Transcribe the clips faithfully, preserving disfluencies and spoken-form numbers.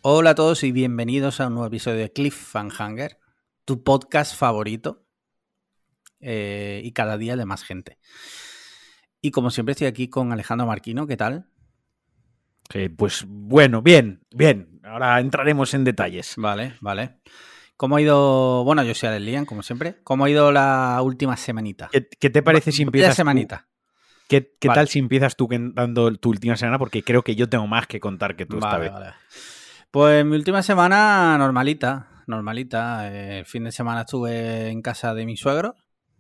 Hola a todos y bienvenidos a un nuevo episodio de Cliffhanger, tu podcast favorito eh, y cada día de más gente. Y como siempre estoy aquí con Alejandro Marquino, ¿qué tal? Eh, pues bueno, bien, bien. Ahora entraremos en detalles. Vale, vale. ¿Cómo ha ido? Bueno, yo soy Alex Lian, como siempre. ¿Cómo ha ido la última semanita? ¿Qué, qué te parece si Vaya empiezas tú? semanita. ¿Qué, qué Vale. tal si empiezas tú dando tu última semana? Porque creo que yo tengo más que contar que tú esta Vale, vez. vale. Pues mi última semana normalita, normalita. Eh, el fin de semana estuve en casa de mi suegro.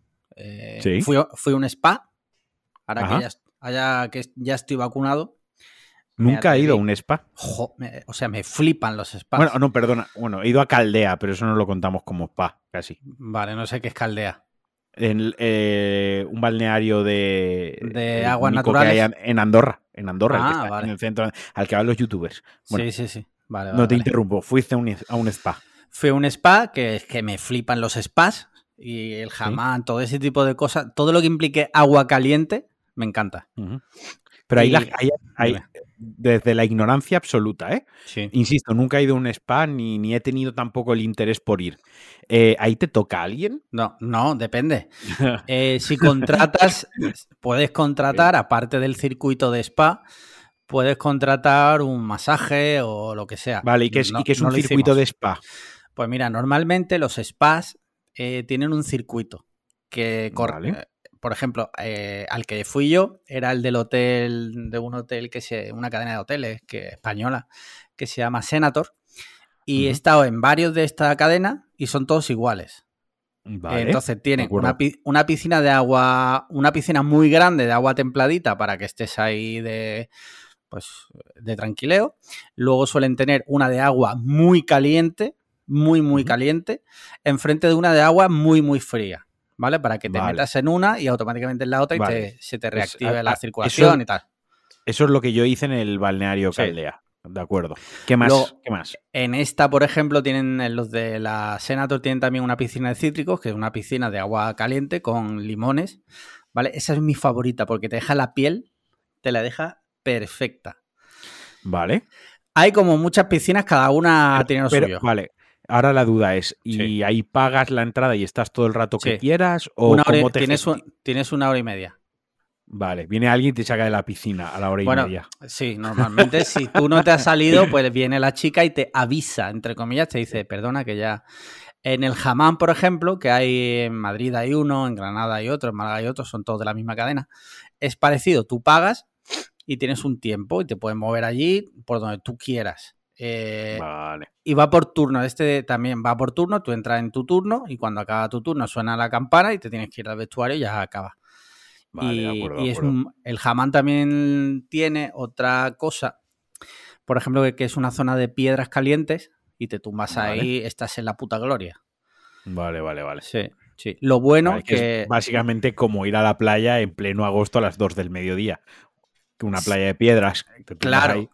Eh, Sí. fui, fui a un spa. Ahora Ajá. que ya, allá que ya estoy vacunado. Nunca he ido a un spa. Jo, me, o sea, me flipan los spas. Bueno, no, perdona. Bueno, he ido a Caldea, pero eso no lo contamos como spa, casi. Vale, no sé qué es Caldea. En eh, un balneario de, De el aguas único naturales. que hay en Andorra. En Andorra, Ah, el que está vale. en el centro, al que van los youtubers. Bueno, sí, sí, sí. Vale, no vale, te vale. interrumpo. Fuiste a un, a un spa. Fui a un spa que es que me flipan los spas y el hammam, ¿sí? Todo ese tipo de cosas. Todo lo que implique agua caliente, me encanta. Uh-huh. Pero ahí, y, la, ahí, ahí desde la ignorancia absoluta, ¿eh? Sí. Insisto, nunca he ido a un spa ni, ni he tenido tampoco el interés por ir. Eh, ¿Ahí te toca alguien? No, no, depende. eh, si contratas, puedes contratar, aparte del circuito de spa, puedes contratar un masaje o lo que sea. Vale, ¿y qué es, no, ¿y qué es no un circuito hicimos. de spa? Pues mira, normalmente los spas eh, tienen un circuito que, Vale. eh, por ejemplo, eh, al que fui yo era el del hotel, de un hotel que se, una cadena de hoteles que española que se llama Senator, y uh-huh. he estado en varios de esta cadena y son todos iguales. Vale, entonces tienen una, una piscina de agua, una piscina muy grande de agua templadita para que estés ahí de, pues, de tranquileo. Luego suelen tener una de agua muy caliente, muy, muy uh-huh. caliente, enfrente de una de agua muy, muy fría, ¿vale? Para que te vale. metas en una y automáticamente en la otra vale. y te, se te reactive es, a, la a, circulación eso, y tal. Eso es lo que yo hice en el balneario Caldea. Sí. De acuerdo. ¿Qué más? Luego, ¿Qué más? En esta, por ejemplo, tienen en los de la Senator tienen también una piscina de cítricos, que es una piscina de agua caliente con limones, ¿vale? Esa es mi favorita porque te deja la piel, te la deja perfecta. Vale. Hay como muchas piscinas, cada una pero, tiene lo pero, suyo. Vale. Ahora la duda es, ¿y sí. ahí pagas la entrada y estás todo el rato que sí. quieras? ¿O una hora, cómo te tienes, un, tienes una hora y media? Vale, viene alguien y te saca de la piscina a la hora bueno, y media. Sí, normalmente si tú no te has salido, pues viene la chica y te avisa, entre comillas, te dice, perdona que ya... En el hammam, por ejemplo, que hay en Madrid hay uno, en Granada hay otro, en Málaga hay otro, son todos de la misma cadena, es parecido, tú pagas y tienes un tiempo y te puedes mover allí por donde tú quieras. Eh, vale. Y va por turno, este también va por turno, tú entras en tu turno y cuando acaba tu turno suena la campana y te tienes que ir al vestuario y ya acaba. Vale, y de acuerdo, y de acuerdo. Es, el hammam también tiene otra cosa, por ejemplo, que es una zona de piedras calientes y te tumbas vale. ahí, estás en la puta gloria. Vale, vale, vale. Sí, sí. Lo bueno vale, que... que es básicamente como ir a la playa en pleno agosto a las dos del mediodía. Una playa de piedras. Te claro. Ahí.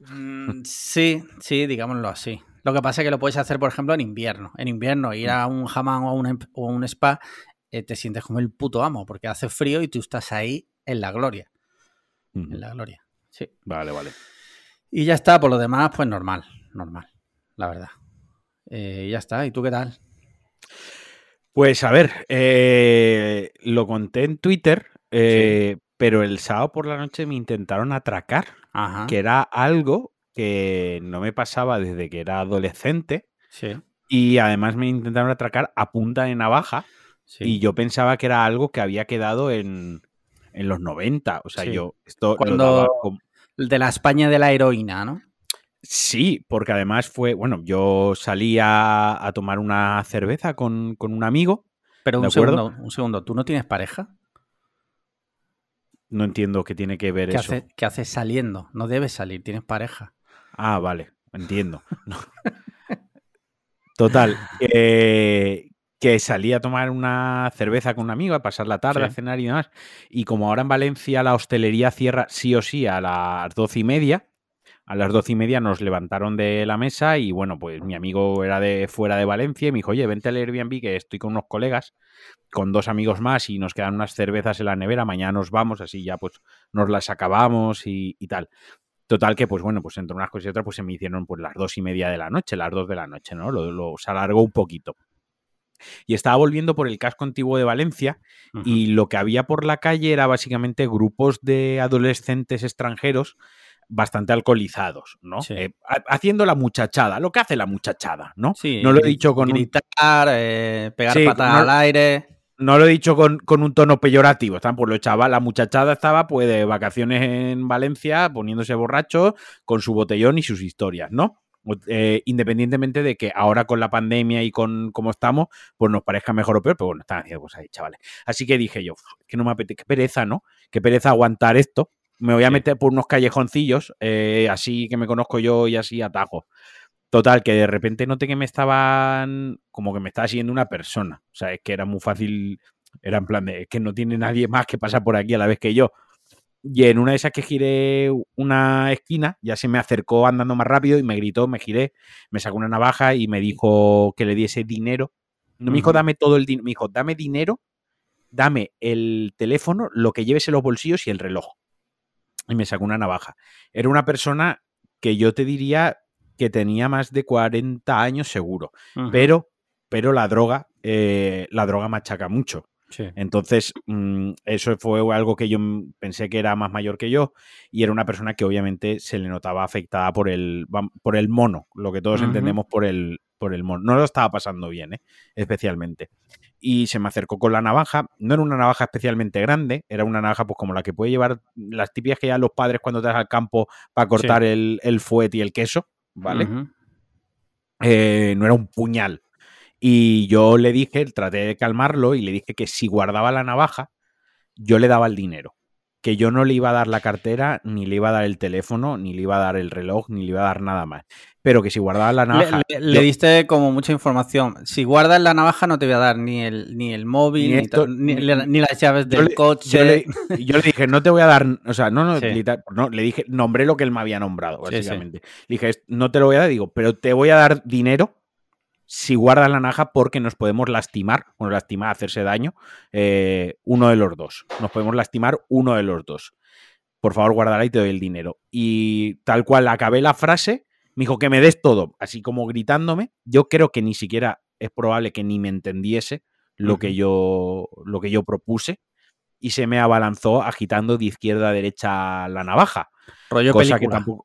Mm, sí, sí, digámoslo así. Lo que pasa es que lo puedes hacer, por ejemplo, en invierno. En invierno, ir a un hammam o a un, o un spa, eh, te sientes como el puto amo, porque hace frío y tú estás ahí en la gloria. Uh-huh. En la gloria, sí. Vale, vale. Y ya está, por lo demás, pues normal, normal, la verdad. Eh, ya está, ¿y tú qué tal? Pues a ver, eh, lo conté en Twitter, eh, sí. pero el sábado por la noche me intentaron atracar, Ajá. que era algo que no me pasaba desde que era adolescente. Sí. Y además me intentaron atracar a punta de navaja. Sí. Y yo pensaba que era algo que había quedado en, en los noventa. O sea, sí. yo esto Cuando lo daba como... de la España de la heroína, ¿no? Sí, porque además fue, bueno, yo salí a, a tomar una cerveza con, con un amigo. Pero un ¿de acuerdo? segundo, un segundo, ¿tú no tienes pareja? No entiendo qué tiene que ver ¿Qué eso. Hace, ¿Qué haces saliendo? No debes salir, tienes pareja. Ah, vale, entiendo. No. Total, eh, que salí a tomar una cerveza con un amigo, a pasar la tarde, sí. a cenar y demás. Y como ahora en Valencia la hostelería cierra sí o sí a las doce y media, a las doce y media nos levantaron de la mesa y bueno, pues mi amigo era de fuera de Valencia y me dijo, oye, vente al Airbnb que estoy con unos colegas, con dos amigos más y nos quedan unas cervezas en la nevera, mañana nos vamos, así ya pues nos las acabamos y, y tal. Total que, pues bueno, pues entre unas cosas y otras, pues se me hicieron pues las dos y media de la noche, las dos de la noche, ¿no? Lo, lo se alargó un poquito. Y estaba volviendo por el casco antiguo de Valencia uh-huh. y lo que había por la calle era básicamente grupos de adolescentes extranjeros bastante alcoholizados, ¿no? Sí. Eh, haciendo la muchachada, lo que hace la muchachada, ¿no? Sí, no lo he dicho con gritar, un... eh, pegar sí, patadas no, al aire. No lo he dicho con, con un tono peyorativo, están pues lo echaba, la muchachada estaba pues de vacaciones en Valencia, poniéndose borracho con su botellón y sus historias, ¿no? Eh, independientemente de que ahora con la pandemia y con cómo estamos, pues nos parezca mejor o peor, pero bueno, están haciendo cosas ahí, chavales. Así que dije yo, que no me apetece, qué pereza, ¿no? Qué pereza aguantar esto. Me voy a sí. meter por unos callejoncillos, eh, así que me conozco yo y así atajo. Total, que de repente noté que me estaban, como que me estaba siguiendo una persona. O sea, es que era muy fácil, era en plan de, es que no tiene nadie más que pasar por aquí a la vez que yo. Y en una de esas que giré una esquina, ya se me acercó andando más rápido y me gritó, me giré, me sacó una navaja y me dijo que le diese dinero. No me dijo, dame todo el dinero, me dijo, dame dinero, dame el teléfono, lo que lleves en los bolsillos y el reloj. Y me sacó una navaja. Era una persona que yo te diría que tenía más de cuarenta años seguro, uh-huh. pero, pero la droga, eh, la droga machaca mucho. Sí. Entonces, mmm, eso fue algo que yo pensé que era más mayor que yo y era una persona que obviamente se le notaba afectada por el, por el mono, lo que todos uh-huh. entendemos por el, por el mono. No lo estaba pasando bien, ¿eh? Especialmente. Y se me acercó con la navaja. No era una navaja especialmente grande, era una navaja pues como la que puede llevar las típicas que llevan los padres cuando te vas al campo para cortar sí. el, el fuet y el queso, ¿vale? Uh-huh. Eh, no era un puñal. Y yo le dije, traté de calmarlo y le dije que si guardaba la navaja, yo le daba el dinero. Que yo no le iba a dar la cartera, ni le iba a dar el teléfono, ni le iba a dar el reloj, ni le iba a dar nada más. Pero que si guardaba la navaja... Le, le, yo, le diste como mucha información. Si guardas la navaja no te voy a dar ni el, ni el móvil, ni, esto, ni, ni, ni las llaves del le, coche. Yo le, yo le dije, no te voy a dar... O sea, no, no, sí. literal, no, le dije, nombré lo que él me había nombrado, básicamente. Sí, sí. Le dije, no te lo voy a dar, digo, pero te voy a dar dinero si guardas la navaja porque nos podemos lastimar, bueno, lastimar, hacerse daño, eh, uno de los dos. Nos podemos lastimar uno de los dos. Por favor, guárdala y te doy el dinero. Y tal cual acabé la frase, me dijo que me des todo, así como gritándome. Yo creo que ni siquiera es probable que ni me entendiese lo, uh-huh. que, yo, lo que yo propuse y se me abalanzó agitando de izquierda a derecha la navaja. Rollo cosa película. Que tampoco...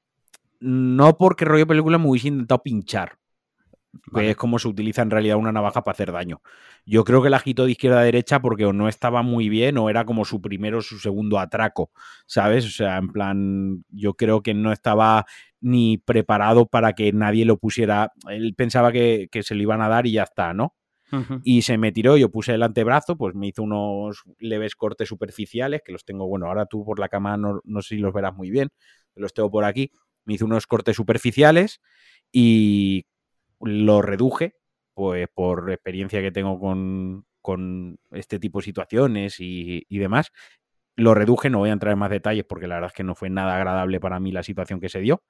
No porque rollo película me hubiese intentado pinchar. Vale. Que es como se utiliza en realidad una navaja para hacer daño. Yo creo que la agitó de izquierda a derecha porque o no estaba muy bien o era como su primero o su segundo atraco, ¿sabes? O sea, en plan, yo creo que no estaba ni preparado para que nadie lo pusiera. Él pensaba que, que se lo iban a dar y ya está, ¿no? Uh-huh. Y se me tiró, yo puse el antebrazo, pues me hizo unos leves cortes superficiales, que los tengo, bueno, ahora tú por la cama no, no sé si los verás muy bien, los tengo por aquí. Me hizo unos cortes superficiales y lo reduje, pues por experiencia que tengo con, con este tipo de situaciones y, y demás. Lo reduje, no voy a entrar en más detalles porque la verdad es que no fue nada agradable para mí la situación que se dio.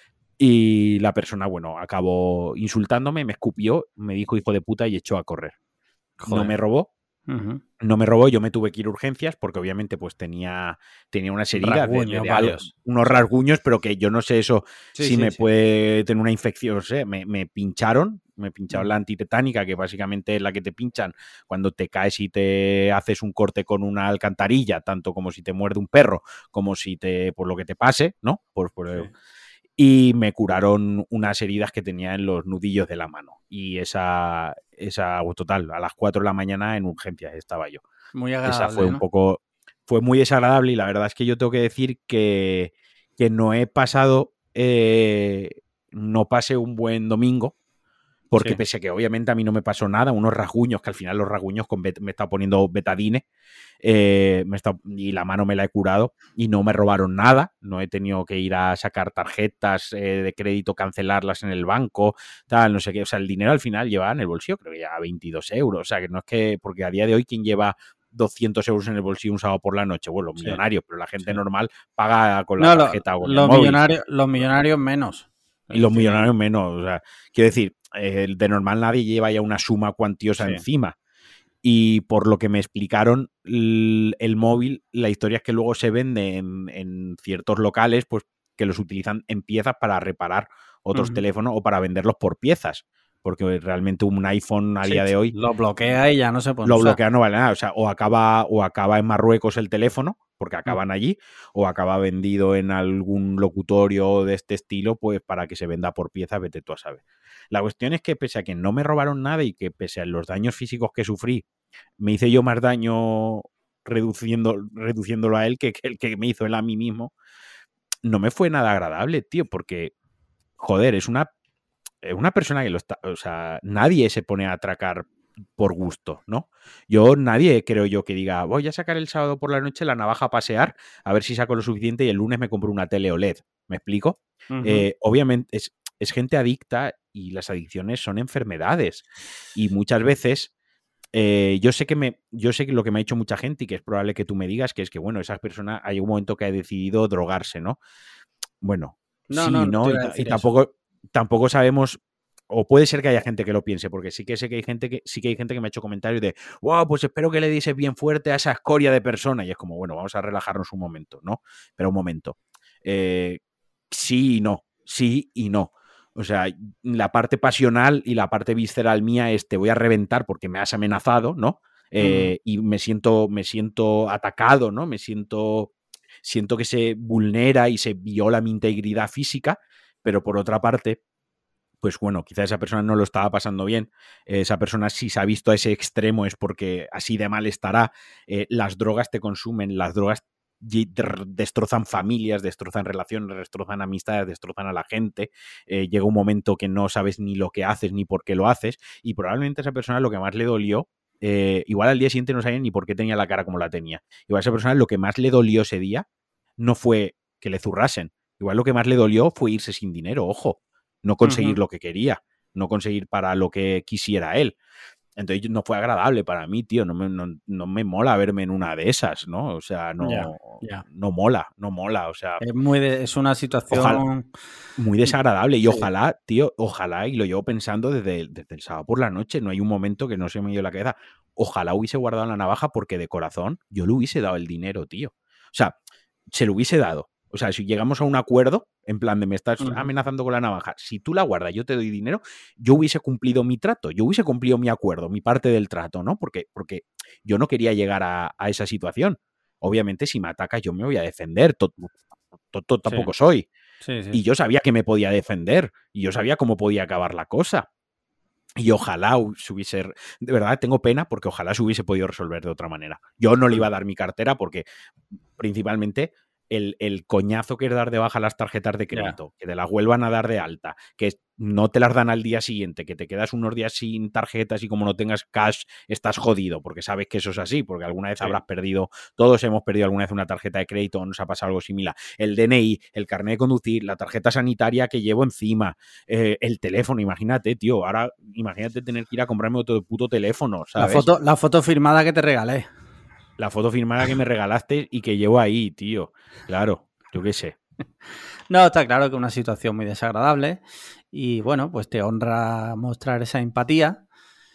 Y la persona, bueno, acabó insultándome, me escupió, me dijo hijo de puta y echó a correr. Joder. No me robó. Uh-huh. No me robó, yo me tuve que ir a urgencias porque obviamente pues tenía, tenía unas heridas, de, de, de algo, unos sí. rasguños, pero que yo no sé eso sí, si sí, me sí. puede tener una infección, no sé, me, me pincharon, me pincharon uh-huh. la antitetánica, que básicamente es la que te pinchan cuando te caes y te haces un corte con una alcantarilla, tanto como si te muerde un perro, como si te, por lo que te pase, ¿no? Por, por, sí. Y me curaron unas heridas que tenía en los nudillos de la mano. Y esa, esa total, a las cuatro de la mañana en urgencias estaba yo. Muy agradable, Esa fue un ¿no? poco, fue muy desagradable y la verdad es que yo tengo que decir que, que no he pasado, eh, no pasé un buen domingo. Porque sí. pese a que obviamente a mí no me pasó nada, unos rasguños, que al final los rasguños con bet- me estaba poniendo betadine eh, me está, y la mano me la he curado y no me robaron nada, no he tenido que ir a sacar tarjetas eh, de crédito, cancelarlas en el banco, tal, no sé qué, o sea, el dinero al final llevaba en el bolsillo, creo que ya veintidós euros, o sea, que no es que, porque a día de hoy quien lleva doscientos euros en el bolsillo un sábado por la noche, bueno, los sí. millonarios, pero la gente sí. normal paga con la no, tarjeta lo, o con los el móvil. Millonarios, los millonarios menos. Y los millonarios menos, o sea, quiero decir, eh, de normal nadie lleva ya una suma cuantiosa sí. encima. Y por lo que me explicaron, el, el móvil, la historia es que luego se vende en, en ciertos locales, pues que los utilizan en piezas para reparar otros Ujú. teléfonos o para venderlos por piezas. Porque realmente un iPhone a Sí, día de hoy lo bloquea y ya no se puede lo usar. bloquea, no vale nada. O sea, o acaba, o acaba en Marruecos el teléfono, porque Mm. acaban allí, o acaba vendido en algún locutorio de este estilo, pues para que se venda por piezas, vete tú a saber. La cuestión es que pese a que no me robaron nada y que pese a los daños físicos que sufrí, me hice yo más daño reduciendo, reduciéndolo a él que, que el que me hizo él a mí mismo, no me fue nada agradable, tío, porque, joder, es una, es una persona que lo está, o sea, nadie se pone a atracar por gusto, ¿no? Yo, nadie creo yo que diga, voy a sacar el sábado por la noche la navaja a pasear, a ver si saco lo suficiente y el lunes me compro una tele O L E D. ¿Me explico? Ujú. Eh, obviamente es, es gente adicta y las adicciones son enfermedades. Y muchas veces eh, yo sé que me, yo sé que lo que me ha dicho mucha gente y que es probable que tú me digas, que es que, bueno, esa persona hay un momento que ha decidido drogarse, ¿no? Bueno, No, sí, no, no te ¿no? Y, iba a ta- y decir eso. tampoco, tampoco sabemos, o puede ser que haya gente que lo piense, porque sí que sé que hay gente que, sí que hay gente que me ha hecho comentarios de, wow, pues espero que le dieses bien fuerte a esa escoria de persona. Y es como, bueno, vamos a relajarnos un momento, ¿no? Pero un momento. Eh, sí y no, sí y no. O sea, la parte pasional y la parte visceral mía es te voy a reventar porque me has amenazado, ¿no? Ujú. Eh, y me siento, me siento atacado, ¿no? Me siento, siento que se vulnera y se viola mi integridad física, pero por otra parte, pues bueno, quizá esa persona no lo estaba pasando bien. Esa persona, si se ha visto a ese extremo, es porque así de mal estará. Eh, las drogas te consumen, las drogas destrozan familias, destrozan relaciones, destrozan amistades, destrozan a la gente. Eh, llega un momento que no sabes ni lo que haces ni por qué lo haces. Y probablemente a esa persona lo que más le dolió, eh, igual al día siguiente no sabía ni por qué tenía la cara como la tenía. Igual a esa persona lo que más le dolió ese día no fue que le zurrasen. Igual lo que más le dolió fue irse sin dinero, ojo, no conseguir Ujú. lo que quería, no conseguir para lo que quisiera él. Entonces no fue agradable para mí, tío, no me, no, no me mola verme en una de esas, ¿no? O sea, Ya, no, ya. no mola, no mola, o sea, Es muy de- es una ojalá, situación. muy desagradable y Sí. ojalá, tío, ojalá, y lo llevo pensando desde, desde el sábado por la noche, no hay un momento que no se me dio la cabeza, ojalá hubiese guardado la navaja porque de corazón yo le hubiese dado el dinero, tío. O sea, se lo hubiese dado. O sea, si llegamos a un acuerdo, en plan de me estás Ujú. amenazando con la navaja, si tú la guardas, yo te doy dinero, yo hubiese cumplido mi trato, yo hubiese cumplido mi acuerdo, mi parte del trato, ¿no? Porque, porque yo no quería llegar a, a esa situación. Obviamente, si me atacas, yo me voy a defender. Tonto Sí, tampoco soy. sí, sí. Y yo sabía que me podía defender. Y yo sabía cómo podía acabar la cosa. Y ojalá se hubiese. De verdad, tengo pena porque ojalá se hubiese podido resolver de otra manera. Yo no le iba a dar mi cartera porque, principalmente, el, el coñazo que es dar de baja las tarjetas de Ya, crédito, que te las vuelvan a dar de alta, que no te las dan al día siguiente, que te quedas unos días sin tarjetas y como no tengas cash, estás jodido, porque sabes que eso es así, porque alguna vez sí. habrás perdido, todos hemos perdido alguna vez una tarjeta de crédito o nos ha pasado algo similar. El D N I, el carnet de conducir, la tarjeta sanitaria que llevo encima, eh, el teléfono, imagínate, tío, ahora imagínate tener que ir a comprarme otro puto teléfono, La ¿sabes? foto, la foto firmada que te regalé. La foto firmada que me regalaste y que llevo ahí, tío. Claro, yo qué sé. No, está claro que es una situación muy desagradable y bueno, pues te honra mostrar esa empatía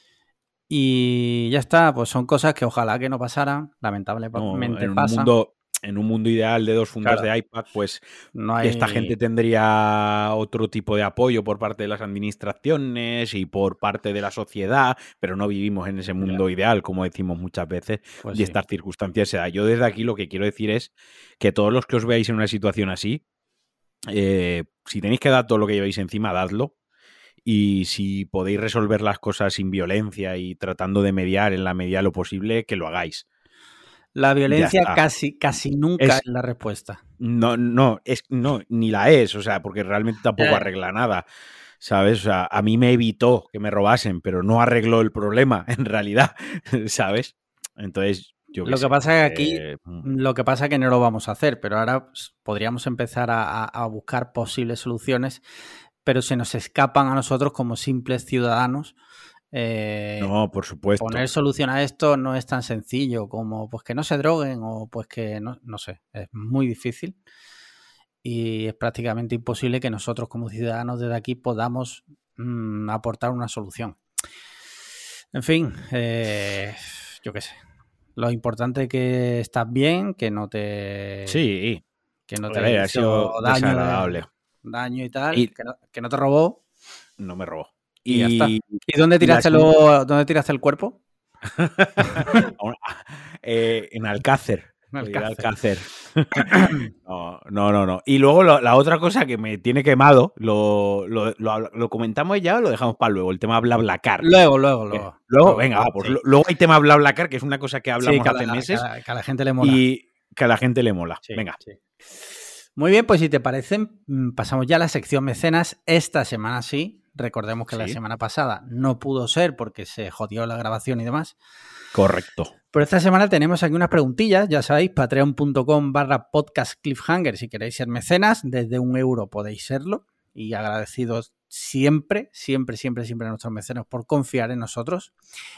y ya está, pues son cosas que ojalá que no pasaran, No, lamentablemente en un pasan. mundo, en un mundo ideal de dos fundas Claro, de iPad, pues no esta hay. gente tendría otro tipo de apoyo por parte de las administraciones y por parte de la sociedad, pero no vivimos en ese Ya, mundo ideal, como decimos muchas veces, pues y sí. estas circunstancias se dan. Yo desde aquí lo que quiero decir es que todos los que os veáis en una situación así, eh, si tenéis que dar todo lo que lleváis encima, dadlo. Y si podéis resolver las cosas sin violencia y tratando de mediar en la medida de lo posible, que lo hagáis. La Ya violencia está. casi, casi nunca Es, es la respuesta. no, no, es, no, ni la es, o sea, porque realmente tampoco Eh, arregla nada, ¿sabes? O sea, a mí me evitó que me robasen, pero no arregló el problema, en realidad, ¿sabes? Entonces, yo qué Lo que sé. pasa es que aquí, eh, mm, lo que pasa es que no lo vamos a hacer, pero ahora pues, podríamos empezar a, a- a buscar posibles soluciones, pero se nos escapan a nosotros como simples ciudadanos. eh, no, por Poner supuesto. solución a esto no es tan sencillo como pues que no se droguen o pues que no, no sé, es muy difícil y es prácticamente imposible que nosotros como ciudadanos desde aquí podamos mm, aportar una solución. En fin, eh, yo qué sé. Lo importante es que estás bien, que no te Sí, que no te Ver, ha ha sido daño, desagradable. daño y tal, Y- que, no, que no te robó. No me robó. Y, ya está. Y, ¿Y dónde y tiraste, la segunda- lo, dónde tiraste el cuerpo? eh, en Alcácer. En Lo llevé a Alcácer. Alcácer. No, no, no, no. Y luego lo- la otra cosa que me tiene quemado, lo, lo, lo- lo comentamos ya o lo dejamos para luego, el tema BlaBlaCar. Luego, luego, Que- luego. Luego, luego, venga, va, pues sí. lo- luego hay tema BlaBlaCar, que es una cosa que Sí, hablamos que a, hace la, meses que, a, que a la gente le mola. y que a la gente le mola. Sí, Venga. sí. Muy bien, pues si te parece, pasamos ya a la sección mecenas. Esta semana sí. Recordemos que Sí. la semana pasada no pudo ser porque se jodió la grabación y demás. Correcto. Pero esta semana tenemos aquí unas preguntillas, ya sabéis, patreon.com barra podcast cliffhanger si queréis ser mecenas, desde un euro podéis serlo y agradecidos siempre, siempre, siempre, siempre a nuestros mecenas por confiar en nosotros.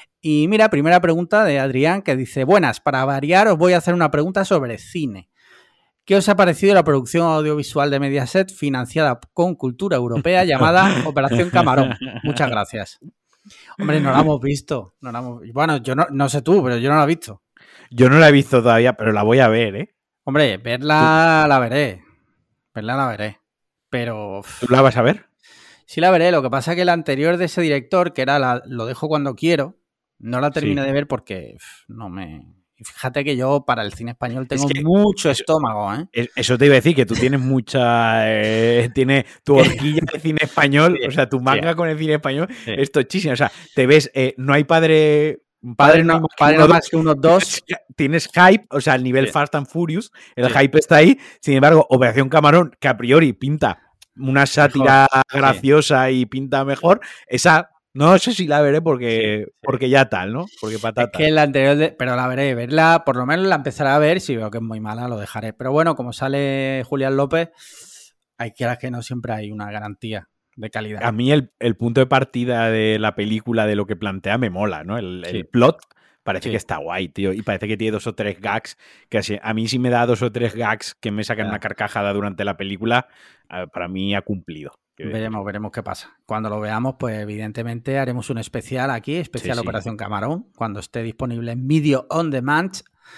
Y mira, primera pregunta de Adrián que dice, buenas, para variar os voy a hacer una pregunta sobre cine. ¿Qué os ha parecido la producción audiovisual de Mediaset financiada con cultura europea llamada Operación Camarón? Muchas gracias. Hombre, no la hemos visto. No la hemos... Bueno, yo no, no sé tú, pero yo no la he visto. Yo no la he visto todavía, pero la voy a ver, ¿eh? Hombre, verla la veré. Verla la veré. Pero... ¿Tú la vas a ver? Sí la veré. Lo que pasa es que la anterior de ese director, que era la Lo dejo cuando quiero, no la terminé Sí. de ver porque uf, no me... Y fíjate que yo para el cine español tengo Es que mucho eso- estómago, ¿eh? Es- Eso te iba a decir, que tú tienes mucha... eh, tiene tu horquilla de cine español, Sí, o sea, tu manga sí. con el cine español Sí. es tochísimo. O sea, te ves, eh, no hay padre... Padre no, hay más que padre uno, no dos. más que unos dos. Tienes hype, o sea, al nivel Sí. Fast and Furious, el Sí. hype está ahí. Sin embargo, Operación Camarón, que a priori pinta una sátira graciosa y pinta mejor, esa no sé si la veré porque, Sí, sí. porque ya tal, ¿no? Porque Es patata. que la anterior, de- pero la veré, verla, por lo menos la empezaré a ver, si veo que es muy mala lo dejaré. Pero bueno, como sale Julián López, hay que que no siempre hay una garantía de calidad. A mí el, el punto de partida de la película, de lo que plantea, me mola, ¿no? El, Sí. el plot parece Sí. que está guay, tío. Y parece que tiene dos o tres gags. Que así- a mí sí me da dos o tres gags que me sacan Ya. una carcajada durante la película. eh, Para mí ha cumplido. Quiero decir. Veremos, veremos qué pasa. Cuando lo veamos, pues evidentemente haremos un especial aquí, especial Sí, sí. Operación Camarón, cuando esté disponible en Video On Demand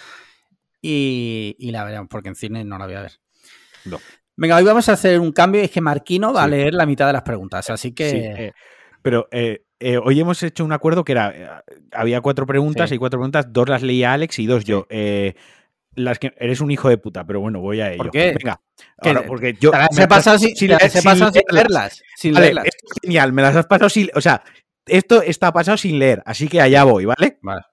y, y la veremos, porque en cine no la voy a ver. No. Venga, hoy vamos a hacer un cambio y es que Marquino va a Sí. leer la mitad de las preguntas, así que... Sí, eh, pero eh, eh, hoy hemos hecho un acuerdo que era, eh, había cuatro preguntas Sí. y cuatro preguntas, dos las leía Alex y dos Sí. yo. Eh, las que eres un hijo de puta, pero bueno, voy a ello. ¿Por qué? Venga, ¿Qué? ahora, porque yo Te las me he pasado sin, sin te las leer- he sin pasado sin leerlas. leerlas. Sin Vale, leerlas. esto es genial, me las has pasado sin, o sea, esto está pasado sin leer, así que allá voy, ¿vale? Vale.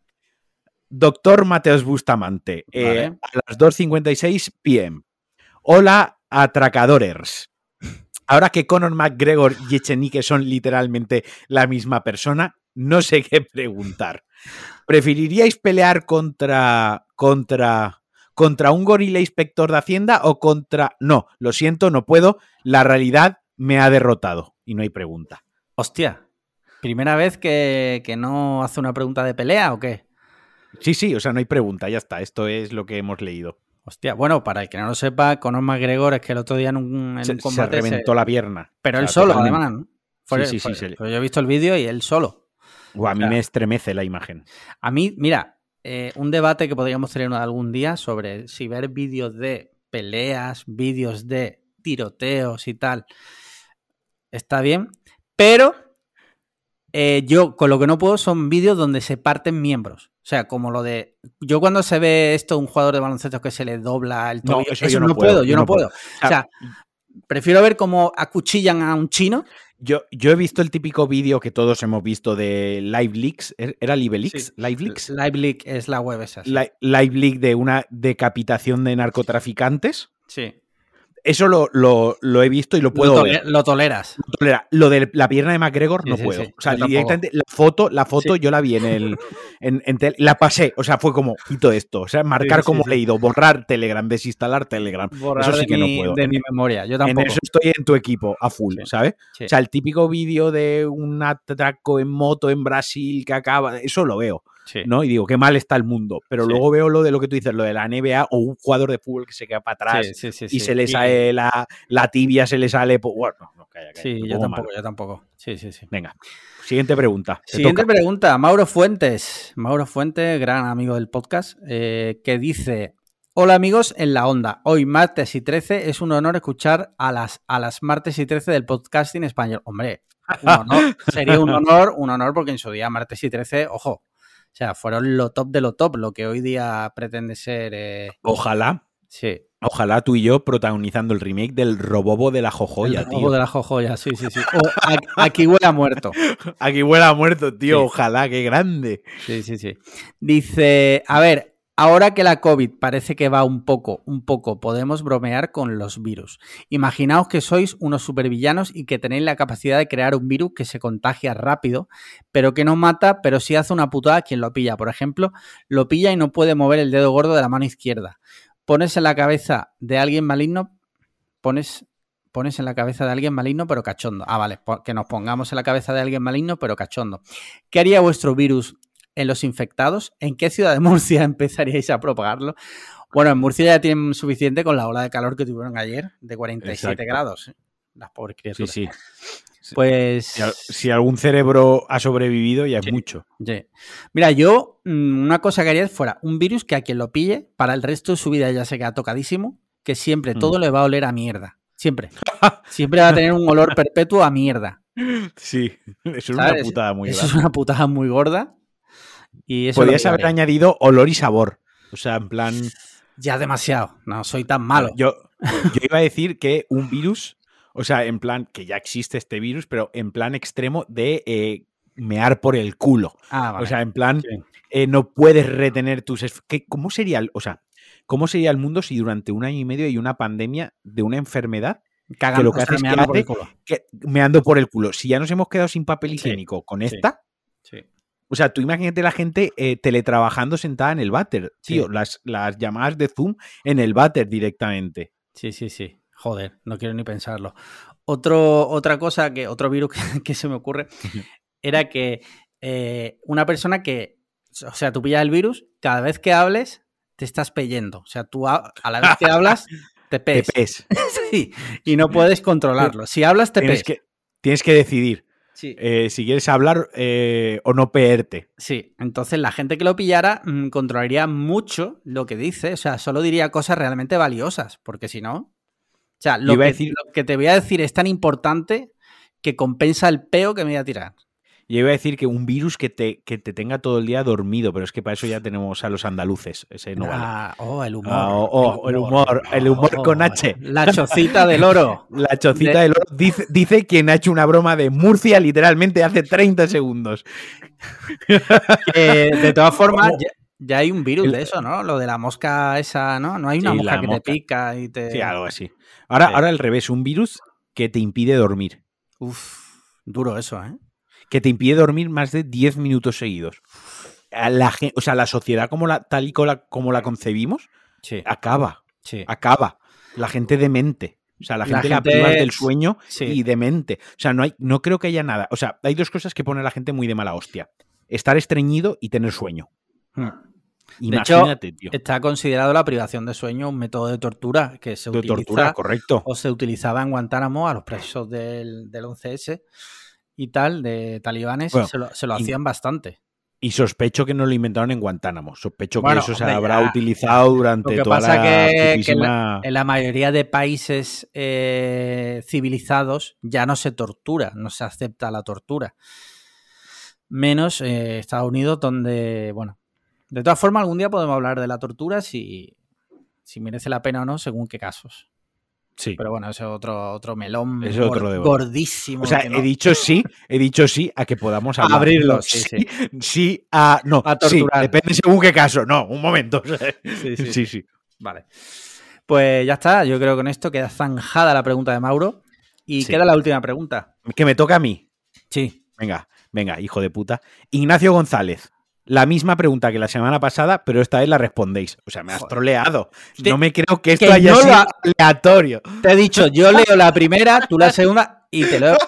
Doctor Mateos Bustamante, eh, Vale. a las dos cincuenta y seis p m Hola, atracadores. Ahora que Conor McGregor y Echenique son literalmente la misma persona, no sé qué preguntar. ¿Preferiríais pelear contra contra contra un gorila inspector de Hacienda o contra... No, lo siento, no puedo. La realidad me ha derrotado. Y no hay pregunta. Hostia, ¿primera vez que, que no hace una pregunta de pelea o qué? Sí, sí, o sea, no hay pregunta, ya está. Esto es lo que hemos leído. Hostia, bueno, para el que no lo sepa, Conor McGregor es que el otro día en un, en Se, un se combate... reventó se- la pierna. Pero O sea, él solo, totalmente. además, ¿no? Fue- Sí, sí, fue- sí, se le- pero yo he visto el vídeo y él solo. O a mí O sea, me estremece la imagen. A mí, mira, eh, un debate que podríamos tener algún día sobre si ver vídeos de peleas, vídeos de tiroteos y tal, está bien, pero eh, yo con lo que no puedo son vídeos donde se parten miembros. O sea, como lo de... Yo cuando se ve esto, un jugador de baloncesto que se le dobla el No, tobillo, eso eso, yo no, no puedo, puedo, yo no puedo. O sea, prefiero ver cómo acuchillan a un chino. Yo, yo he visto el típico vídeo que todos hemos visto de Live Leaks. ¿Era Live Leaks? Sí. Live Leaks. Live Leak es la web esa. Sí. Li- Live Leak de una decapitación de narcotraficantes. Sí. Eso lo, lo, lo he visto y lo puedo lo, ver. tole- lo toleras. Lo tolera. Lo de la pierna de McGregor Sí, no sí, puedo. sí. O sea, Yo tampoco. directamente la foto, la foto Sí. yo la vi en el. En, en tel- la pasé. O sea, fue como, quito esto. O sea, marcar Sí, sí, como sí. leído, borrar Telegram, desinstalar Telegram. Borrar Eso sí de, que mi, no puedo. de mi memoria. Yo En tampoco. eso estoy en tu equipo a full, Sí. ¿sabes? Sí. O sea, el típico vídeo de un atraco en moto en Brasil que acaba, eso lo veo, Sí. ¿no? Y digo, qué mal está el mundo. Pero Sí. luego veo lo de lo que tú dices, lo de la N B A o un jugador de fútbol que se queda para atrás Sí, sí, sí, y sí. se le Y- sale la, la tibia, se le sale... po- Bueno, no, no, calla, calla, Sí, me yo pongo tampoco, malo. yo tampoco. Sí, sí, sí. Venga, siguiente pregunta. te Siguiente toca. pregunta, Mauro Fuentes. Mauro Fuentes, gran amigo del podcast, eh, que dice: Hola amigos en la onda. Hoy martes y trece es un honor escuchar a las, a las martes y trece del podcasting español. Hombre, un honor, sería un honor, un honor porque en su día martes y trece, ojo, o sea, fueron lo top de lo top, lo que hoy día pretende ser... Eh... Ojalá. Sí. Ojalá tú y yo protagonizando el remake del Robobo de la Jojoya, el tío. Robobo de la Jojoya, sí, sí, sí. O Aquí huele a muerto. Aquí huele a muerto, tío. Sí. Ojalá, qué grande. Sí, sí, sí. Dice, a ver, ahora que la COVID parece que va un poco, un poco, podemos bromear con los virus. Imaginaos que sois unos supervillanos y que tenéis la capacidad de crear un virus que se contagia rápido, pero que no mata, pero sí hace una putada a quien lo pilla. Por ejemplo, lo pilla y no puede mover el dedo gordo de la mano izquierda. Pones en la cabeza de alguien maligno, pones, pones en la cabeza de alguien maligno pero cachondo. Ah, vale, que nos pongamos en la cabeza de alguien maligno pero cachondo. ¿Qué haría vuestro virus en los infectados? ¿En qué ciudad de Murcia empezaríais a propagarlo? Bueno, en Murcia ya tienen suficiente con la ola de calor que tuvieron ayer, de cuarenta y siete Exacto. grados. ¿eh? Las pobres criaturas. Sí, sí. Pues... Si, si algún cerebro ha sobrevivido, ya sí, es mucho. Sí. Mira, yo una cosa que haría fuera un virus que a quien lo pille, para el resto de su vida ya se queda tocadísimo, que siempre mm. todo le va a oler a mierda. Siempre. Siempre va a tener un olor perpetuo a mierda. Sí, eso es ¿sabes? una putada muy eso grande. Eso es una putada muy gorda. Y eso podrías haber añadido olor y sabor. O sea, en plan... Ya demasiado. No soy tan malo. Yo, yo iba a decir que un virus... O sea, en plan, que ya existe este virus, pero en plan extremo de eh, mear por el culo. Ah, vale. O sea, en plan, sí. eh, no puedes retener tus... ¿Qué, ¿Cómo sería el, o sea, cómo sería el mundo si durante un año y medio hay una pandemia de una enfermedad Cagan, que lo que o sea, hace es que meando hace por el culo. Que, meando por el culo? Si ya nos hemos quedado sin papel higiénico sí. con esta... Sí. Sí. O sea, tú imagínate la gente eh, teletrabajando sentada en el váter, tío. Sí. Las, las llamadas de Zoom en el váter directamente. Sí, sí, sí. Joder, no quiero ni pensarlo. Otro, otra cosa, que otro virus que, que se me ocurre, era que eh, una persona que, o sea, tú pillas el virus, cada vez que hables, te estás peyendo. O sea, tú a, a la vez que hablas, te pees. Te pees. Sí, y no puedes controlarlo. Si hablas, te tienes pees. Que, tienes que decidir. Sí. Eh, si quieres hablar eh, o no peerte. Sí, entonces la gente que lo pillara mmm, controlaría mucho lo que dice, o sea, solo diría cosas realmente valiosas, porque si no... O sea, lo que, decir... lo que te voy a decir es tan importante que compensa el peo que me voy a tirar. Yo iba a decir que un virus que te, que te tenga todo el día dormido, pero es que para eso ya tenemos a los andaluces. Ese no ah, vale. Oh, el humor. Ah, oh, el humor, el humor oh, con H. La chocita del oro. La chocita de... del oro dice, dice quien ha hecho una broma de Murcia literalmente hace treinta segundos. Que, de todas formas, ya, ya hay un virus el... de eso, ¿no? Lo de la mosca esa, ¿no? No hay una sí, mosca que mosca. te pica y te... Sí, algo así. Ahora, sí. ahora al revés, un virus que te impide dormir. Uf, duro eso, ¿eh? Que te impide dormir más de diez minutos seguidos. La, o sea, la sociedad como la, tal y como la, como la concebimos, sí. acaba. Sí. Acaba. La gente demente. O sea, la gente la, gente la privas del sueño sí. y demente. O sea, no, hay, no creo que haya nada. O sea, hay dos cosas que pone a la gente muy de mala hostia. Estar estreñido y tener sueño. Hmm. Imagínate, de hecho, tío. Está considerado la privación de sueño un método de tortura que se de utiliza tortura, correcto. o se utilizaba en Guantánamo a los presos del, del once ese y tal, de talibanes, bueno, se lo, se lo hacían y, bastante. Y sospecho que no lo inventaron en Guantánamo. Sospecho bueno, que eso hombre, se habrá ya, utilizado durante lo que toda pasa la que, putísima... que en, la, en la mayoría de países eh, civilizados ya no se tortura, no se acepta la tortura. Menos eh, Estados Unidos, donde, bueno, de todas formas, algún día podemos hablar de la tortura si, si merece la pena o no, según qué casos. Sí. Pero bueno, ese es otro, otro melón es gor, otro gordísimo. O sea, que no... he dicho sí, he dicho sí a que podamos hablar. A abrirlo, no, sí, sí, sí. Sí a... No, a torturar. Sí, depende según qué caso. No, un momento. Sí sí, sí, sí, sí. Vale. Pues ya está. Yo creo que con esto queda zanjada la pregunta de Mauro. Y sí. queda la última pregunta. Que me toca a mí. Sí. Venga, venga, hijo de puta. Ignacio González. La misma pregunta que la semana pasada, pero esta vez la respondéis. O sea, me has troleado. Te, no me creo que esto que haya no sido ha... aleatorio. Te he dicho, yo leo la primera, tú la segunda y te leo.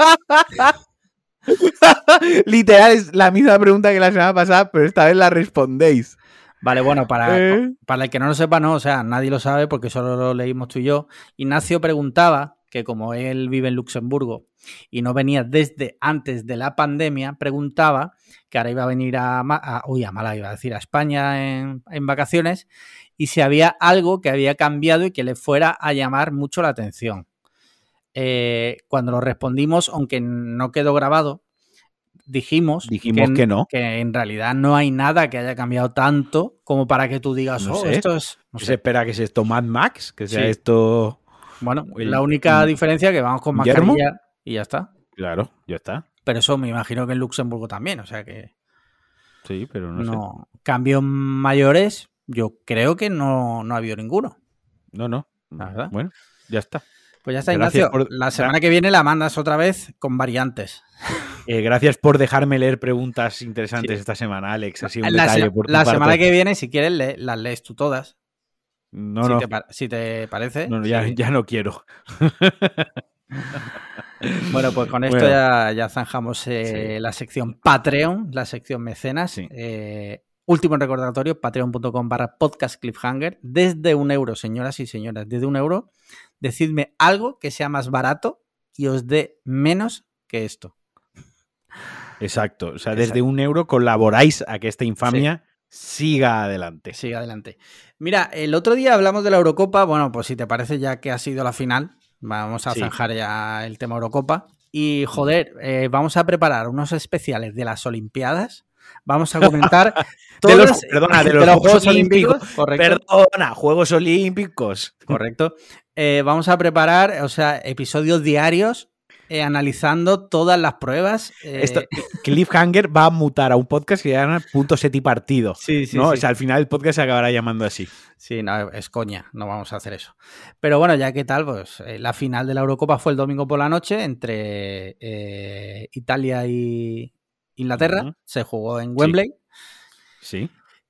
Literal, es la misma pregunta que la semana pasada, pero esta vez la respondéis. Vale, bueno, para, ¿Eh? para el que no lo sepa, no, o sea, nadie lo sabe porque solo lo leímos tú y yo. Ignacio preguntaba que como él vive en Luxemburgo y no venía desde antes de la pandemia, preguntaba que ahora iba a venir a, a, uy, a Málaga, iba a decir, a España en, en vacaciones, y si había algo que había cambiado y que le fuera a llamar mucho la atención. Eh, cuando lo respondimos, aunque no quedó grabado, dijimos, dijimos que, que no. Que en realidad no hay nada que haya cambiado tanto como para que tú digas, no oh, sé. esto es... No ¿Qué sé. se espera? ¿Que sea esto Mad Max? ¿Que sea sí. esto...? Bueno, el, la única el, diferencia es que vamos con ¿Guillermo? mascarilla y ya está. Claro, ya está. Pero eso me imagino que en Luxemburgo también, o sea que... Sí, pero no, no sé. Cambios mayores, yo creo que no, no ha habido ninguno. No, no. La verdad. Bueno, ya está. Pues ya está, gracias Ignacio. Por... La semana que viene la mandas otra vez con variantes. Eh, gracias por dejarme leer preguntas interesantes sí. esta semana, Alex. Ha sido un la detalle se por tu La parte. semana que viene, si quieres, le las lees tú todas. No, si no. Te si te parece. No, ya, sí. ya no quiero. Bueno, pues con esto bueno, ya, ya zanjamos eh, sí. la sección Patreon, la sección mecenas. Sí. Eh, último recordatorio, patreon.com barra podcast cliffhanger. Desde un euro, señoras y señoras, desde un euro, decidme algo que sea más barato y os dé menos que esto. Exacto. O sea, desde Exacto. un euro colaboráis a que esta infamia sí. siga adelante. Siga adelante. Mira, el otro día hablamos de la Eurocopa. Bueno, pues si te parece, ya que ha sido la final, vamos a sí. zanjar ya el tema Eurocopa. Y, joder, eh, vamos a preparar unos especiales de las Olimpiadas. Vamos a comentar todos de los, perdona, de los, de los Juegos, Juegos Olímpicos. Olímpicos correcto. Perdona, Juegos Olímpicos. Correcto. Eh, vamos a preparar, o sea, episodios diarios eh, analizando todas las pruebas. Eh... Esto, Cliffhanger va a mutar a un podcast que se llama Punto Set y Partido. Sí, sí, ¿no? sí. O sea, al final el podcast se acabará llamando así. Sí, no, es coña, no vamos a hacer eso. Pero bueno, ya que tal, pues eh, la final de la Eurocopa fue el domingo por la noche entre eh, Italia y Inglaterra. Uh-huh. Se jugó en Wembley. Sí. sí.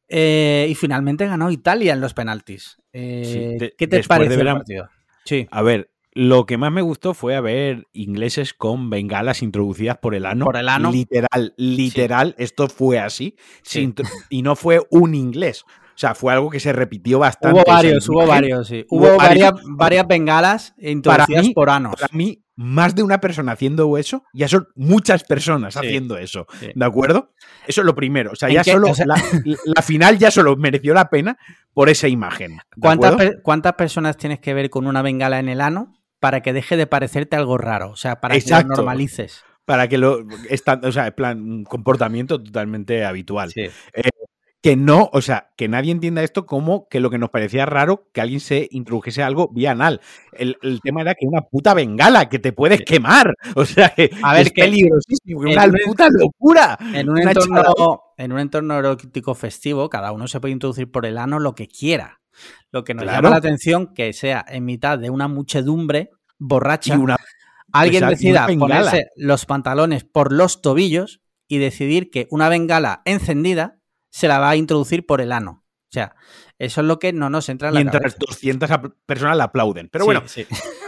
Eh, y finalmente ganó Italia en los penaltis. Eh, sí, de, ¿Qué te parece de el partido? Sí. A ver, lo que más me gustó fue a ver ingleses con bengalas introducidas por el ano. Por el ano. Literal, literal, sí. Esto fue así. Sí. Sin, y no fue un inglés. O sea, fue algo que se repitió bastante. Hubo varios, hubo varios, sí. Hubo, hubo varias, varias bengalas introducidas para mí, por anos. Para mí, más de una persona haciendo eso, ya son muchas personas sí. haciendo eso. Sí. ¿De acuerdo? Eso es lo primero. O sea, ya qué? solo o sea... la, la final ya solo mereció la pena por esa imagen. ¿Cuántas, per, ¿Cuántas personas tienes que ver con una bengala en el ano para que deje de parecerte algo raro? O sea, para Exacto. que lo normalices. Para que lo... Está, o sea, en plan, un comportamiento totalmente habitual. Sí. Eh, que no, o sea, que nadie entienda esto como que lo que nos parecía raro que alguien se introdujese algo vía anal. El, el tema era que una puta bengala, que te puedes quemar. O sea, que, a ver, es que peligrosísimo, una un, puta locura. En un, entorno, en un entorno erótico festivo, cada uno se puede introducir por el ano lo que quiera. Lo que nos claro. llama la atención que sea en mitad de una muchedumbre borracha, y una, alguien exacto, decida una ponerse los pantalones por los tobillos y decidir que una bengala encendida se la va a introducir por el ano. O sea, eso es lo que no nos entra en la Mientras cabeza. doscientas personas la aplauden. Pero sí, bueno. Sí.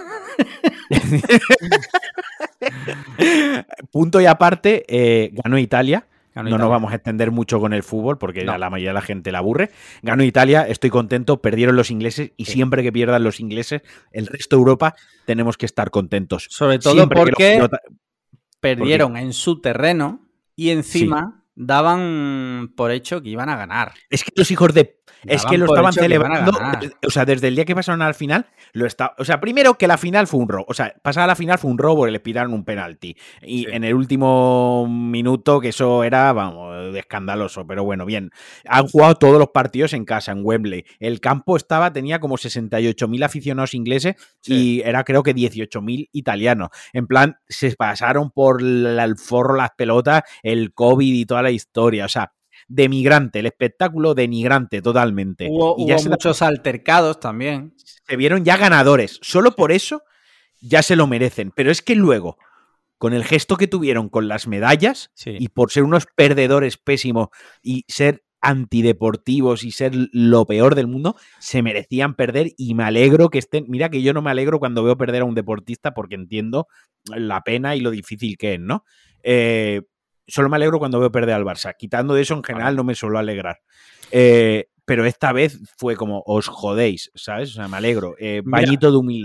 Punto y aparte, eh, ganó Italia. Ganó no Italia. nos vamos a extender mucho con el fútbol porque no. a la mayoría de la gente la aburre. Ganó Italia, estoy contento, perdieron los ingleses y sí. siempre que pierdan los ingleses, el resto de Europa tenemos que estar contentos. Sobre todo siempre porque los... perdieron porque... en su terreno y encima... Sí. daban por hecho que iban a ganar. Es que los hijos de... Daban es que lo estaban celebrando, o sea, desde el día que pasaron al final, lo está, o sea, primero que la final fue un robo, o sea, pasada la final fue un robo, le pitaron un penalti, y sí. en el último minuto, que eso era, vamos, escandaloso, pero bueno, bien, han jugado todos los partidos en casa, en Wembley, el campo estaba, tenía como sesenta y ocho mil aficionados ingleses, sí. y era creo que dieciocho mil italianos, en plan, se pasaron por el forro las pelotas, el COVID y toda la historia, o sea, demigrante, el espectáculo denigrante totalmente. Hubo, y ya hubo se muchos la... altercados también. Se vieron ya ganadores. Solo por eso ya se lo merecen. Pero es que luego, con el gesto que tuvieron con las medallas, sí. y por ser unos perdedores pésimos y ser antideportivos y ser lo peor del mundo, se merecían perder y me alegro que estén... Mira que yo no me alegro cuando veo perder a un deportista porque entiendo la pena y lo difícil que es, ¿no? Eh... Solo me alegro cuando veo perder al Barça. Quitando de eso, en general, no me suelo alegrar. Eh, pero esta vez fue como, os jodéis, ¿sabes? O sea, me alegro. Eh, bañito de humildad.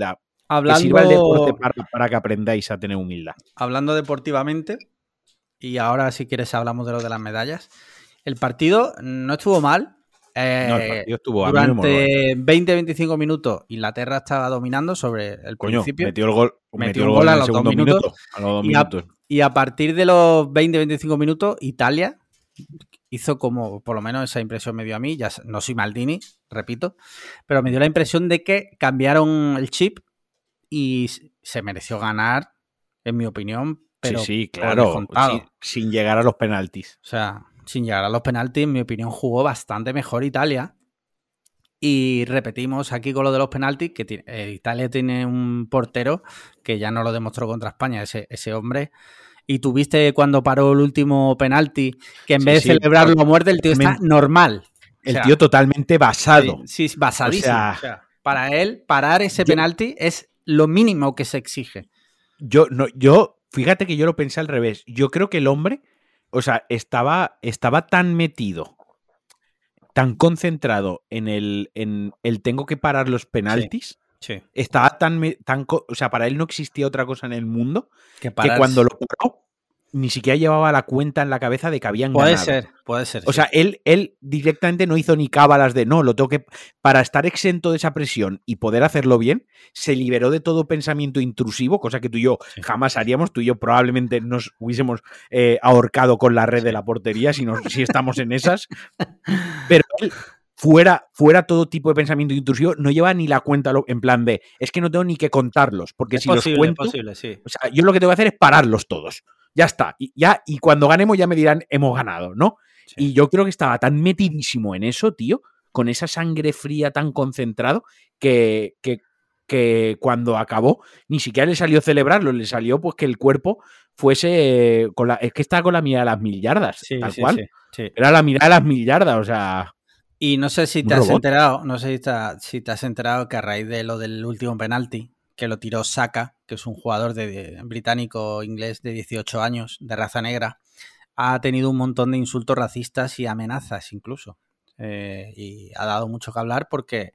Hablando, que sirva el deporte para, para que aprendáis a tener humildad. Hablando deportivamente, y ahora si quieres hablamos de lo de las medallas, el partido no estuvo mal. Eh, no, el partido estuvo, durante veinte a veinticinco minutos Inglaterra estaba dominando sobre el Coño, principio. metió el gol, metió, metió el gol, gol en el segundo minuto, minuto, a los dos y, minutos. A, y a partir de los veinte a veinticinco minutos Italia hizo como, por lo menos esa impresión me dio a mí, ya no soy Maldini, repito, pero me dio la impresión de que cambiaron el chip y se mereció ganar, en mi opinión, pero sí, sí, claro, sin, sin llegar a los penaltis. O sea, sin llegar a los penaltis, en mi opinión, jugó bastante mejor Italia. Y repetimos aquí con lo de los penaltis, que tiene, eh, Italia tiene un portero que ya no lo demostró contra España, ese, ese hombre. Y tuviste cuando paró el último penalti, que en sí, vez de sí, celebrarlo a muerte, el tío está normal. El o sea, tío totalmente basado. Sí, sí basadísimo. O sea, o sea, para él, parar ese yo, penalti es lo mínimo que se exige. Yo, no, yo, fíjate que yo lo pensé al revés. Yo creo que el hombre, o sea, estaba, estaba tan metido, tan concentrado en el, en el tengo que parar los penaltis, sí, sí. estaba tan, tan, o sea, para él no existía otra cosa en el mundo que, que cuando lo paró, ni siquiera llevaba la cuenta en la cabeza de que habían puede ganado. Puede ser, puede ser. O sí. sea, él, él directamente no hizo ni cábalas de no, lo tengo que. Para estar exento de esa presión y poder hacerlo bien, se liberó de todo pensamiento intrusivo, cosa que tú y yo sí. jamás haríamos. Tú y yo probablemente nos hubiésemos eh, ahorcado con la red sí. de la portería si, nos, si estamos en esas. Pero él, fuera, fuera todo tipo de pensamiento intrusivo, no lleva ni la cuenta en plan de es que no tengo ni que contarlos, porque es si posible, los cuento. Posible, sí. O sea, yo lo que tengo que hacer es pararlos todos. Ya está. Y, ya, y cuando ganemos ya me dirán, hemos ganado, ¿no? Sí. Y yo creo que estaba tan metidísimo en eso, tío, con esa sangre fría tan concentrado, que, que, que cuando acabó ni siquiera le salió celebrarlo, le salió pues que el cuerpo fuese... Con la, es que estaba con la mirada de las mil yardas, sí, tal sí, cual. Sí, sí. Era la mirada de las mil yardas, o sea... Y no sé si te robot. has enterado, no sé si te, si te has enterado que a raíz de lo del último penalti, que lo tiró Saka, que es un jugador de, de, británico-inglés de dieciocho años, de raza negra, ha tenido un montón de insultos racistas y amenazas incluso. Eh, y ha dado mucho que hablar porque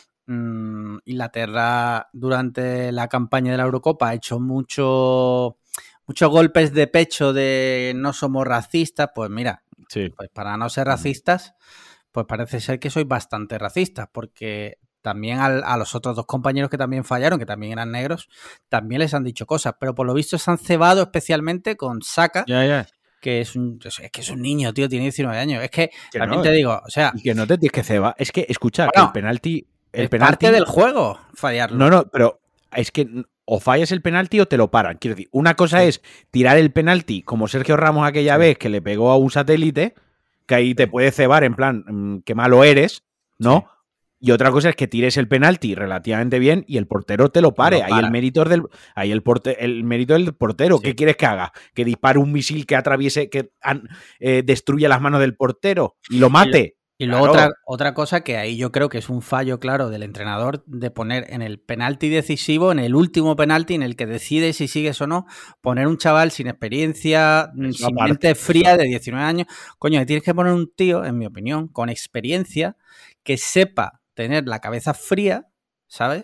mmm, Inglaterra durante la campaña de la Eurocopa ha hecho mucho, muchos golpes de pecho de no somos racistas. Pues mira, sí. pues para no ser racistas, pues parece ser que sois bastante racistas, porque... También a, a los otros dos compañeros que también fallaron, que también eran negros, también les han dicho cosas, pero por lo visto se han cebado especialmente con Saka, yeah, yeah. que es un es que es un niño, tío, tiene diecinueve años. Es que, que también no, te digo, o sea... Y que no te tienes que cebar. Es que, escucha, bueno, que el penalti... El es penalti, parte del juego fallarlo. No, no, pero es que o fallas el penalti o te lo paran. Quiero decir, una cosa sí. es tirar el penalti, como Sergio Ramos aquella sí. vez que le pegó a un satélite, que ahí te puede cebar en plan, mmm, qué malo eres, ¿no? Sí. Y otra cosa es que tires el penalti relativamente bien y el portero te lo pare. Lo ahí el mérito es del, ahí el, porte, el mérito del portero. Sí. ¿Qué quieres que haga? ¿Que dispare un misil que atraviese, que eh, destruya las manos del portero y lo mate? Y, y luego claro. otra, otra cosa que ahí yo creo que es un fallo claro del entrenador de poner en el penalti decisivo, en el último penalti en el que decide si sigues o no, poner un chaval sin experiencia, Eso sin aparte. mente fría de diecinueve años. Coño, tienes que poner un tío, en mi opinión, con experiencia, que sepa tener la cabeza fría, ¿sabes?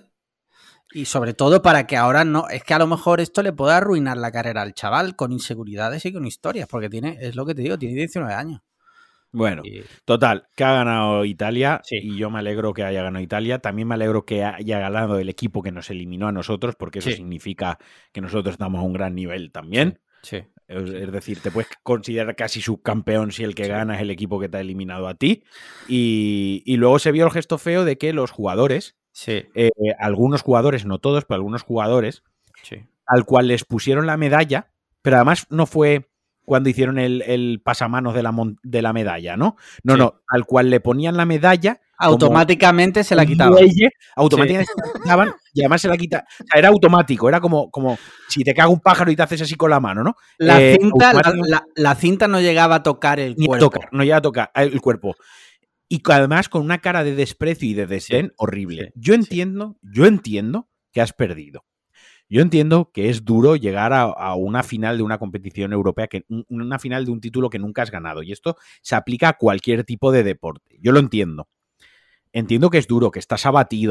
Y sobre todo para que ahora no... Es que a lo mejor esto le puede arruinar la carrera al chaval con inseguridades y con historias, porque tiene, es lo que te digo, tiene diecinueve años. Bueno, y... total, que ha ganado Italia sí. y yo me alegro que haya ganado Italia. También me alegro que haya ganado el equipo que nos eliminó a nosotros, porque eso sí. significa que nosotros estamos a un gran nivel también. Sí. sí. Es, es decir, te puedes considerar casi subcampeón si el que sí. gana es el equipo que te ha eliminado a ti. Y, y luego se vio el gesto feo de que los jugadores, sí. eh, algunos jugadores, no todos, pero algunos jugadores, sí. al cual les pusieron la medalla, pero además no fue cuando hicieron el, el pasamanos de la, de la medalla, ¿no? No, sí. no, al cual le ponían la medalla... Automáticamente se la quitaban. Muelle, automáticamente sí. se la quitaban y además se la quitaban. O sea, era automático, era como, como si te caga un pájaro y te haces así con la mano, ¿no? La, eh, cinta, la, la, la cinta no llegaba a tocar el ni cuerpo. Tocar, no llegaba a tocar el cuerpo. Y además con una cara de desprecio y de desdén sí. horrible. Sí. Yo entiendo, sí. yo entiendo que has perdido. Yo entiendo que es duro llegar a, a una final de una competición europea, que una final de un título que nunca has ganado. Y esto se aplica a cualquier tipo de deporte. Yo lo entiendo. Entiendo que es duro, que estás abatido,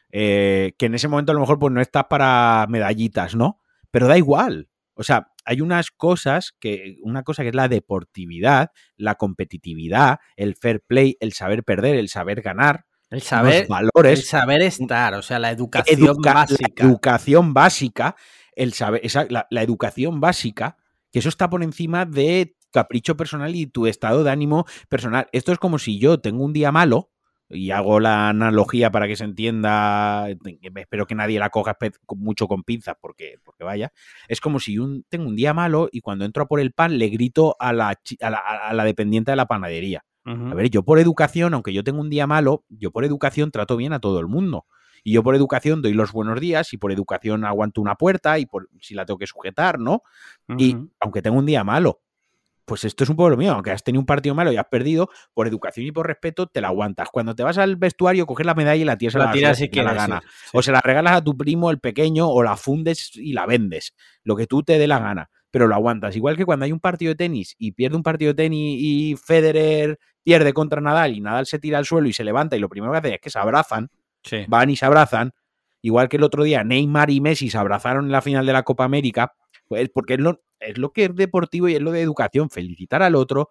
eh, que en ese momento a lo mejor pues no estás para medallitas, ¿no? Pero da igual. O sea, hay unas cosas que, una cosa que es la deportividad, la competitividad, el fair play, el saber perder, el saber ganar, el saber, unos valores, el saber estar, o sea, la educación educa básica. La educación básica, el saber, esa, la, la educación básica, que eso está por encima de capricho personal y tu estado de ánimo personal. Esto es como si yo tengo un día malo, y hago la analogía para que se entienda, espero que nadie la coja mucho con pinzas porque, porque vaya, es como si un, tengo un día malo y cuando entro a por el pan le grito a la, a la, a la dependiente de la panadería. Uh-huh. A ver, yo por educación, aunque yo tenga un día malo, yo por educación trato bien a todo el mundo. Y yo por educación doy los buenos días y por educación aguanto una puerta y por si la tengo que sujetar, ¿no? Uh-huh. Y aunque tenga un día malo, pues esto es un poco lo mío, aunque has tenido un partido malo y has perdido, por educación y por respeto te la aguantas. Cuando te vas al vestuario, coges la medalla y la tiras a la, tiras si te da la gana. Sí, sí. O se la regalas a tu primo, el pequeño, o la fundes y la vendes. Lo que tú te dé la gana, pero lo aguantas. Igual que cuando hay un partido de tenis y pierde un partido de tenis y Federer pierde contra Nadal y Nadal se tira al suelo y se levanta y lo primero que hace es que se abrazan, sí. van y se abrazan. Igual que el otro día Neymar y Messi se abrazaron en la final de la Copa América, pues porque es lo, es lo que es deportivo y es lo de educación, felicitar al otro,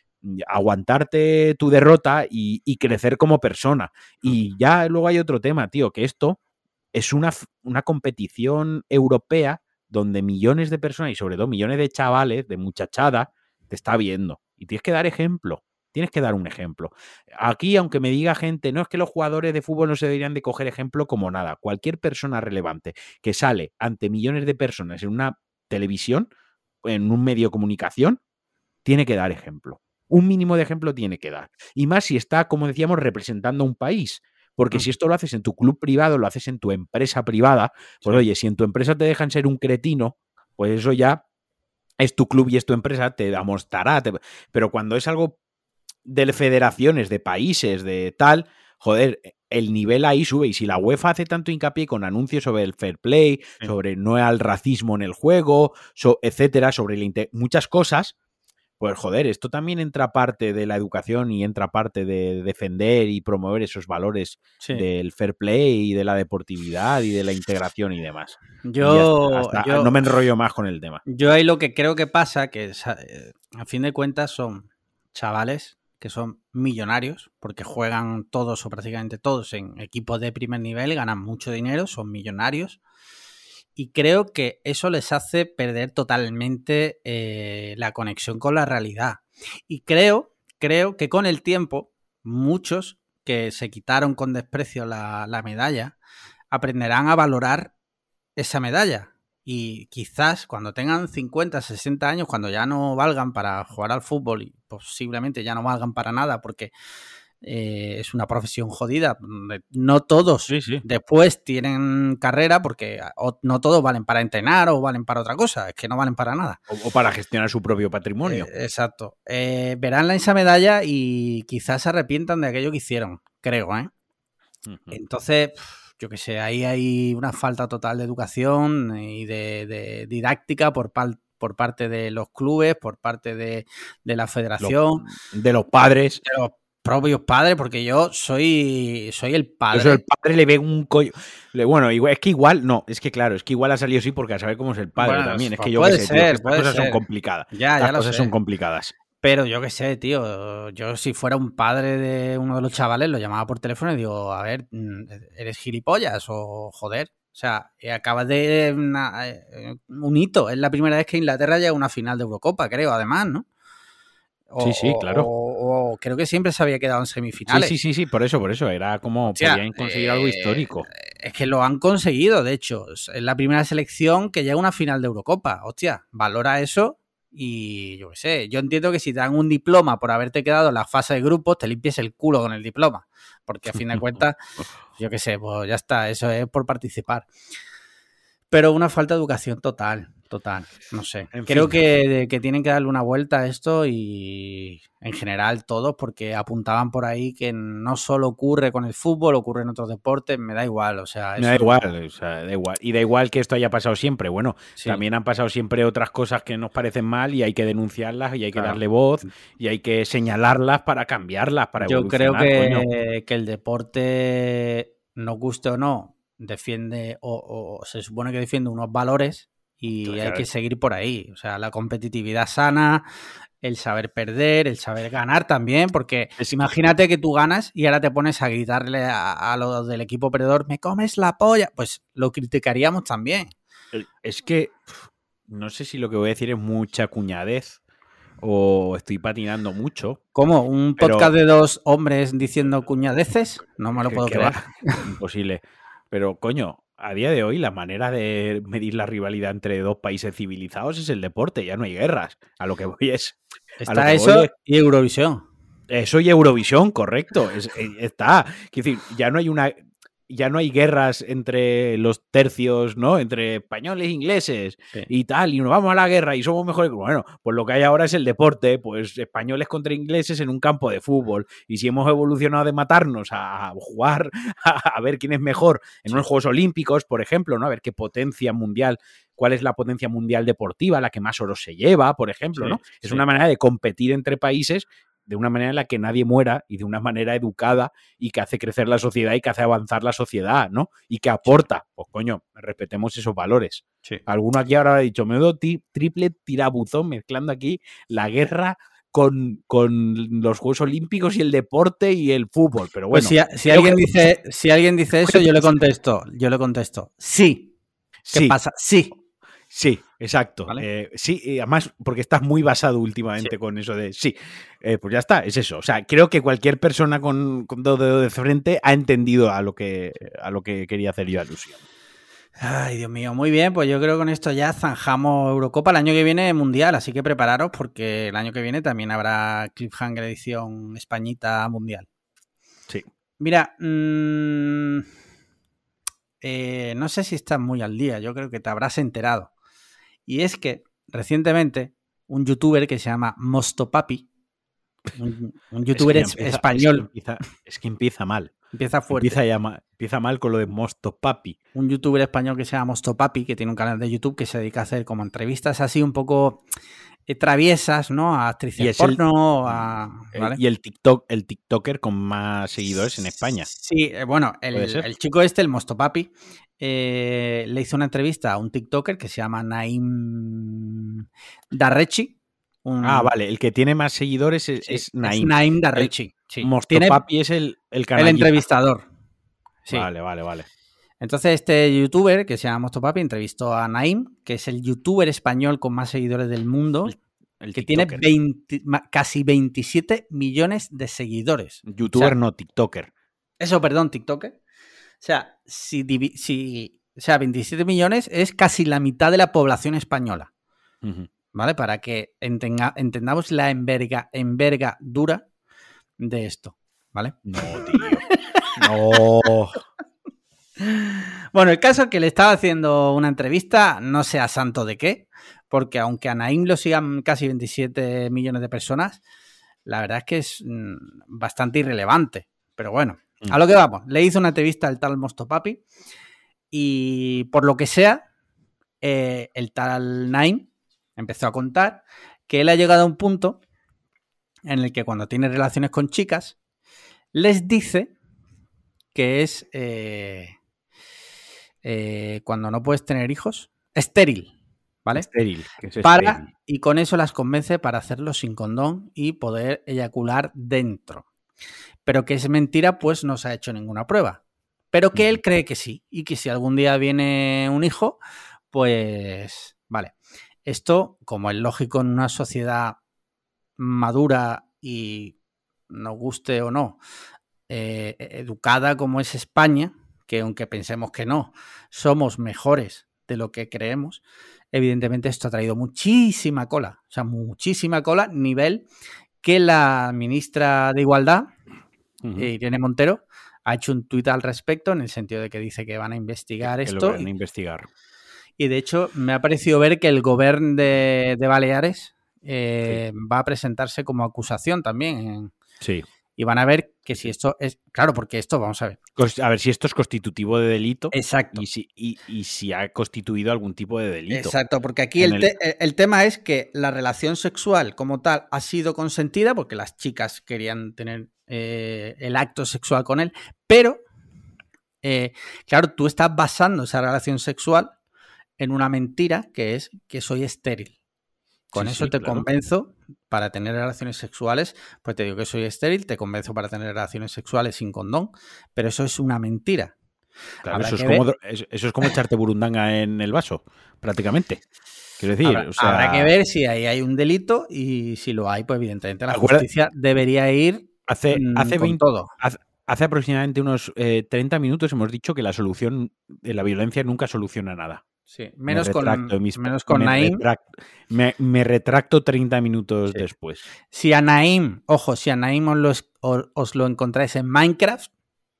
aguantarte tu derrota y, y crecer como persona. Y ya luego hay otro tema, tío, que esto es una, una competición europea donde millones de personas y sobre todo millones de chavales, de muchachada, te está viendo. Y tienes que dar ejemplo. Tienes que dar un ejemplo. Aquí, aunque me diga gente, no es que los jugadores de fútbol no se deberían de coger ejemplo como nada. Cualquier persona relevante que sale ante millones de personas en una televisión, en un medio de comunicación, tiene que dar ejemplo. Un mínimo de ejemplo tiene que dar. Y más si está, como decíamos, representando a un país. Porque mm. si esto lo haces en tu club privado, lo haces en tu empresa privada, pues sí. oye, si en tu empresa te dejan ser un cretino, pues eso ya es tu club y es tu empresa, te amostrará. Te... Pero cuando es algo de federaciones, de países, de tal, joder, el nivel ahí sube. Y si la UEFA hace tanto hincapié con anuncios sobre el fair play, sí. sobre no al racismo en el juego, so, etcétera, sobre la muchas cosas, pues joder, esto también entra parte de la educación y entra parte de defender y promover esos valores sí. del fair play y de la deportividad y de la integración y demás. Yo, y hasta, hasta, yo no me enrollo más con el tema. Yo ahí lo que creo que pasa, que a fin de cuentas son chavales que son millonarios, porque juegan todos o prácticamente todos en equipos de primer nivel, ganan mucho dinero, son millonarios. Y creo que eso les hace perder totalmente eh, la conexión con la realidad. Y creo, creo que con el tiempo, muchos que se quitaron con desprecio la, la medalla, aprenderán a valorar esa medalla. Y quizás cuando tengan cincuenta, sesenta años, cuando ya no valgan para jugar al fútbol y posiblemente ya no valgan para nada porque eh, es una profesión jodida, no todos sí, sí. después tienen carrera porque no todos valen para entrenar o valen para otra cosa, es que no valen para nada. O, o para gestionar su propio patrimonio. Eh, exacto. Eh, verán esa medalla y quizás se arrepientan de aquello que hicieron, creo, ¿eh? Uh-huh. Entonces... yo qué sé, ahí hay una falta total de educación y de, de didáctica por, pal, por parte de los clubes, por parte de, de la federación. Los, de los padres. De los propios padres, porque yo soy, soy el padre. Yo soy el padre, le ve un collo. Bueno, igual, es que igual, no, es que claro, es que igual ha salido así porque a saber cómo es el padre bueno, también. Es pues que yo puede qué sé, ser, tío, que estas puede cosas ser. son complicadas. Ya, Las ya lo cosas sé. son complicadas. Pero yo qué sé, tío, yo si fuera un padre de uno de los chavales lo llamaba por teléfono y digo, a ver, ¿eres gilipollas o joder? O sea, acabas de una, un hito, es la primera vez que Inglaterra llega a una final de Eurocopa, creo, además, ¿no? O, sí, sí, claro. O, o creo que siempre se había quedado en semifinales. Sí, sí, sí, sí, por eso, por eso, era como, o sea, podían conseguir eh, algo histórico. Es que lo han conseguido, de hecho, es la primera selección que llega a una final de Eurocopa, hostia, valora eso. Y yo qué sé, yo entiendo que si te dan un diploma por haberte quedado en la fase de grupos, te limpies el culo con el diploma. Porque a fin de cuentas, yo qué sé, pues ya está, eso es por participar. Pero una falta de educación total, total, no sé. En Creo fin. que, que tienen que darle una vuelta a esto y en general todos, porque apuntaban por ahí que no solo ocurre con el fútbol, ocurre en otros deportes, me da igual, o sea... Me da igual, o sea, da igual. Y da igual que esto haya pasado siempre, bueno, sí. también han pasado siempre otras cosas que nos parecen mal y hay que denunciarlas y hay que claro. darle voz y hay que señalarlas para cambiarlas, para Yo evolucionar. creo que, coño. que el deporte... nos guste o no, defiende o, o se supone que defiende unos valores y claro, hay que seguir por ahí. O sea, la competitividad sana, el saber perder, el saber ganar también, porque es imagínate que... que tú ganas y ahora te pones a gritarle a, a los del equipo perdedor, me comes la polla, pues lo criticaríamos también. Es que no sé si lo que voy a decir es mucha cuñadez o estoy patinando mucho. ¿Cómo? ¿Un pero... podcast de dos hombres diciendo cuñadeces? No me lo puedo creer. Va, imposible. Pero, coño, a día de hoy la manera de medir la rivalidad entre dos países civilizados es el deporte, ya no hay guerras. A lo que voy es... Está lo que eso voy es, y Eurovisión. Eso y Eurovisión, correcto. Es, está. Quiero decir, ya no hay una... Ya no hay guerras entre los tercios, ¿no? Entre españoles e ingleses sí. y tal, y nos vamos a la guerra y somos mejores. Bueno, pues lo que hay ahora es el deporte, pues españoles contra ingleses en un campo de fútbol. Y si hemos evolucionado de matarnos a jugar, a, a ver quién es mejor en sí. unos Juegos Olímpicos, por ejemplo, ¿no? A ver qué potencia mundial, cuál es la potencia mundial deportiva, la que más oro se lleva, por ejemplo, sí, ¿no? Sí. Es una manera de competir entre países de una manera en la que nadie muera y de una manera educada y que hace crecer la sociedad y que hace avanzar la sociedad, ¿no? Y que aporta, pues coño, respetemos esos valores. Sí. Alguno aquí ahora ha dicho, me doy triple tirabuzón mezclando aquí la guerra con, con los Juegos Olímpicos y el deporte y el fútbol, pero bueno. Pues si, si, alguien, que... dice, si alguien dice eso, yo le contesto, yo le contesto, sí. ¿Qué sí. pasa? Sí. Sí, exacto. ¿Vale? Eh, sí, y además porque estás muy basado últimamente sí. con eso de sí. Eh, pues ya está, es eso. O sea, creo que cualquier persona con, con dos dedos de frente ha entendido a lo que a lo que quería hacer yo alusión. Ay, Dios mío, muy bien, pues yo creo que con esto ya zanjamos Eurocopa. El año que viene Mundial, así que prepararos porque el año que viene también habrá Cliffhanger edición Españita Mundial. Sí. Mira, mmm, eh, no sé si estás muy al día, yo creo que te habrás enterado. Y es que recientemente un youtuber que se llama Mostopapi, un, un youtuber es que empieza, español. Es que, empieza, es que empieza mal. Empieza fuerte. Empieza, llama, empieza mal con lo de Mostopapi. Un youtuber español que se llama Mostopapi, que tiene un canal de YouTube que se dedica a hacer como entrevistas así un poco eh, traviesas, ¿no? A actrices porno, el, a... ¿vale? Y el TikTok, el TikToker con más seguidores en España. Sí, eh, bueno, el, el chico este, el Mostopapi, eh, le hizo una entrevista a un TikToker que se llama Naim Darrechi. Un... Ah, vale, el que tiene más seguidores es, sí, es Naim. Es Naim Darrechi. Sí. Mostopapi es el, el El entrevistador. Sí. Vale, vale, vale. Entonces este youtuber que se llama Mostopapi entrevistó a Naim, que es el youtuber español con más seguidores del mundo, el, el que tiene veinte, casi veintisiete millones de seguidores. Youtuber, o sea, no, TikToker. Eso, perdón, TikToker. O sea, si, si, o sea, veintisiete millones es casi la mitad de la población española. Uh-huh. ¿Vale? Para que entenga, entendamos la enverga, envergadura de esto. ¿Vale? No, tío. No. Bueno, el caso es que le estaba haciendo una entrevista, no sé a santo de qué, porque aunque a Naim lo sigan casi veintisiete millones de personas, la verdad es que es mmm, bastante irrelevante. Pero bueno, mm. a lo que vamos. Le hizo una entrevista al tal Mostopapi y por lo que sea, eh, el tal Naim empezó a contar que él ha llegado a un punto en el que cuando tiene relaciones con chicas, les dice que es... Eh, Eh, cuando no puedes tener hijos, estéril, ¿vale? Estéril, que es para, estéril. Y con eso las convence para hacerlo sin condón y poder eyacular dentro. Pero que es mentira, pues no se ha hecho ninguna prueba. Pero que él cree que sí, y que si algún día viene un hijo, pues vale. Esto, como es lógico en una sociedad madura y nos guste o no, eh, educada como es España, que aunque pensemos que no, somos mejores de lo que creemos, evidentemente esto ha traído muchísima cola, o sea, muchísima cola, nivel que la ministra de Igualdad, uh-huh. eh, Irene Montero, ha hecho un tuit al respecto en el sentido de que dice que van a investigar que, esto. Que lo van a investigar. Y de hecho me ha parecido ver que el gobierno de, de Baleares eh, sí. va a presentarse como acusación también. En, sí. Y van a ver que si esto es... Claro, porque esto, vamos a ver. A ver si esto es constitutivo de delito. Exacto. Y si, y, y si ha constituido algún tipo de delito. Exacto, porque aquí el, te, el... el tema es que la relación sexual como tal ha sido consentida porque las chicas querían tener eh, el acto sexual con él, pero eh, claro, tú estás basando esa relación sexual en una mentira que es que soy estéril. Con Sí, eso sí, te claro. convenzo para tener relaciones sexuales, pues te digo que soy estéril, te convenzo para tener relaciones sexuales sin condón, pero eso es una mentira. Claro, Habrá eso es, que como, ver, eso, eso es como echarte burundanga en el vaso, prácticamente. Quiero decir, habrá, o habrá que sea, ver si ahí hay un delito y si lo hay, pues evidentemente la acuerda- justicia debería ir hace, mm, hace, con veinte todo. hace, hace aproximadamente unos eh, treinta minutos hemos dicho que la solución de la violencia nunca soluciona nada. Sí, Me menos retracto, con, de mis, menos con me, Naim. retracto, me, me retracto treinta minutos Sí. después. Si a Naim, ojo, si a Naim os lo, os, os lo encontráis en Minecraft,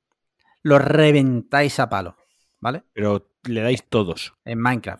lo reventáis a palo, ¿vale? Pero le dais todos. En Minecraft.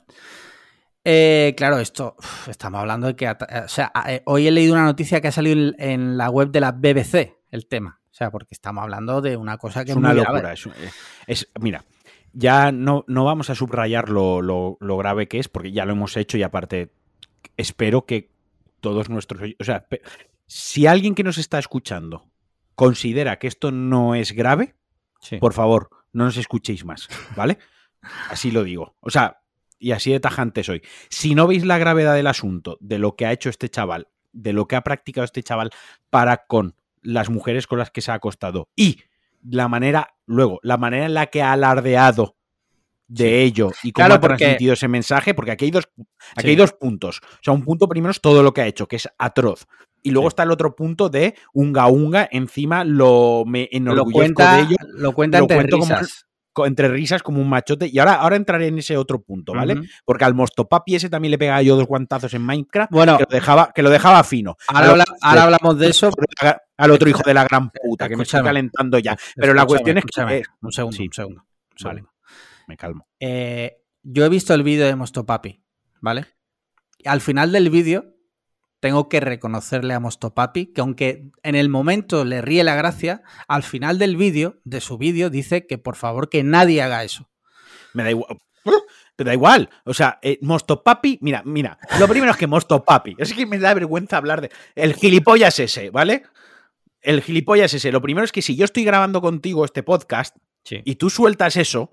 Eh, claro, esto, uf, estamos hablando de que, o sea, eh, hoy he leído una noticia que ha salido en, en la web de la B B C, el tema. O sea, porque estamos hablando de una cosa que Es es una muy locura. grave. Es, es, mira, ya no, no vamos a subrayar lo, lo, lo grave que es, porque ya lo hemos hecho y aparte espero que todos nuestros... O sea, si alguien que nos está escuchando considera que esto no es grave, sí. Por favor, no nos escuchéis más, ¿vale? Así lo digo. O sea, y así de tajante soy. Si no veis la gravedad del asunto, de lo que ha hecho este chaval, de lo que ha practicado este chaval para con las mujeres con las que se ha acostado y la manera, luego, la manera en la que ha alardeado de sí. ello y cómo claro, ha transmitido porque... ese mensaje, porque aquí hay dos, aquí sí. hay dos puntos. O sea, un punto primero es todo lo que ha hecho, que es atroz. Y luego sí. está el otro punto de unga unga, encima lo me enorgullezco lo cuenta, de ello. Lo cuenta entre risas. Como, entre risas como un machote. Y ahora, ahora entraré en ese otro punto, ¿vale? Uh-huh. Porque al Mostopapi ese también le pegaba yo dos guantazos en Minecraft, bueno, que lo dejaba, que lo dejaba fino. Ahora, habla, ahora hablamos de eso. Al otro hijo de la gran puta, que me estoy calentando ya. Pero la cuestión es que... Eh, un segundo, sí, un segundo. Un segundo. Vale, me calmo. Eh, yo he visto el vídeo de Mostopapi, ¿vale? Al final del vídeo tengo que reconocerle a Mostopapi que aunque en el momento le ríe la gracia, al final del vídeo, de su vídeo, dice que por favor que nadie haga eso. Me da igual. Te da igual. O sea, eh, Mostopapi, mira, mira. Lo primero es que Mostopapi, es que me da vergüenza hablar de... El gilipollas ese, ¿vale? El gilipollas ese. Lo primero es que si yo estoy grabando contigo este podcast sí. y tú sueltas eso,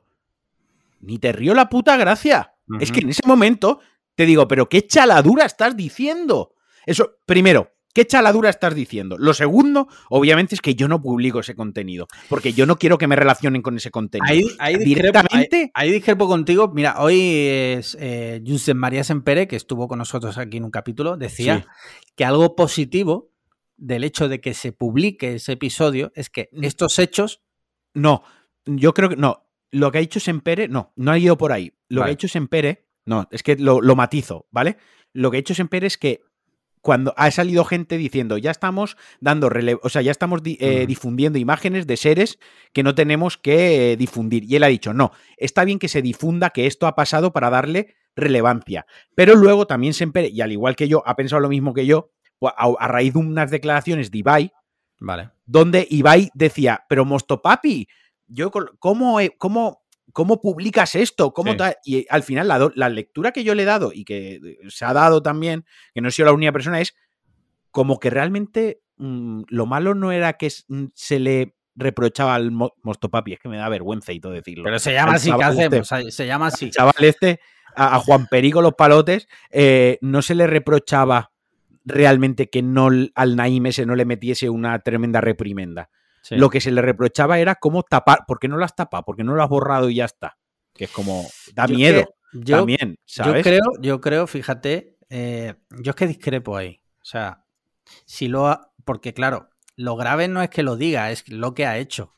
ni te río la puta gracia. Uh-huh. Es que en ese momento te digo, pero qué chaladura estás diciendo. Eso, primero, ¿qué chaladura estás diciendo? Lo segundo, obviamente, es que yo no publico ese contenido, porque yo no quiero que me relacionen con ese contenido. Ahí, ahí directamente. Discrepo, ahí, ahí discrepo contigo. Mira, hoy es eh, Josep María Sempere, que estuvo con nosotros aquí en un capítulo, decía sí. que algo positivo del hecho de que se publique ese episodio es que estos hechos... No, yo creo que no. Lo que ha dicho Sempere, no, no ha ido por ahí. Lo vale. que ha dicho Sempere, no, es que lo, lo matizo, ¿vale? Lo que ha dicho Sempere es que cuando ha salido gente diciendo ya estamos dando relevo, o sea, ya estamos di- eh, uh-huh. difundiendo imágenes de seres que no tenemos que eh, difundir. Y él ha dicho, no, está bien que se difunda que esto ha pasado para darle relevancia. Pero luego también Sempere, y al igual que yo, ha pensado lo mismo que yo, a, a raíz de unas declaraciones de Ibai, vale. donde Ibai decía, pero Mostopapi, yo ¿cómo, cómo, cómo publicas esto? ¿Cómo sí. Y al final la, do, la lectura que yo le he dado y que se ha dado también, que no he sido la única persona, es como que realmente mmm, lo malo no era que se le reprochaba al Mostopapi, es que me da vergüenza y todo decirlo. Pero se llama al así, ¿qué hacemos? Este, se llama así. Al chaval este, a, a Juan Perico los palotes, eh, no se le reprochaba realmente que no al Naim ese no le metiese una tremenda reprimenda. Sí. Lo que se le reprochaba era cómo tapar, ¿por qué no lo has tapado? ¿Por qué no lo has borrado y ya está? Que es como, da yo miedo que, yo, también, ¿sabes? Yo creo, yo creo, fíjate, eh, yo es que discrepo ahí. O sea, si lo ha, porque claro, lo grave no es que lo diga, es lo que ha hecho.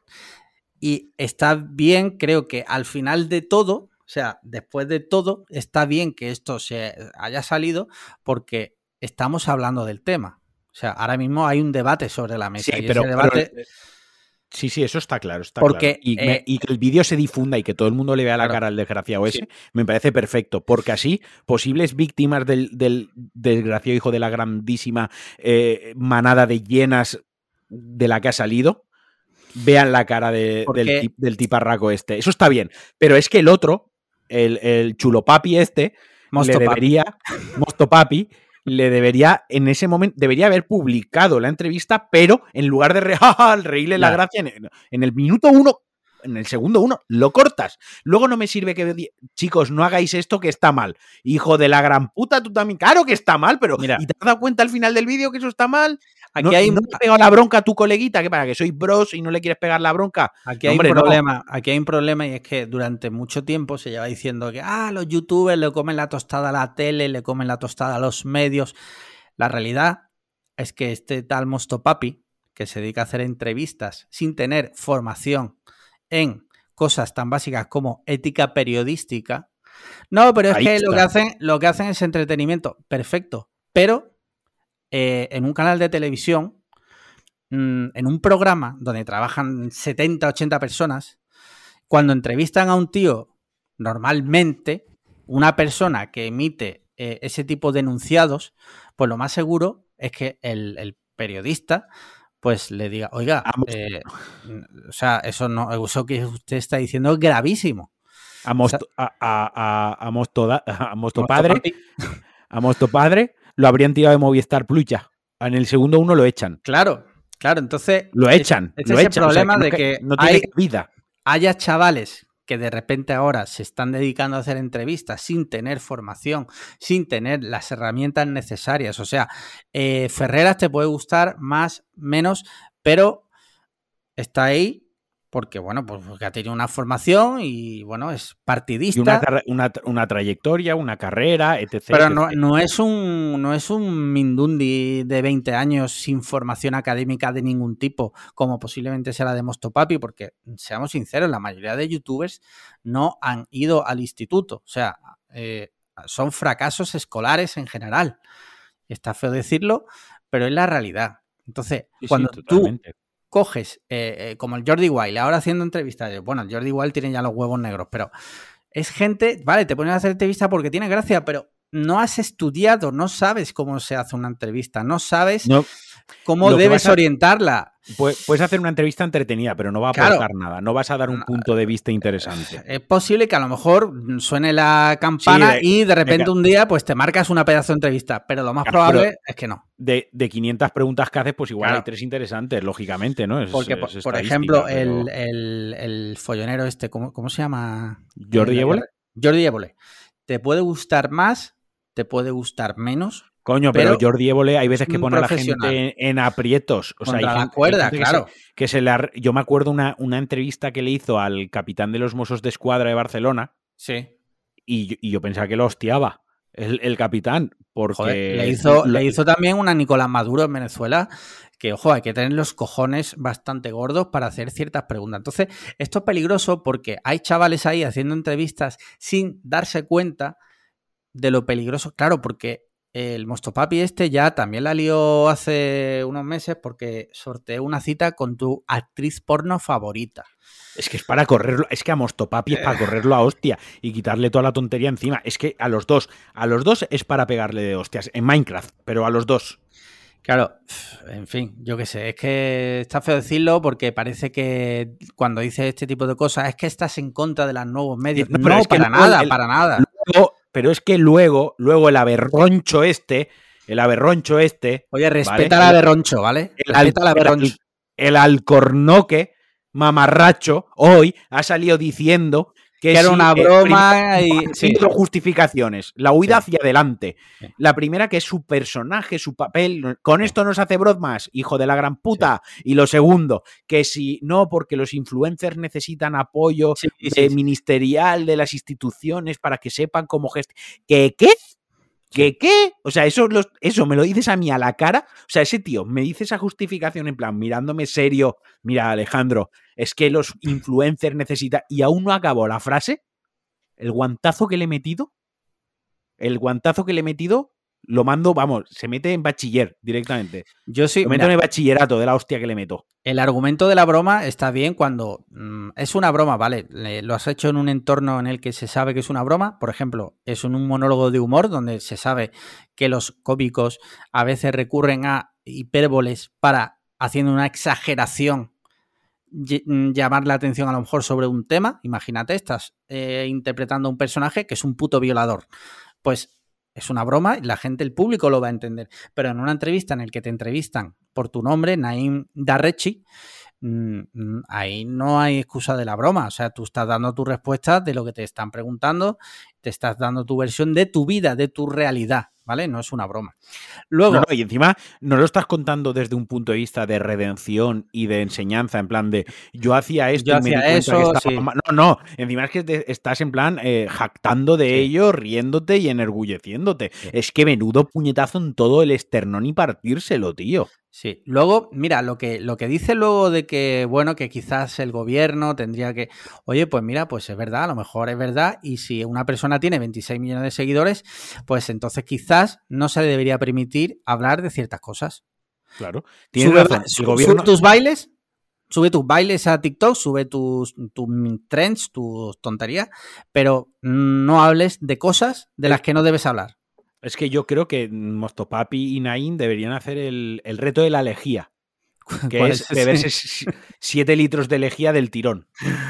Y está bien, creo que al final de todo, o sea, después de todo, está bien que esto se haya salido porque estamos hablando del tema. O sea, ahora mismo hay un debate sobre la mesa. Sí, y pero, ese debate... pero, sí, sí, eso está claro. Está porque, claro. Y, eh, me, y que el vídeo se difunda y que todo el mundo le vea claro, la cara al desgraciado ese, sí. me parece perfecto. Porque así, posibles víctimas del, del desgraciado hijo de la grandísima eh, manada de hienas de la que ha salido, vean la cara de, del, tip, del tiparraco este. Eso está bien. Pero es que el otro, el, el chulopapi este, Mostopapi. le debería... Mostopapi... le debería, en ese momento, debería haber publicado la entrevista, pero en lugar de re, reírle la gracia, en, en el minuto uno, en el segundo uno lo cortas. Luego no me sirve que, chicos, no hagáis esto que está mal. Hijo de la gran puta, tú también. Claro que está mal, pero Mira, ¿y te has dado cuenta al final del vídeo que eso está mal? Aquí ¿No, hay, ¿no le has pegado la bronca a tu coleguita? ¿Qué para que sois bros y no le quieres pegar la bronca? Aquí no, hay hombre, un problema, no. aquí hay un problema y es que durante mucho tiempo se lleva diciendo que ah, los youtubers le comen la tostada a la tele, le comen la tostada a los medios. La realidad es que este tal Mostopapi, que se dedica a hacer entrevistas sin tener formación en cosas tan básicas como ética periodística, no, pero es Ahí que está. lo que hacen, lo que hacen es entretenimiento, perfecto, pero eh, en un canal de televisión, mmm, en un programa donde trabajan setenta, ochenta personas, cuando entrevistan a un tío, normalmente, una persona que emite eh, ese tipo de enunciados, pues lo más seguro es que el, el periodista pues le diga, oiga, eh, o sea, eso no, eso que usted está diciendo es gravísimo. A Mosto, o sea, a, a, a, a, Mosto, a Mosto Padre, a Mosto Padre lo habrían tirado de Movistar Plus ya. En el segundo uno lo echan. Claro, claro, entonces lo echan, este lo es echan. el problema O sea, que de que, no, no hay, tiene vida. haya chavales que de repente ahora se están dedicando a hacer entrevistas sin tener formación, sin tener las herramientas necesarias. O sea, eh, Ferreras te puede gustar más, menos, pero está ahí porque, bueno, pues porque ha tenido una formación y, bueno, es partidista. Y una, una, una trayectoria, una carrera, etcétera. Pero no, no, es un, no es un Mindundi de veinte años sin formación académica de ningún tipo, como posiblemente sea la de Mostopapi, porque, seamos sinceros, la mayoría de youtubers no han ido al instituto. O sea, eh, son fracasos escolares en general. Está feo decirlo, pero es la realidad. Entonces, sí, cuando sí, tú coges, eh, eh, como el Jordi Wild, ahora haciendo entrevistas, bueno, el Jordi Wild tiene ya los huevos negros, pero es gente, vale, te ponen a hacer entrevista porque tiene gracia, pero no has estudiado, no sabes cómo se hace una entrevista, no sabes no, cómo debes a, orientarla. Puedes hacer una entrevista entretenida, pero no va a aportar claro, nada, no vas a dar un punto de vista interesante. Es posible que a lo mejor suene la campana sí, de, y de repente de, un día pues te marcas una pedazo de entrevista, pero lo más claro, probable es que no. De, de quinientas preguntas que haces, pues igual claro. hay tres interesantes, lógicamente, ¿no? Es, Porque, es por, por ejemplo, pero... el, el, el follonero este, ¿cómo, cómo se llama? Jordi Évole. Jordi Évole. Te puede gustar más, te puede gustar menos. Coño, pero, pero Jordi Évole hay veces que pone a la gente en, en aprietos. O sea, Contra hay la gente, cuerda, hay gente claro. Que, se, que se le yo me acuerdo una, una entrevista que le hizo al capitán de los Mossos de Escuadra de Barcelona. Sí. Y, y yo pensaba que lo hostiaba el, el capitán. Porque Joder, le, hizo, lo, le hizo también una Nicolás Maduro en Venezuela. Que, ojo, hay que tener los cojones bastante gordos para hacer ciertas preguntas. Entonces, esto es peligroso porque hay chavales ahí haciendo entrevistas sin darse cuenta de lo peligroso. Claro, porque el Mostopapi este ya también la lió hace unos meses porque sorteó una cita con tu actriz porno favorita. Es que es para correrlo, es que a Mostopapi es para correrlo a hostia y quitarle toda la tontería encima. Es que a los dos, a los dos es para pegarle de hostias en Minecraft, pero a los dos. Claro, en fin, yo qué sé, es que está feo decirlo porque parece que cuando dices este tipo de cosas es que estás en contra de los nuevos medios. No, no es para nada, el, para nada. Luego, pero es que luego, luego el aberroncho este, el aberroncho este... Oye, respeta ¿vale? al aberroncho, ¿vale? El, respeta al aberroncho. El, el alcornoque mamarracho hoy ha salido diciendo... Que, que era sí, una broma eh, y... Sí. Dos justificaciones. La huida sí. hacia adelante. Sí. La primera, que es su personaje, su papel. Con esto no se hace bromas, hijo de la gran puta. Sí. Y lo segundo, que si no, porque los influencers necesitan apoyo sí, de ministerial de las instituciones para que sepan cómo gestionar. ¿Qué qué? ¿Qué qué? O sea, eso, los, eso me lo dices a mí a la cara. O sea, ese tío me dice esa justificación en plan, mirándome serio. Mira, Alejandro, es que los influencers necesitan... Y aún no acabó la frase. El guantazo que le he metido. El guantazo que le he metido lo mando, vamos, se mete en bachiller directamente. Yo sí. Lo meto mira, en el bachillerato de la hostia que le meto. El argumento de la broma está bien cuando mmm, es una broma, ¿vale? Lo has hecho en un entorno en el que se sabe que es una broma. Por ejemplo, es en un monólogo de humor donde se sabe que los cómicos a veces recurren a hipérboles para, haciendo una exageración, llamar la atención a lo mejor sobre un tema. Imagínate, estás eh, interpretando a un personaje que es un puto violador. Pues es una broma y la gente, el público lo va a entender. Pero en una entrevista en la que te entrevistan por tu nombre, Naim Darrechi, mmm, ahí no hay excusa de la broma. O sea, tú estás dando tu respuesta de lo que te están preguntando, te estás dando tu versión de tu vida, de tu realidad, ¿vale? No es una broma. Luego, no, no, y encima no lo estás contando desde un punto de vista de redención y de enseñanza, en plan de yo hacía esto yo y me hacía di cuenta eso, que estaba sí. mal. No, no, encima es que te, estás en plan eh, jactando de Sí. ello, riéndote y enorgulleciéndote. Sí. Es que menudo puñetazo en todo el esternón y partírselo, tío. Sí, luego, mira, lo que, lo que dice luego de que, bueno, que quizás el gobierno tendría que, oye, pues mira, pues es verdad, a lo mejor es verdad, y si una persona tiene veintiséis millones de seguidores, pues entonces quizás no se le debería permitir hablar de ciertas cosas. Claro, tienes Sube, razón. El su, gobierno... sube tus bailes, sube tus bailes a TikTok, sube tus, tus trends, tus tonterías, pero no hables de cosas de las que no debes hablar. Es que yo creo que Mostopapi y Nain deberían hacer el, el reto de la lejía, que es, es beberse siete litros de lejía del tirón.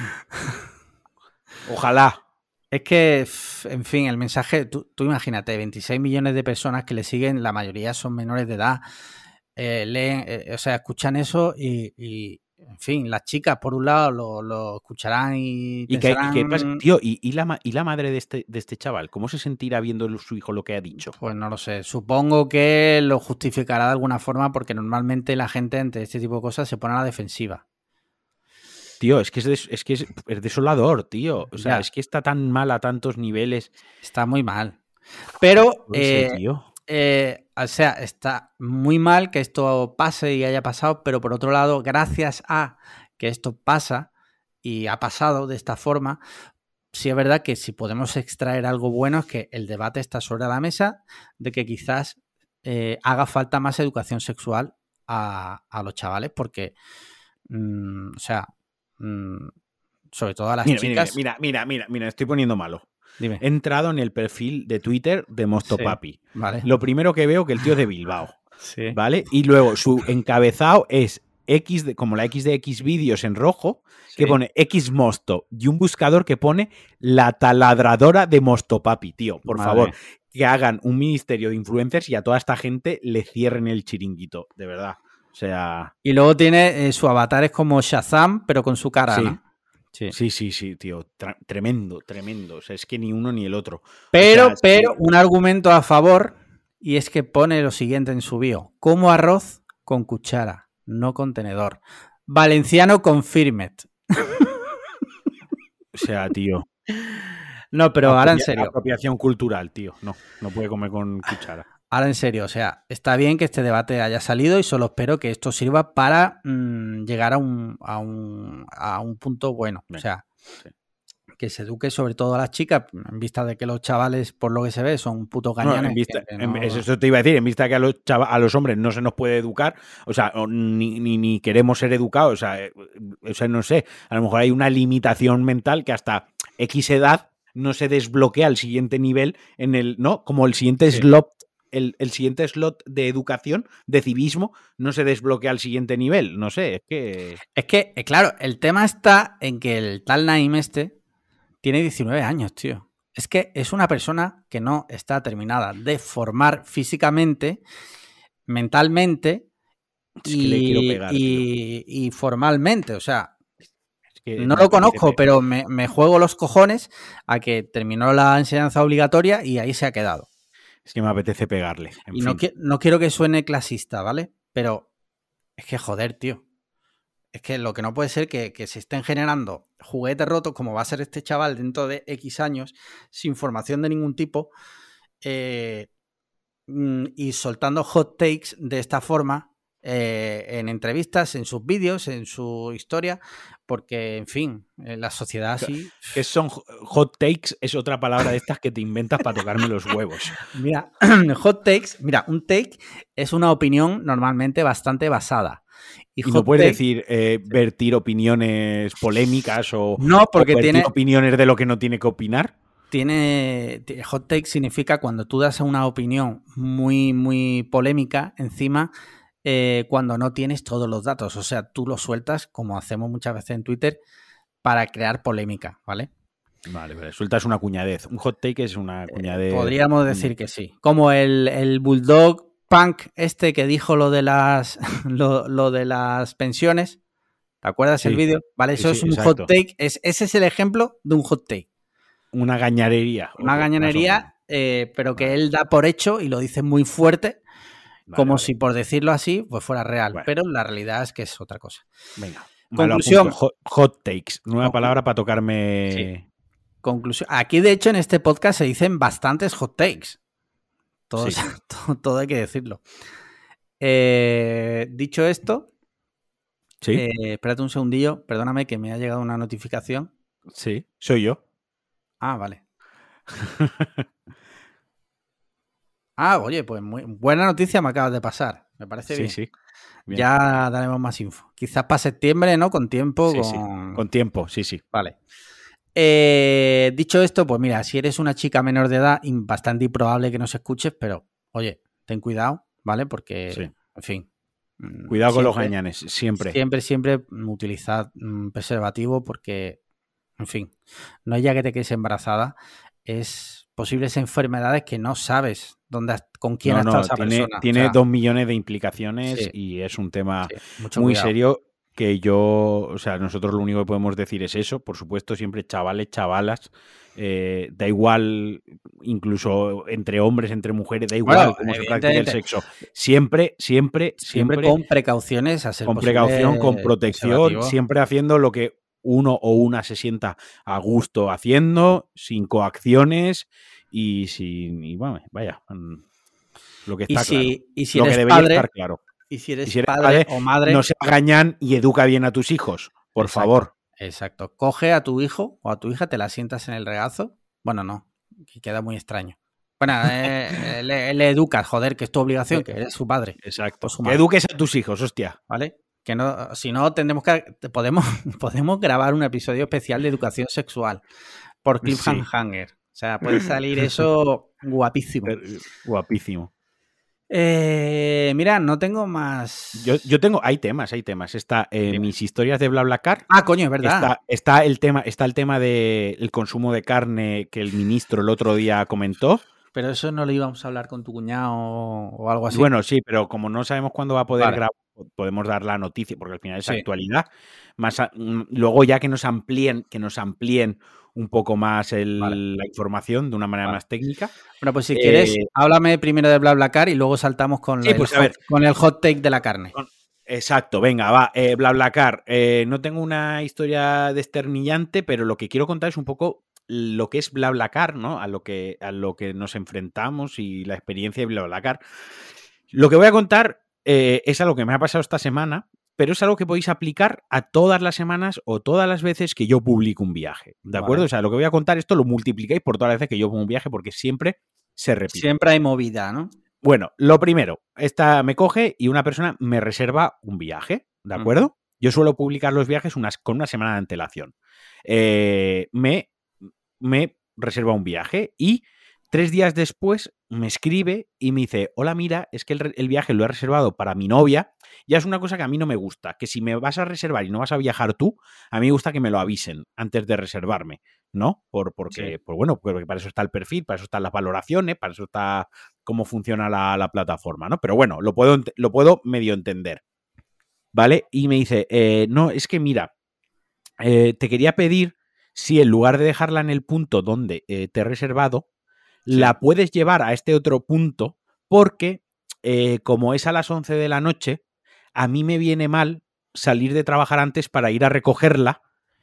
Ojalá. Es que, en fin, el mensaje, tú, tú imagínate, veintiséis millones de personas que le siguen, la mayoría son menores de edad, eh, leen, eh, o sea, escuchan eso y, y, en fin, las chicas por un lado lo, lo escucharán y, ¿Y pensarán... qué, y qué pasa? Tío, ¿y, y, la, ¿y la madre de este, de este chaval? ¿Cómo se sentirá viendo su hijo lo que ha dicho? Pues no lo sé, supongo que lo justificará de alguna forma porque normalmente la gente ante este tipo de cosas se pone a la defensiva. Tío, es que es, des, es, que es, es desolador, tío. O sea, ya. Es que está tan mal a tantos niveles. Está muy mal. Pero, no sé, eh, tío. Eh, o sea, está muy mal que esto pase y haya pasado, pero por otro lado, gracias a que esto pasa y ha pasado de esta forma, sí es verdad que si podemos extraer algo bueno es que el debate está sobre la mesa de que quizás eh, haga falta más educación sexual a, a los chavales porque, mmm, o sea, mmm, sobre todo a las mira, chicas... Mira, mira, mira, mira, estoy poniendo malo. Dime. He entrado en el perfil de Twitter de Mostopapi. Sí, vale. Lo primero que veo que el tío es de Bilbao. Sí. ¿Vale? Y luego su encabezado es X de, como la X de X vídeos en rojo, sí. Que pone X Mosto y un buscador que pone la taladradora de Mostopapi, tío. Por vale. favor, que hagan un ministerio de influencers y a toda esta gente le cierren el chiringuito, de verdad. O sea. Y luego tiene eh, su avatar es como Shazam, pero con su cara, sí. ¿no? Sí. sí, sí, sí, tío. Tra tremendo, tremendo. O sea, es que ni uno ni el otro. Pero, o sea, pero, sí. un argumento a favor, y es que pone lo siguiente en su bio. Como arroz con cuchara, no con tenedor. Valenciano confirmed. O sea, tío. No, pero Apropia ahora en serio. Apropiación cultural, tío. No, no puede comer con cuchara. Ahora en serio, o sea, está bien que este debate haya salido y solo espero que esto sirva para mmm, llegar a un, a, un, a un punto bueno. Bien. O sea, sí. Que se eduque sobre todo a las chicas, en vista de que los chavales, por lo que se ve, son putos gañanes. No, en vista, que, que no... en, eso te iba a decir, en vista de que a los, a los hombres no se nos puede educar, o sea, ni, ni, ni queremos ser educados, o sea, o sea, no sé, a lo mejor hay una limitación mental que hasta X edad no se desbloquea al siguiente nivel en el, ¿no? Como el siguiente sí. slot, el, el siguiente slot de educación, de civismo, no se desbloquea al siguiente nivel, no sé, es que... Es que, claro, el tema está en que el tal Naim este tiene diecinueve años, tío. Es que es una persona que no está terminada de formar físicamente, mentalmente es y, que le quiero pegar, y, y formalmente. O sea, es que no lo conozco, pero me, me juego los cojones a que terminó la enseñanza obligatoria y ahí se ha quedado. Es que me apetece pegarle. En y fin. no, no quiero que suene clasista, ¿vale? Pero es que joder, tío. Es que lo que no puede ser que, que se estén generando juguetes rotos, como va a ser este chaval dentro de X años, sin formación de ningún tipo, eh, y soltando hot takes de esta forma eh, en entrevistas, en sus vídeos, en su historia, porque, en fin, en la sociedad así... ¿Qué son hot takes? Es otra palabra de estas que te inventas para tocarme los huevos. Mira, hot takes, mira, un take es una opinión normalmente bastante basada. Y, y no puedes take, decir eh, vertir opiniones polémicas o, no, porque o vertir tiene opiniones de lo que no tiene que opinar. Tiene hot take significa cuando tú das una opinión muy muy polémica encima eh, cuando no tienes todos los datos, o sea, tú lo sueltas como hacemos muchas veces en Twitter para crear polémica, ¿vale? Vale, vale, sueltas una cuñadez. Un hot take es una cuñadez. Eh, podríamos decir que sí. Como el, el bulldog punk este que dijo lo de las lo, lo de las pensiones, ¿Te acuerdas Sí. el vídeo? Vale, eso Sí, es sí, un exacto. hot take. Es, ese es el ejemplo de un hot take. Una gañanería. Una Ok, más o gañanería, menos. eh, pero que Vale, él da por hecho y lo dice muy fuerte, vale, como vale. si por decirlo así, pues fuera real. Bueno, Pero la realidad es que es otra cosa. venga, me lo apunto. Conclusión. Hot, hot takes. Nueva Conclu palabra para sí. tocarme. Conclusión. Aquí, de hecho, en este podcast se dicen bastantes hot takes. Todos, Sí. todo, todo hay que decirlo. Eh, dicho esto, Sí. eh, espérate un segundillo, perdóname que me ha llegado una notificación. Sí, soy yo. Ah, vale. Ah, oye, pues muy buena noticia me acabas de pasar. Me parece Sí, bien. sí. Bien. Ya daremos más info. Quizás para septiembre, ¿no? Con tiempo, Sí, con... sí. Con tiempo, sí, sí. Vale. Eh, dicho esto, pues mira, si eres una chica menor de edad, bastante improbable que nos escuches, pero oye, ten cuidado, ¿vale? Porque, Sí. en fin. Cuidado con los Siempre, gañanes, siempre. siempre, siempre utilizad mm, preservativo porque, en fin, no es ya que te quedes embarazada, es posibles enfermedades que no sabes dónde, has- con quién No, ha estado no, esa tiene, persona. O tiene sea, dos millones de implicaciones sí, y es un tema sí, mucho muy cuidado. serio que yo, o sea, nosotros lo único que podemos decir es eso, por supuesto, siempre chavales, chavalas, eh, da igual, incluso entre hombres, entre mujeres, da Bueno, igual cómo se practique el evidentemente, sexo, siempre, siempre, siempre siempre con precauciones a ser con precaución, con posible protección, preservativo. siempre haciendo lo que uno o una se sienta a gusto haciendo, sin coacciones y sin, y bueno, vaya, mm, lo que Y está claro, si, y si lo que eres debería padre, estar claro. y si Y eres si eres padre padre, o no madre, se agañan y educa bien a tus hijos, por exacto, favor. exacto. Coge a tu hijo o a tu hija, te la sientas en el regazo. Bueno, no, que queda muy extraño. Bueno, eh, le, le educas, joder, que es tu obligación, Eh, que eres su padre o exacto. su Que madre, eduques a tus hijos, hostia. ¿vale? Que no, si no, tendremos que, podemos, podemos grabar un episodio especial de educación sexual por Sí. Cliffhanger. O sea, puede salir eso guapísimo. Guapísimo. Eh, mira, no tengo más. Yo, yo tengo, hay temas, hay temas. Está eh, Dime. mis historias de BlaBlaCar. Ah, coño, es verdad. Está, está el tema, está el tema del consumo de carne que el ministro el otro día comentó. Pero eso no lo íbamos a hablar con tu cuñado o algo así. Bueno, sí, pero como no sabemos cuándo va a poder Vale. grabar, podemos dar la noticia, porque al final es Sí. actualidad. Más a- luego ya que nos amplíen, que nos amplíen un poco más el, Vale. la información de una manera Vale. más técnica. Bueno, pues si Eh, quieres, háblame primero de BlaBlaCar y luego saltamos con, sí, el pues a hot, ver. con el hot take de la carne. Exacto, venga, va. Eh, BlaBlaCar. Eh, no tengo una historia desternillante, pero lo que quiero contar es un poco lo que es BlaBlaCar, ¿no? A lo que, a lo que nos enfrentamos y la experiencia de BlaBlaCar. Lo que voy a contar eh, es algo que me ha pasado esta semana, pero es algo que podéis aplicar a todas las semanas o todas las veces que yo publico un viaje, ¿de acuerdo? Vale. O sea, lo que voy a contar, esto lo multiplicáis por todas las veces que yo pongo un viaje porque siempre se repite. Siempre hay movida, ¿no? Bueno, lo primero, esta me coge y una persona me reserva un viaje, ¿de acuerdo? Uh-huh. Yo suelo publicar los viajes unas, con una semana de antelación. Eh, me, me reserva un viaje y tres días después me escribe y me dice, hola, mira, es que el, el viaje lo he reservado para mi novia. Ya es una cosa que a mí no me gusta, que si me vas a reservar y no vas a viajar tú, a mí me gusta que me lo avisen antes de reservarme, ¿no? Por, porque, sí. Pues bueno, porque para eso está el perfil, para eso están las valoraciones, para eso está cómo funciona la, la plataforma, ¿no? Pero bueno, lo puedo, lo puedo medio entender, ¿vale? Y me dice, eh, no, es que mira, eh, te quería pedir si en lugar de dejarla en el punto donde eh, te he reservado, sí. la puedes llevar a este otro punto porque eh, como es a las once de la noche, a mí me viene mal salir de trabajar antes para ir a recogerla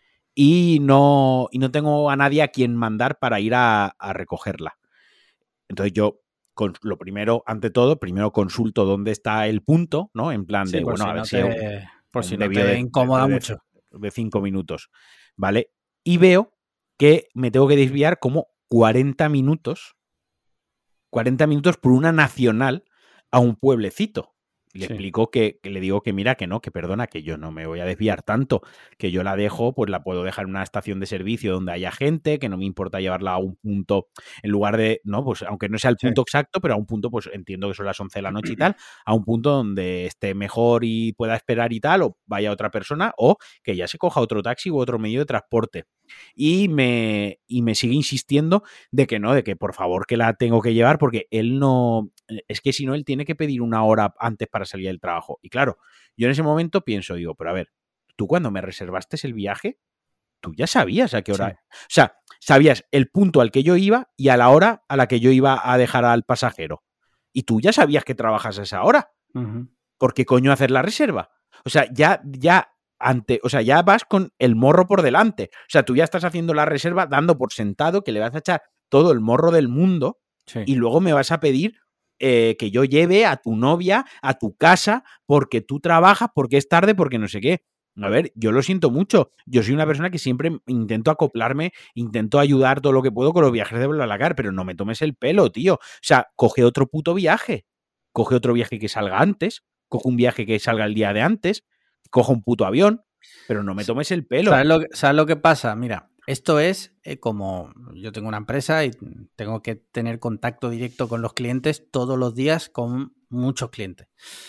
y no, y no tengo a nadie a quien mandar para ir a, a recogerla. Entonces yo, con, lo primero, ante todo, primero consulto dónde está el punto, ¿no? En plan sí, de, bueno, si a ver no si te, un, por un si no desvío te de, incomoda de, de, mucho. de cinco minutos, ¿vale? Y veo que me tengo que desviar como cuarenta minutos, cuarenta minutos por una nacional a un pueblecito. Y le sí. explico que, que le digo que mira, que no, que perdona, que yo no me voy a desviar tanto, que yo la dejo, pues la puedo dejar en una estación de servicio donde haya gente, que no me importa llevarla a un punto, en lugar de, no, pues aunque no sea el punto sí. exacto, pero a un punto, pues entiendo que son las once de la noche y tal, a un punto donde esté mejor y pueda esperar y tal, o vaya otra persona, o que ya se coja otro taxi u otro medio de transporte. Y me, y me sigue insistiendo de que no, de que por favor que la tengo que llevar, porque él no, es que si no, él tiene que pedir una hora antes para salir del trabajo. Y claro, yo en ese momento pienso, digo, pero a ver, tú cuando me reservaste el viaje, tú ya sabías a qué hora. Sí. O sea, sabías el punto al que yo iba y a la hora a la que yo iba a dejar al pasajero. Y tú ya sabías que trabajas a esa hora. Uh-huh. ¿Por qué coño hacer la reserva? O sea, ya, ya, ante, o sea, ya vas con el morro por delante. O sea, tú ya estás haciendo la reserva dando por sentado que le vas a echar todo el morro del mundo sí. y luego me vas a pedir eh, que yo lleve a tu novia a tu casa porque tú trabajas, porque es tarde, porque no sé qué. A ver, yo lo siento mucho. Yo soy una persona que siempre intento acoplarme, intento ayudar todo lo que puedo con los viajes de BlaBlaCar, pero no me tomes el pelo, tío. O sea, coge otro puto viaje. Coge otro viaje que salga antes. Coge un viaje que salga el día de antes. Coge un puto avión. Pero no me tomes el pelo. ¿Sabes lo que, ¿sabes lo que pasa? Mira, esto es eh, como yo tengo una empresa y tengo que tener contacto directo con los clientes todos los días con muchos clientes.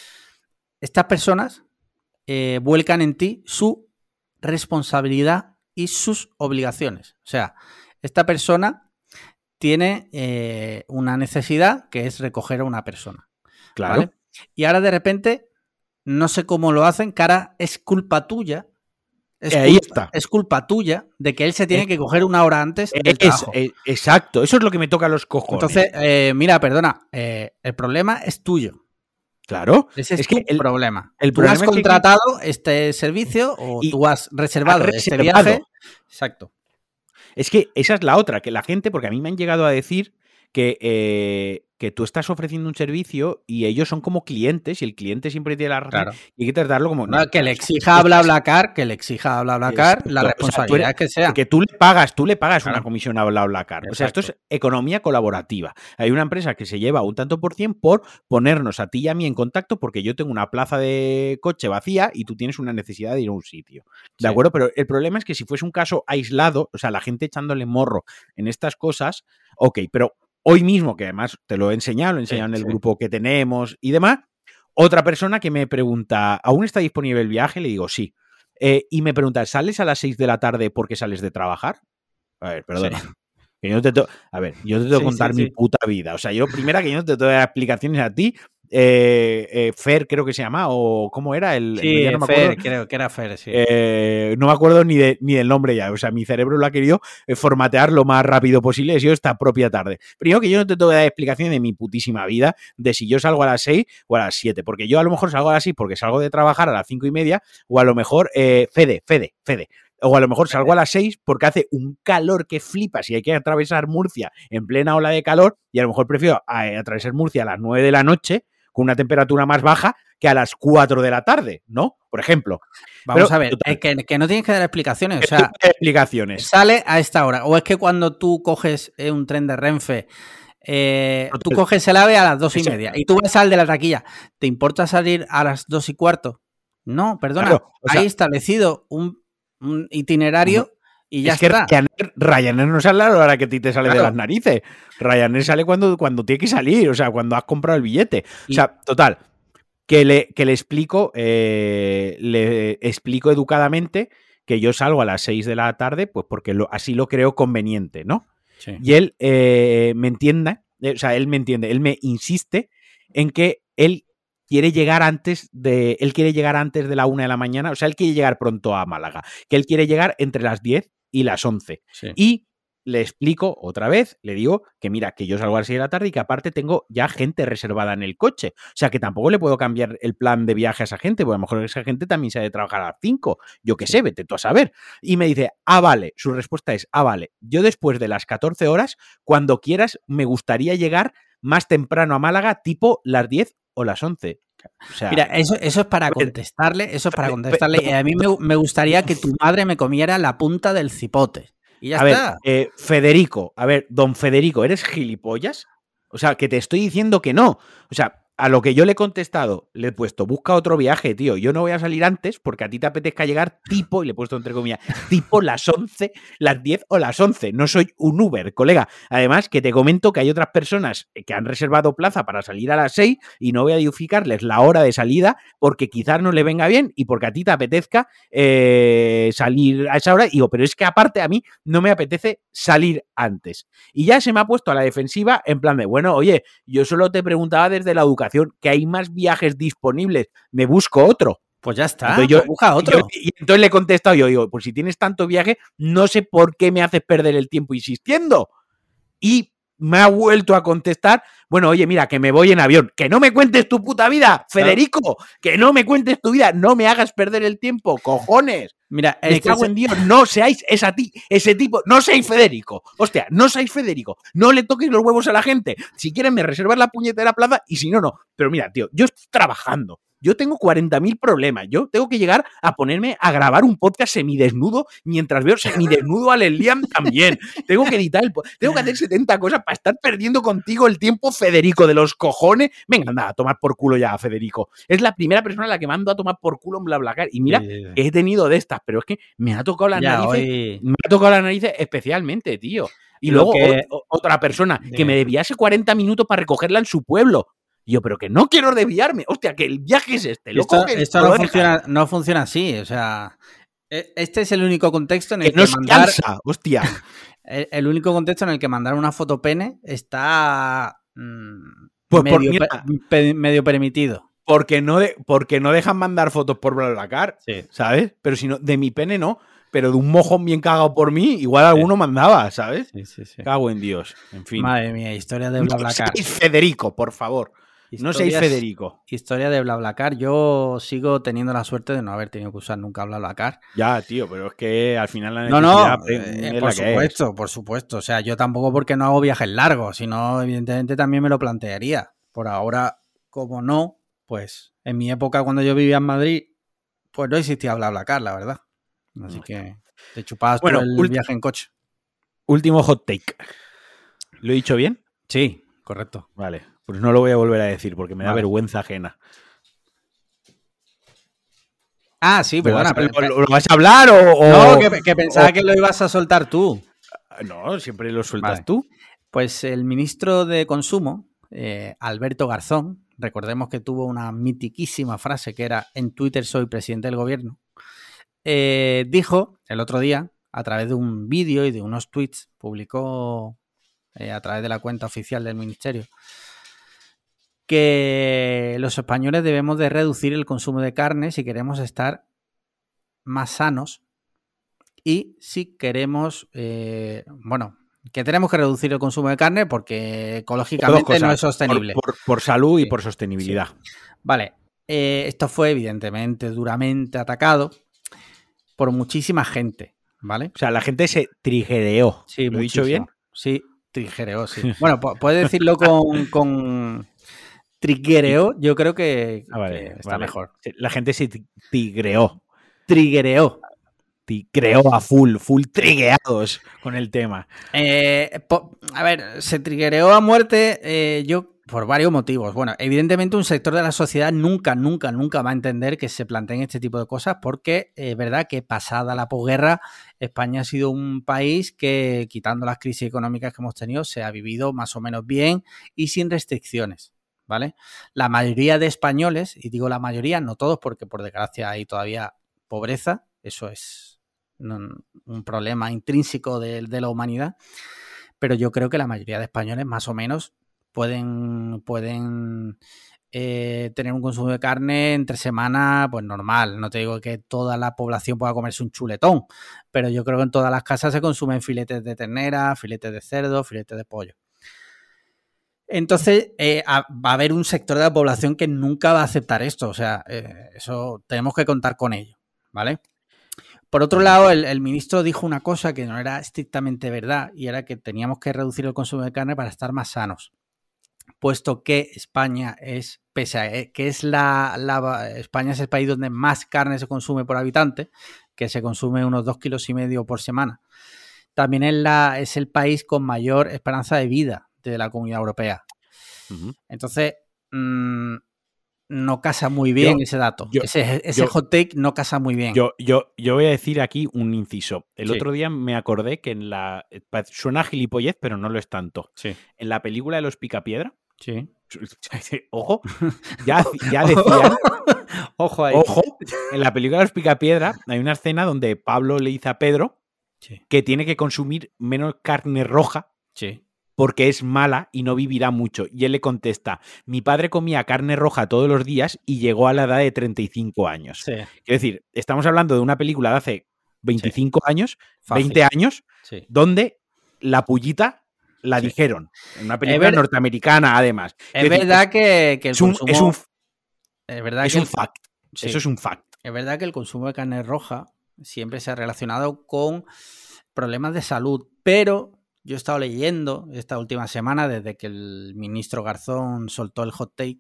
Estas personas Eh, vuelcan en ti su responsabilidad y sus obligaciones. O sea, esta persona tiene eh, una necesidad que es recoger a una persona. Claro. ¿Vale? Y ahora de repente, no sé cómo lo hacen, que ahora es culpa tuya. Es Ahí culpa, está. Es culpa tuya de que él se tiene es, que coger una hora antes del es, trabajo. Es, exacto, eso es lo que me toca a los cojones. Entonces, eh, mira, perdona, eh, el problema es tuyo. Claro. Ese es, es tu que el, problema. El tú problema has es que contratado que... este servicio o y tú has reservado, has reservado este viaje. Exacto. Es que esa es la otra, que la gente, porque a mí me han llegado a decir que, eh, que tú estás ofreciendo un servicio y ellos son como clientes y el cliente siempre tiene la razón claro. y hay que tratarlo como... No, no, que le exija a BlaBlaCar, que le exija a BlaBlaCar la responsabilidad o sea, eres, que sea. Porque tú le pagas, tú le pagas claro. una comisión a BlaBlaCar. Exacto. O sea, esto es economía colaborativa. Hay una empresa que se lleva un tanto por cien por ponernos a ti y a mí en contacto porque yo tengo una plaza de coche vacía y tú tienes una necesidad de ir a un sitio. ¿De sí. acuerdo? Pero el problema es que si fuese un caso aislado, o sea, la gente echándole morro en estas cosas, ok, pero hoy mismo, que además te lo he enseñado, lo he enseñado sí, en el sí. grupo que tenemos y demás, otra persona que me pregunta, ¿aún está disponible el viaje? Le digo, sí. Eh, y me pregunta, ¿sales a las seis de la tarde porque sales de trabajar? A ver, perdona. Sí. Que yo te to- a ver, yo te tengo que sí, contar sí, mi sí. puta vida. O sea, yo primera que yo no te doy explicaciones a ti. Eh, eh, Fer creo que se llama, o ¿cómo era? El, sí, el, no me Fer, acuerdo. creo que era Fer, sí. Eh, no me acuerdo ni, de, ni del nombre ya. O sea, mi cerebro lo ha querido formatear lo más rápido posible. He sido esta propia tarde. Primero que yo no te tengo que dar explicaciones de mi putísima vida, de si yo salgo a las seis o a las siete. Porque yo a lo mejor salgo a las seis porque salgo de trabajar a las cinco y media, o a lo mejor, eh, Fede, Fede, Fede. O a lo mejor salgo a las seis porque hace un calor que flipas y hay que atravesar Murcia en plena ola de calor, y a lo mejor prefiero atravesar Murcia a las nueve de la noche con una temperatura más baja que a las cuatro de la tarde, ¿no? Por ejemplo. Vamos Pero, a ver, es que, que no tienes que dar explicaciones. O sea, explicaciones. Sale a esta hora. O es que cuando tú coges eh, un tren de Renfe, eh, tú coges el AVE a las dos y media y tú vas al de la taquilla. ¿Te importa salir a las dos y cuarto? No, perdona. Claro, o sea, hay establecido un, un itinerario. No. Y ya es que está. Ryanair, Ryanair no sale a la hora que a ti te sale claro. de las narices. Ryanair sale cuando, cuando tiene que salir, o sea, cuando has comprado el billete. O sea, total, que le, que le explico, eh, le explico educadamente que yo salgo a las seis de la tarde, pues porque lo, así lo creo conveniente, ¿no? Sí. Y él eh, me entiende, eh, o sea, él me entiende, él me insiste en que él quiere llegar antes de, él quiere llegar antes de la una de la mañana, o sea, él quiere llegar pronto a Málaga, que él quiere llegar entre las diez y las once. Sí. Y le explico otra vez, le digo que mira, que yo salgo a las seis de la tarde y que aparte tengo ya gente reservada en el coche. O sea, que tampoco le puedo cambiar el plan de viaje a esa gente, porque a lo mejor esa gente también se ha de trabajar a las cinco. Yo qué sé, vete tú a saber. Y me dice, ah, vale, su respuesta es, ah, vale, yo después de las catorce horas, cuando quieras, me gustaría llegar más temprano a Málaga, tipo las diez o las once. O sea, mira, eso, eso es para contestarle, eso es para contestarle. Y a mí me, me gustaría que tu madre me comiera la punta del cipote. Y ya a está. ver, eh, Federico, a ver, don Federico, ¿eres gilipollas? O sea, que te estoy diciendo que no. O sea, a lo que yo le he contestado, le he puesto, busca otro viaje, tío. Yo no voy a salir antes porque a ti te apetezca llegar tipo, y le he puesto entre comillas, tipo las once, las diez o las once. No soy un Uber, colega. Además, que te comento que hay otras personas que han reservado plaza para salir a las seis y no voy a edificarles la hora de salida porque quizás no le venga bien y porque a ti te apetezca eh, salir a esa hora. Y digo, pero es que aparte a mí no me apetece salir antes. Y ya se me ha puesto a la defensiva en plan de, bueno, oye, yo solo te preguntaba desde la educación que hay más viajes disponibles, me busco otro. Pues ya está, entonces yo, pues busca otro. Yo, y entonces le he contestado yo, digo, pues si tienes tanto viaje, no sé por qué me haces perder el tiempo insistiendo. Y me ha vuelto a contestar, bueno, oye, mira, que me voy en avión, que no me cuentes tu puta vida, Federico, claro. Que no me cuentes tu vida, no me hagas perder el tiempo, cojones. Mira, me este cago es... en Dios, no seáis esa ti, ese tipo, no seáis Federico, hostia, no seáis Federico, no le toquéis los huevos a la gente, si quieren me reservar la puñetera plaza y si no, no, pero mira, tío, yo estoy trabajando, yo tengo cuarenta mil problemas, yo tengo que llegar a ponerme a grabar un podcast semidesnudo mientras veo semidesnudo a Liam también, tengo que editar, el tengo que hacer setenta cosas para estar perdiendo contigo el tiempo, Federico, de los cojones, venga, anda, a tomar por culo ya, Federico, es la primera persona a la que mando a tomar por culo en BlaBlaCar y mira, sí, sí, sí. He tenido de estas, pero es que me ha tocado las ya, narices, hoy... me ha tocado las narices especialmente, tío. Y Lo luego que... o, otra persona de... que me desviase cuarenta minutos para recogerla en su pueblo. Y yo, pero que no quiero desviarme. Hostia, que el viaje es este. Lo esto coges, esto no, funciona, no funciona así. O sea, este es el único contexto en el que, que, no mandar... cansa, hostia. el, el único contexto en el que mandar una foto pene está mmm, pues medio, por, mira, pe, medio permitido. Porque no, de, porque no dejan mandar fotos por BlaBlaCar, sí. ¿sabes? Pero si no, de mi pene no. Pero de un mojón bien cagado por mí, igual alguno sí. mandaba, ¿sabes? Sí, sí, sí. Cago en Dios. En fin. Madre mía, historia de BlaBlaCar. No seáis Federico, por favor. Historias, no seáis Federico. Historia de BlaBlaCar. Yo sigo teniendo la suerte de no haber tenido que usar nunca BlaBlaCar. Ya, tío, pero es que al final la necesidad No, no, es eh, la por que supuesto, es. por supuesto. O sea, yo tampoco porque no hago viajes largos, sino evidentemente también me lo plantearía. Por ahora, como no, pues en mi época cuando yo vivía en Madrid, pues no existía BlaBlaCar, la verdad. Así que te chupabas bueno, todo el viaje en coche. Último hot take. ¿Lo he dicho bien? Sí, correcto. Vale, pues no lo voy a volver a decir porque me da vale. vergüenza ajena. Ah, sí, perdona. ¿Lo, pero, ¿Lo, ¿Lo vas a hablar o...? o no, que, que pensaba o, que lo ibas a soltar tú. No, siempre lo sueltas vale. tú. Pues el ministro de Consumo, eh, Alberto Garzón, recordemos que tuvo una mitiquísima frase que era en Twitter soy presidente del gobierno, eh, dijo el otro día, a través de un vídeo y de unos tweets, publicó eh, a través de la cuenta oficial del ministerio, que los españoles debemos de reducir el consumo de carne si queremos estar más sanos y si queremos, eh, bueno, que tenemos que reducir el consumo de carne porque ecológicamente cosas, no es sostenible. Por, por, por salud sí, y por sostenibilidad. Sí. Vale, eh, esto fue evidentemente duramente atacado por muchísima gente, ¿vale? O sea, la gente se trigereó. Sí, ¿Lo he dicho bien? Sí, trigereó, sí. Bueno, puedes decirlo con... con... Triguereó, yo creo que, ah, vale, que está vale. mejor. La gente se trigreó. Triguereó. Triguereó a full, full trigueados con el tema. Eh, po, a ver, se triguereó a muerte eh, yo por varios motivos. Bueno, evidentemente un sector de la sociedad nunca, nunca, nunca va a entender que se planteen este tipo de cosas porque es eh, verdad que pasada la posguerra España ha sido un país que, quitando las crisis económicas que hemos tenido, se ha vivido más o menos bien y sin restricciones. ¿Vale? La mayoría de españoles, y digo la mayoría, no todos, porque por desgracia hay todavía pobreza, eso es un, un problema intrínseco de, de la humanidad, pero yo creo que la mayoría de españoles más o menos pueden, pueden eh, tener un consumo de carne entre semana pues normal. No te digo que toda la población pueda comerse un chuletón, pero yo creo que en todas las casas se consumen filetes de ternera, filetes de cerdo, filetes de pollo. Entonces, eh, a, va a haber un sector de la población que nunca va a aceptar esto. O sea, eh, eso tenemos que contar con ello, ¿vale? Por otro lado, el, el ministro dijo una cosa que no era estrictamente verdad y era que teníamos que reducir el consumo de carne para estar más sanos, puesto que España es, pese a que es la, la España es el país donde más carne se consume por habitante, que se consume unos dos kilos y medio por semana. También es, la, es el país con mayor esperanza de vida de la Comunidad Europea. Uh-huh. Entonces, mmm, no casa muy bien yo, ese dato. Yo, ese ese yo, hot take no casa muy bien. Yo, yo, yo voy a decir aquí un inciso. El sí. otro día me acordé que en la... Suena gilipollez, pero no lo es tanto. Sí. En la película de los Picapiedra... Sí. Ojo, ya, ya decían... Ojo ahí. Ojo, en la película de los Picapiedra hay una escena donde Pablo le dice a Pedro sí. que tiene que consumir menos carne roja sí. porque es mala y no vivirá mucho. Y él le contesta, mi padre comía carne roja todos los días y llegó a la edad de treinta y cinco años. Sí. Quiero decir, estamos hablando de una película de hace veinticinco sí. años, Fácil. veinte años, sí. donde la pullita la sí. dijeron. En una película ver... norteamericana, además. Es Quiero verdad decir, que, que el es un, consumo... Es un, es verdad es que un el... fact. Sí. Eso es un fact. Es verdad que el consumo de carne roja siempre se ha relacionado con problemas de salud, pero yo he estado leyendo esta última semana, desde que el ministro Garzón soltó el hot take,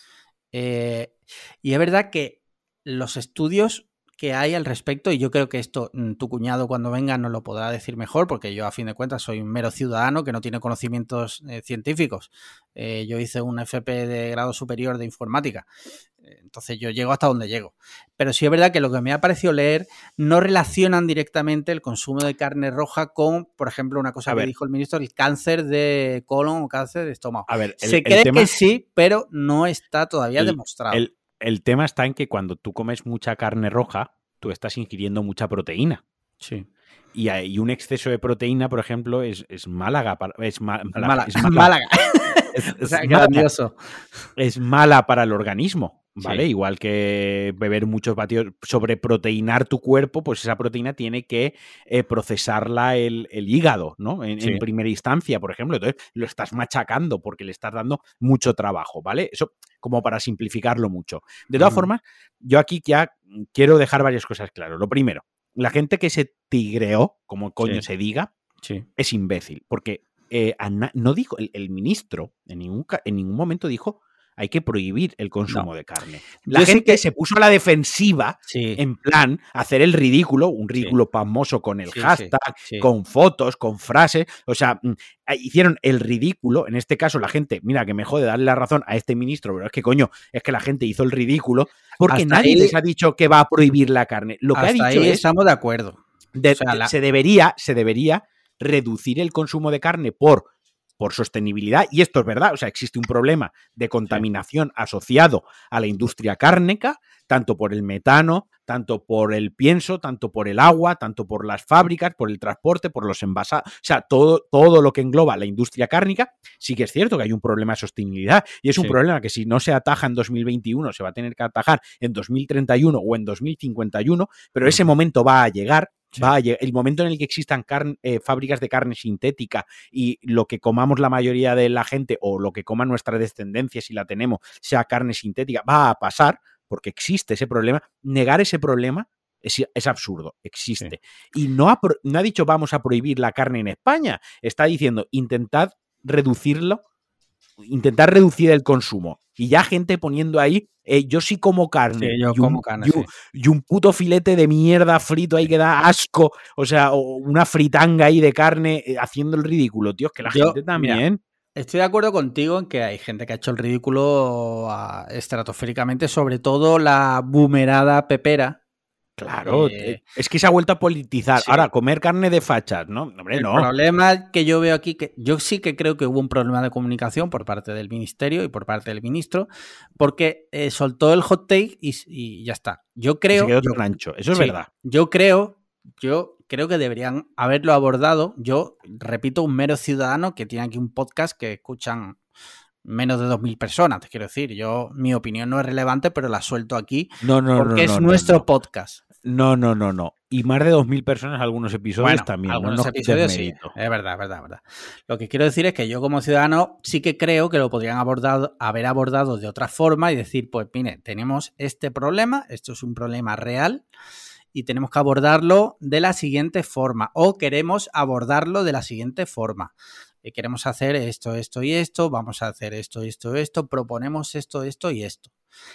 eh, y es verdad que los estudios que hay al respecto, y yo creo que esto tu cuñado cuando venga nos lo podrá decir mejor, porque yo a fin de cuentas soy un mero ciudadano que no tiene conocimientos eh, científicos. Eh, yo hice un F P de grado superior de informática, entonces yo llego hasta donde llego. Pero sí es verdad que lo que me ha parecido leer no relacionan directamente el consumo de carne roja con, por ejemplo, una cosa a que ver. dijo el ministro, el cáncer de colon o cáncer de estómago. A ver, el, Se cree el tema, que sí, pero no está todavía el, demostrado. El, el tema está en que cuando tú comes mucha carne roja, tú estás ingiriendo mucha proteína. Sí. Y, hay, y un exceso de proteína, por ejemplo, es, es Málaga. Para, es, ma, Málaga, Málaga. es Málaga. Málaga. Es, es, o sea, Málaga. grandioso. Es mala para el organismo, ¿vale? Sí. Igual que beber muchos batidos, sobreproteinar tu cuerpo, pues esa proteína tiene que eh, procesarla el, el hígado, ¿no? En, Sí. en primera instancia, por ejemplo. Entonces lo estás machacando porque le estás dando mucho trabajo, ¿vale? Eso como para simplificarlo mucho. De todas uh-huh. formas, yo aquí ya quiero dejar varias cosas claras. Lo primero, la gente que se tigreó, como coño sí. se diga, sí. es imbécil, porque eh, no dijo, el, el ministro en ningún, en ningún momento dijo hay que prohibir el consumo no. de carne. La Yo gente sí que... se puso a la defensiva, sí. en plan, hacer el ridículo, un ridículo sí. pasmoso con el sí, hashtag, sí, sí. con fotos, con frases, o sea, hicieron el ridículo, en este caso la gente, mira, que me jode darle la razón a este ministro, pero es que coño, es que la gente hizo el ridículo, porque hasta nadie ahí, les ha dicho que va a prohibir la carne. Lo que hasta ha dicho ahí es... estamos de acuerdo. De, o sea, la... se debería, se debería reducir el consumo de carne por... por sostenibilidad, y esto es verdad, o sea, existe un problema de contaminación sí. asociado a la industria cárnica, tanto por el metano, tanto por el pienso, tanto por el agua, tanto por las fábricas, por el transporte, por los envasados, o sea, todo, todo lo que engloba la industria cárnica, sí que es cierto que hay un problema de sostenibilidad, y es un sí. problema que si no se ataja en dos mil veintiuno, se va a tener que atajar en dos mil treinta y uno o en dos mil cincuenta y uno, pero uh-huh. ese momento va a llegar. Sí. Va a llegar, el momento en el que existan carne, eh, fábricas de carne sintética y lo que comamos la mayoría de la gente o lo que coma nuestra descendencia, si la tenemos, sea carne sintética, va a pasar porque existe ese problema. Negar ese problema es, es absurdo, existe. Sí. Y no ha, no ha dicho vamos a prohibir la carne en España, está diciendo intentad reducirlo, intentar reducir el consumo. Y ya gente poniendo ahí, eh, yo sí como carne. Sí, yo y, como un, carne y, un, sí. y un puto filete de mierda frito ahí que da asco. O sea, o una fritanga ahí de carne eh, haciendo el ridículo, tío. Es que la yo, gente también. Mira, estoy de acuerdo contigo en que hay gente que ha hecho el ridículo uh, estratosféricamente, sobre todo la boomerada pepera. Claro, eh, es que se ha vuelto a politizar. Sí. Ahora, comer carne de fachas, ¿no? Hombre, el no. problema que yo veo aquí, que yo sí que creo que hubo un problema de comunicación por parte del ministerio y por parte del ministro, porque eh, soltó el hot take y, y ya está. Yo creo... Y se quedó tan ancho, eso sí, es verdad. Yo creo, yo creo que deberían haberlo abordado. Yo, repito, un mero ciudadano que tiene aquí un podcast que escuchan menos de dos mil personas, te quiero decir. Yo, mi opinión no es relevante, pero la suelto aquí no, no, porque no, es no, nuestro no, no. podcast. No, no, no, no. Y más de dos mil personas algunos episodios bueno, también. Algunos no episodios sí. Es verdad, es verdad, es verdad. Lo que quiero decir es que yo como ciudadano sí que creo que lo podrían abordado, haber abordado de otra forma y decir, pues mire, tenemos este problema, esto es un problema real y tenemos que abordarlo de la siguiente forma o queremos abordarlo de la siguiente forma. Eh, queremos hacer esto, esto y esto, vamos a hacer esto, esto, esto, proponemos esto, esto y esto.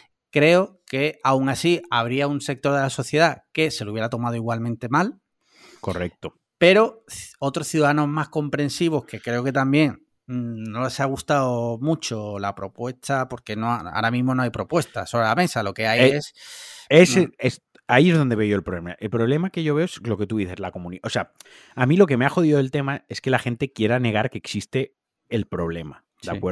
Creo que aún así habría un sector de la sociedad que se lo hubiera tomado igualmente mal. Correcto. Pero otros ciudadanos más comprensivos que creo que también mmm, no les ha gustado mucho la propuesta, porque no, ahora mismo no hay propuestas sobre la mesa, lo que hay eh, es... es, no. es Ahí es donde veo yo el problema. El problema que yo veo es lo que tú dices, la comunidad. O sea, a mí lo que me ha jodido del tema es que la gente quiera negar que existe el problema, ¿de sí. acuerdo?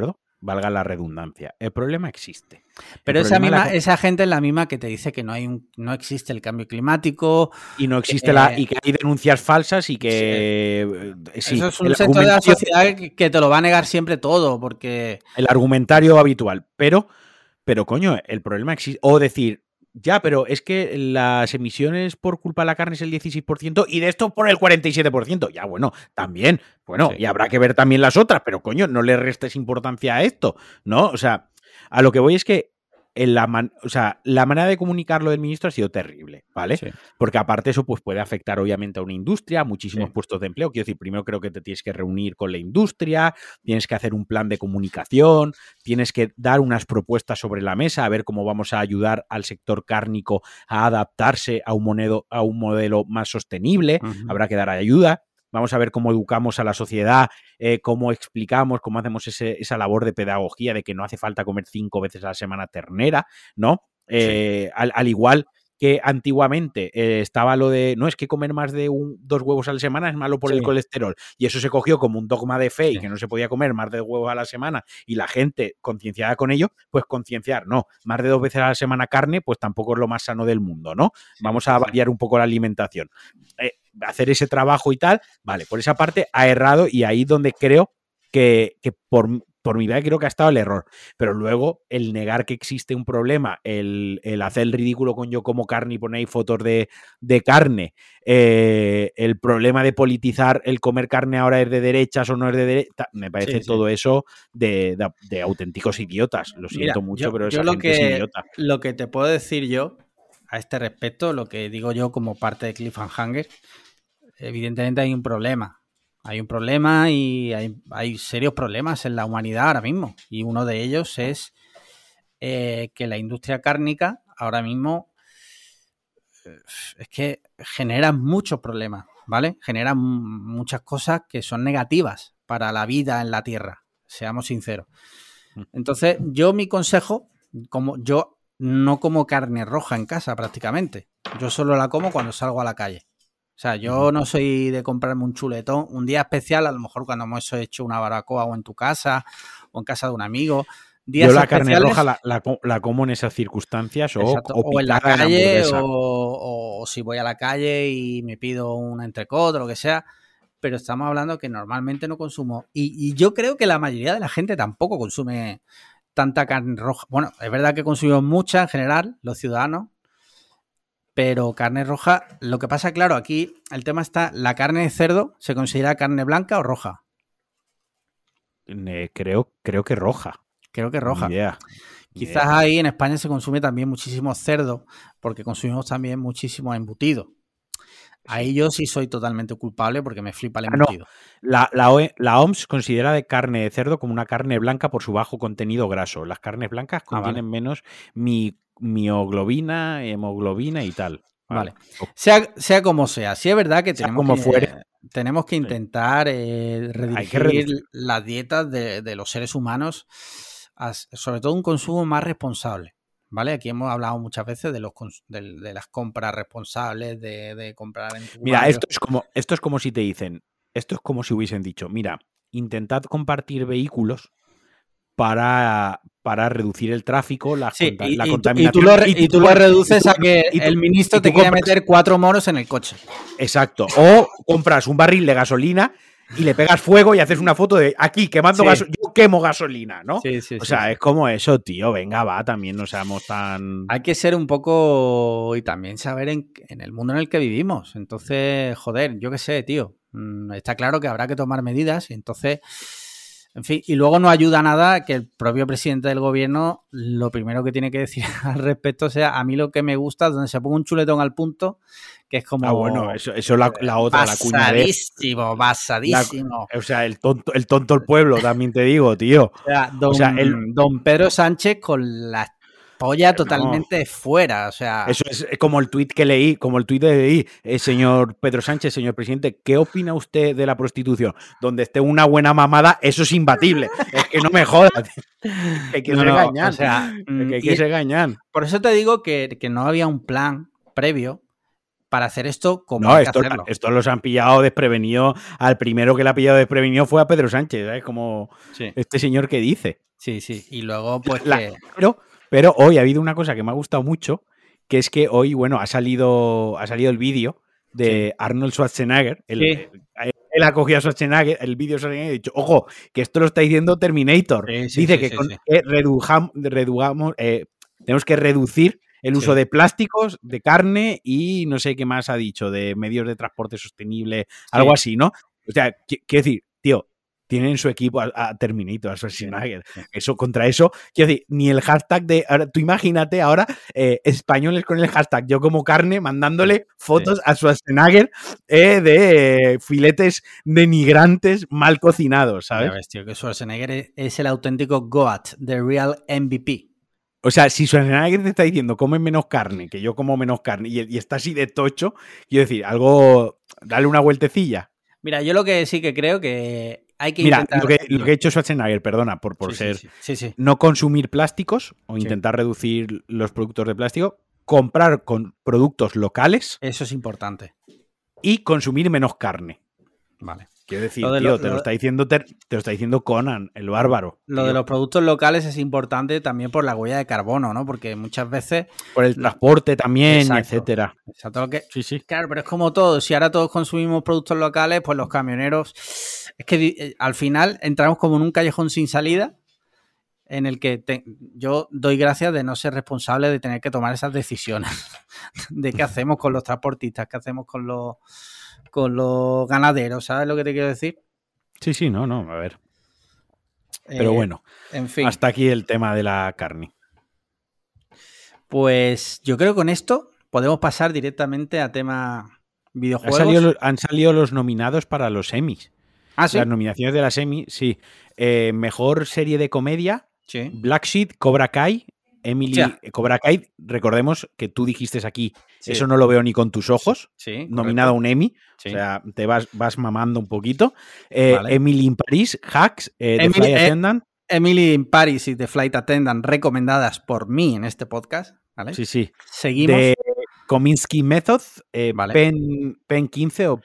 valga la redundancia. El problema existe. Pero esa, misma, la... esa gente es la misma que te dice que no hay un, no existe el cambio climático. Y no existe eh, la. Y que hay denuncias falsas y que. Sí. Sí, eso es un sector de la sociedad que te lo va a negar siempre todo, porque. El argumentario habitual. Pero, pero coño, el problema existe. O decir. Ya, pero es que las emisiones por culpa de la carne es el dieciséis por ciento y de esto por el cuarenta y siete por ciento. Ya, bueno, también. Bueno, sí. Y habrá que ver también las otras, pero coño, no le restes importancia a esto, ¿no? O sea, a lo que voy es que en la, man o sea, la manera de comunicarlo del ministro ha sido terrible, ¿vale? Sí. Porque aparte eso pues puede afectar obviamente a una industria, a muchísimos sí. puestos de empleo. Quiero decir, primero creo que te tienes que reunir con la industria, tienes que hacer un plan de comunicación, tienes que dar unas propuestas sobre la mesa, a ver cómo vamos a ayudar al sector cárnico a adaptarse a un, monedo, a un modelo más sostenible. Uh-huh. Habrá que dar ayuda. Vamos a ver cómo educamos a la sociedad, eh, cómo explicamos, cómo hacemos ese, esa labor de pedagogía de que no hace falta comer cinco veces a la semana ternera, ¿no? Eh, sí. al, al igual que antiguamente eh, estaba lo de, no, es que comer más de un, dos huevos a la semana es malo por sí. el colesterol. Y eso se cogió como un dogma de fe sí. y que no se podía comer más de dos huevos a la semana y la gente concienciada con ello, pues concienciar, no, más de dos veces a la semana carne, pues tampoco es lo más sano del mundo, ¿no? Sí, Vamos a sí. variar un poco la alimentación. Eh, hacer ese trabajo y tal, vale, por esa parte ha errado y ahí donde creo que, que por... por mi vida creo que ha estado el error, pero luego el negar que existe un problema, el, el hacer el ridículo con yo como carne y ponéis fotos de, de carne, eh, el problema de politizar el comer carne ahora es de derechas o no es de derechas, me parece sí, todo sí. eso de, de, de auténticos idiotas, lo siento Mira, mucho, yo, pero yo esa lo gente que, es idiota. Lo que te puedo decir yo a este respecto, lo que digo yo como parte de Cliffhanger, evidentemente hay un problema. Hay un problema y hay, hay serios problemas en la humanidad ahora mismo. Y uno de ellos es eh, que la industria cárnica ahora mismo eh, es que genera muchos problemas, ¿vale? Genera muchas cosas que son negativas para la vida en la Tierra, seamos sinceros. Entonces, yo mi consejo, como yo no como carne roja en casa prácticamente. Yo solo la como cuando salgo a la calle. O sea, yo no soy de comprarme un chuletón. Un día especial, a lo mejor cuando hemos hecho una barbacoa o en tu casa o en casa de un amigo. Días yo la especiales, carne roja la, la, la como en esas circunstancias o, exacto, o, o en la calle en o, o, o si voy a la calle y me pido un entrecot o lo que sea. Pero estamos hablando que normalmente no consumo. Y, y yo creo que la mayoría de la gente tampoco consume tanta carne roja. Bueno, es verdad que consumimos mucha en general, los ciudadanos. Pero carne roja, lo que pasa, claro, aquí el tema está, ¿la carne de cerdo se considera carne blanca o roja? Eh, creo, creo que roja. Creo que roja. Ni idea. Quizás idea. ahí en España se consume también muchísimo cerdo, porque consumimos también muchísimo embutido. Ahí sí. Yo sí soy totalmente culpable porque me flipa el embutido. Ah, no. la, la, la O M S considera de carne de cerdo como una carne blanca por su bajo contenido graso. Las carnes blancas contienen ah, vale. menos mi mioglobina, hemoglobina y tal. Vale. vale. Sea, sea como sea, sí es verdad que tenemos, como que, fuere. tenemos que intentar eh, redirigir reducir. las dietas de, de los seres humanos a, sobre todo un consumo más responsable. ¿Vale? Aquí hemos hablado muchas veces de, los, de, de las compras responsables, de, de comprar en tu Mira, barrio. esto es, como, esto es como si te dicen, esto es como si hubiesen dicho, mira, intentad compartir vehículos para, para reducir el tráfico, la, sí, conta, y, la y contaminación. Y tú lo, y tú y tú lo reduces tú, a que tú, el ministro te quiere compras, meter cuatro moros en el coche. Exacto. O compras un barril de gasolina y le pegas fuego y haces una foto de aquí quemando sí. gasolina. Yo quemo gasolina, ¿no? Sí, sí, o sea, sí, es como eso, tío. Venga, va, también no seamos tan. Hay que ser un poco. Y también saber en, en el mundo en el que vivimos. Entonces, joder, yo qué sé, tío. Está claro que habrá que tomar medidas. Y entonces. En fin, y luego no ayuda nada que el propio presidente del gobierno lo primero que tiene que decir al respecto sea a mí lo que me gusta donde se ponga un chuletón al punto, que es como... Ah, bueno, eso, eso la, la otra, la cuña de... Basadísimo, basadísimo. La, o sea, el tonto, el tonto el pueblo, también te digo, tío. O sea, don, o sea, el... don Pedro Sánchez con la polla totalmente no. fuera, o sea... Eso es como el tuit que leí, como el tuit que leí, eh, señor Pedro Sánchez, señor presidente, ¿qué opina usted de la prostitución? Donde esté una buena mamada, eso es imbatible. Es que no me jodas. Que que no, se no, engañan. O sea, que hay que se engañan. Por eso te digo que, que no había un plan previo para hacer esto como no, hay esto, que hacerlo. Estos los han pillado desprevenido. Al primero que le ha pillado desprevenido fue a Pedro Sánchez, ¿sabes? Como sí. este señor que dice. Sí, sí. Y luego, pues La, que... pero, pero hoy ha habido una cosa que me ha gustado mucho, que es que hoy, bueno, ha salido, ha salido el vídeo de Sí. Arnold Schwarzenegger. El, Sí. el, él ha cogido a Schwarzenegger, el vídeo Schwarzenegger, y ha dicho, ojo, que esto lo está diciendo Terminator. Sí, sí, Dice sí, que, sí, con, sí. que redujam, redujamos, eh, tenemos que reducir el uso Sí. de plásticos, de carne y no sé qué más ha dicho, de medios de transporte sostenible, algo Sí. así, ¿no? O sea, quiero decir, tío, tienen en su equipo a, a Terminator, a Schwarzenegger. Sí, sí. Eso, contra eso, quiero decir, ni el hashtag de. Ahora, tú imagínate ahora eh, españoles con el hashtag yo como carne mandándole Sí, fotos sí. a Schwarzenegger eh, de eh, filetes denigrantes mal cocinados, ¿sabes? Ya ves, tío, que Schwarzenegger es el auténtico GOAT, the real M V P. O sea, si Schwarzenegger te está diciendo come menos carne, que yo como menos carne, y, y está así de tocho, quiero decir, algo. Dale una vueltecilla. Mira, yo lo que sí que creo que hay que Mira, intentar... lo que, lo que ha hecho Schwarzenegger, perdona, por, por Sí, sí, ser. sí, sí, sí. No consumir plásticos o Sí. intentar reducir los productos de plástico, comprar con productos locales Eso es importante. y consumir menos carne. Vale. Quiero decir, Lo de tío, lo- te, lo lo- está diciendo, te, te lo está diciendo Conan, el bárbaro. Lo tío. de los productos locales es importante también por la huella de carbono, ¿no? Porque muchas veces... Por el lo- transporte también, Exacto. etcétera. Exacto. Lo que... Sí, sí. Claro, pero es como todo. Si ahora todos consumimos productos locales, pues los camioneros... Es que eh, al final entramos como en un callejón sin salida en el que te... yo doy gracias de no ser responsable de tener que tomar esas decisiones. De qué hacemos con los transportistas, qué hacemos con los, con los ganaderos, ¿sabes lo que te quiero decir? Sí, sí, no, no, a ver. Eh, Pero bueno, en fin. hasta aquí el tema de la carne. Pues yo creo que con esto podemos pasar directamente a tema videojuegos. Han salido, han salido los nominados para los Emmys. Ah, sí. Las nominaciones de las Emmy, sí. Eh, mejor serie de comedia, Sí. Black Sheep, Cobra Kai, Emily. Hostia. Cobra Kai, recordemos que tú dijiste aquí, Sí. eso no lo veo ni con tus ojos. Sí, Nominado a correcto. un Emmy. Sí. O sea, te vas, vas mamando un poquito. Eh, Vale. Emily in Paris, Hacks, eh, The Emily- Flight eh, Attendant. Emily in Paris y The Flight Attendant recomendadas por mí en este podcast, ¿vale? Sí, sí. Seguimos. De Kominsky Method, eh, Vale. Pen, Pen quince o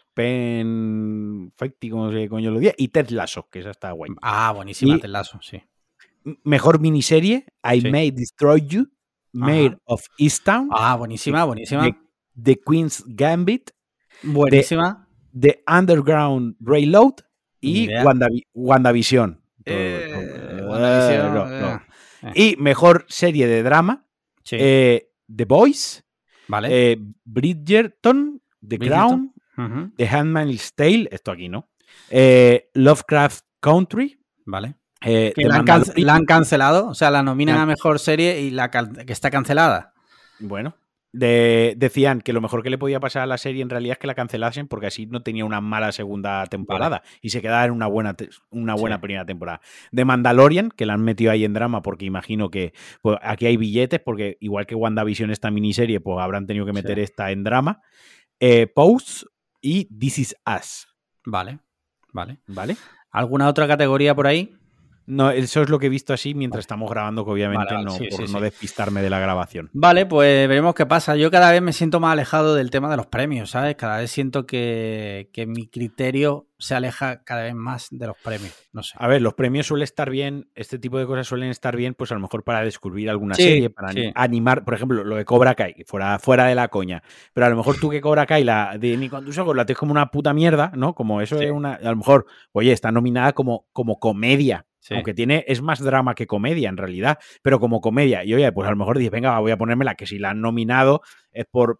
Pen cincuenta, como se coño lo diga, y Ted Lasso, que esa está guay. Ah, buenísima, Y- Ted Lasso, sí. Mejor miniserie, I Sí. May Destroy You, Mayor Ajá. of Easttown, Ah, buenísima, buenísima. The, The Queen's Gambit, Buenísima. The Underground Railroad Ni y idea. Wandavi- WandaVision. Eh, Todo- WandaVision, no, no. eh, eh. Y mejor serie de drama, Sí. eh, The Boys, Vale. eh, Bridgerton, The Bridgerton. Crown, Ujú. The Handmaid's Tale, esto aquí no, eh, Lovecraft Country, Vale. eh, Que The la han, can- Mandalorian. la han cancelado, o sea, la nominan La- a mejor serie y la can- que está cancelada. Bueno, de- decían que lo mejor que le podía pasar a la serie en realidad es que la cancelasen porque así no tenía una mala segunda temporada y se quedaba en una buena, te- una buena Sí. primera temporada. De Mandalorian, que la han metido ahí en drama porque imagino que pues, aquí hay billetes porque igual que WandaVision esta miniserie, pues habrán tenido que meter Sí. esta en drama. Eh, Pose y This Is Us, Vale. Vale. ¿vale? ¿Alguna otra categoría por ahí? No, eso es lo que he visto así mientras estamos grabando, que obviamente Vale, vale, no, sí, por sí, no sí. despistarme de la grabación. Vale, pues veremos qué pasa. Yo cada vez me siento más alejado del tema de los premios, ¿sabes? Cada vez siento que, que mi criterio se aleja cada vez más de los premios. No sé. A ver, los premios suelen estar bien, este tipo de cosas suelen estar bien, pues a lo mejor para descubrir alguna Sí, serie, para sí. animar, por ejemplo, lo de Cobra Kai, fuera, fuera de la coña. Pero a lo mejor tú que Cobra Kai, la de ni con tus ojos, la tienes como una puta mierda, ¿no? Como eso Sí. es una. A lo mejor, oye, está nominada como, como comedia. Sí. Aunque tiene, es más drama que comedia en realidad, pero como comedia. Y oye, pues a lo mejor dices, venga, voy a ponérmela, que si la han nominado es por.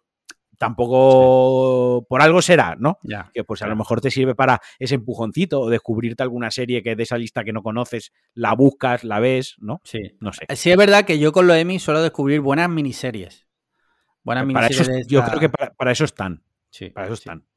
Tampoco. Por algo será, ¿no? Ya. Que pues a claro. lo mejor te sirve para ese empujoncito o descubrirte alguna serie que de esa lista que no conoces, la buscas, la ves, ¿no? Sí. No sé. Sí, es verdad que yo con los Emmy suelo descubrir buenas miniseries. Buenas Para eso, miniseries de yo esta- creo que para, para eso están. Sí, Para eso sí. están.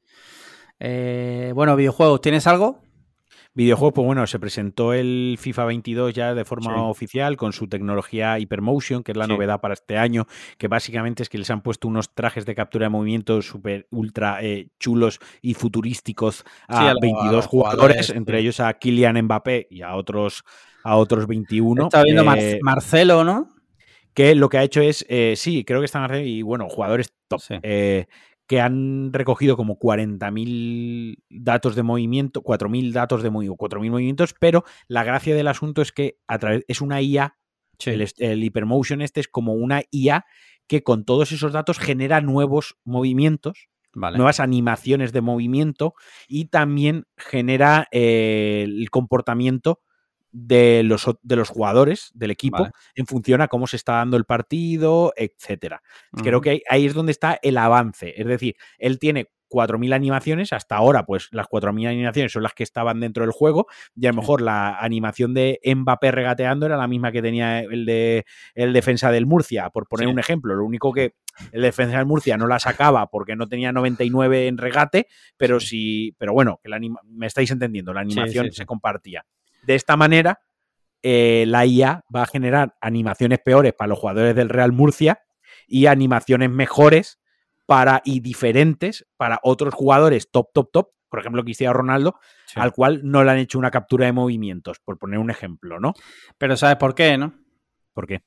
Eh, bueno, videojuegos, ¿tienes algo? Videojuegos, pues bueno, se presentó el FIFA veintidós ya de forma Sí. oficial con su tecnología Hypermotion, que es la Sí. novedad para este año, que básicamente es que les han puesto unos trajes de captura de movimiento súper ultra eh, chulos y futurísticos a, Sí, a lo- veintidós a los jugadores, jugadores, entre sí. ellos a Kylian Mbappé y a otros, a otros veintiuno. Estaba viendo Mar- eh, Marcelo, ¿no? que lo que ha hecho es, eh, sí, creo que están haciendo, y bueno, jugadores top. Sí. Eh, que han recogido como cuarenta mil datos de movimiento, cuatro mil datos de movimiento, cuatro mil movimientos, pero la gracia del asunto es que a través, es una I A, sí. el, el Hypermotion este es como una I A que con todos esos datos genera nuevos movimientos, vale. nuevas animaciones de movimiento y también genera eh, el comportamiento de los, de los jugadores del equipo vale. en función a cómo se está dando el partido, etcétera. Uh-huh. Creo que ahí, ahí es donde está el avance. Es decir, él tiene cuatro mil animaciones, hasta ahora pues las cuatro mil animaciones son las que estaban dentro del juego y a lo mejor sí. la animación de Mbappé regateando era la misma que tenía el de el defensa del Murcia, por poner sí. un ejemplo. Lo único que el defensa del Murcia no la sacaba porque no tenía noventa y nueve en regate, pero sí, sí pero bueno, que la anima, me estáis entendiendo, la animación sí, sí, sí. se compartía. De esta manera, eh, la I A va a generar animaciones peores para los jugadores del Real Murcia y animaciones mejores para y diferentes para otros jugadores top, top, top, por ejemplo, Cristiano Ronaldo, sí. al cual no le han hecho una captura de movimientos, por poner un ejemplo, ¿no? Pero ¿sabes por qué, no? ¿Por qué?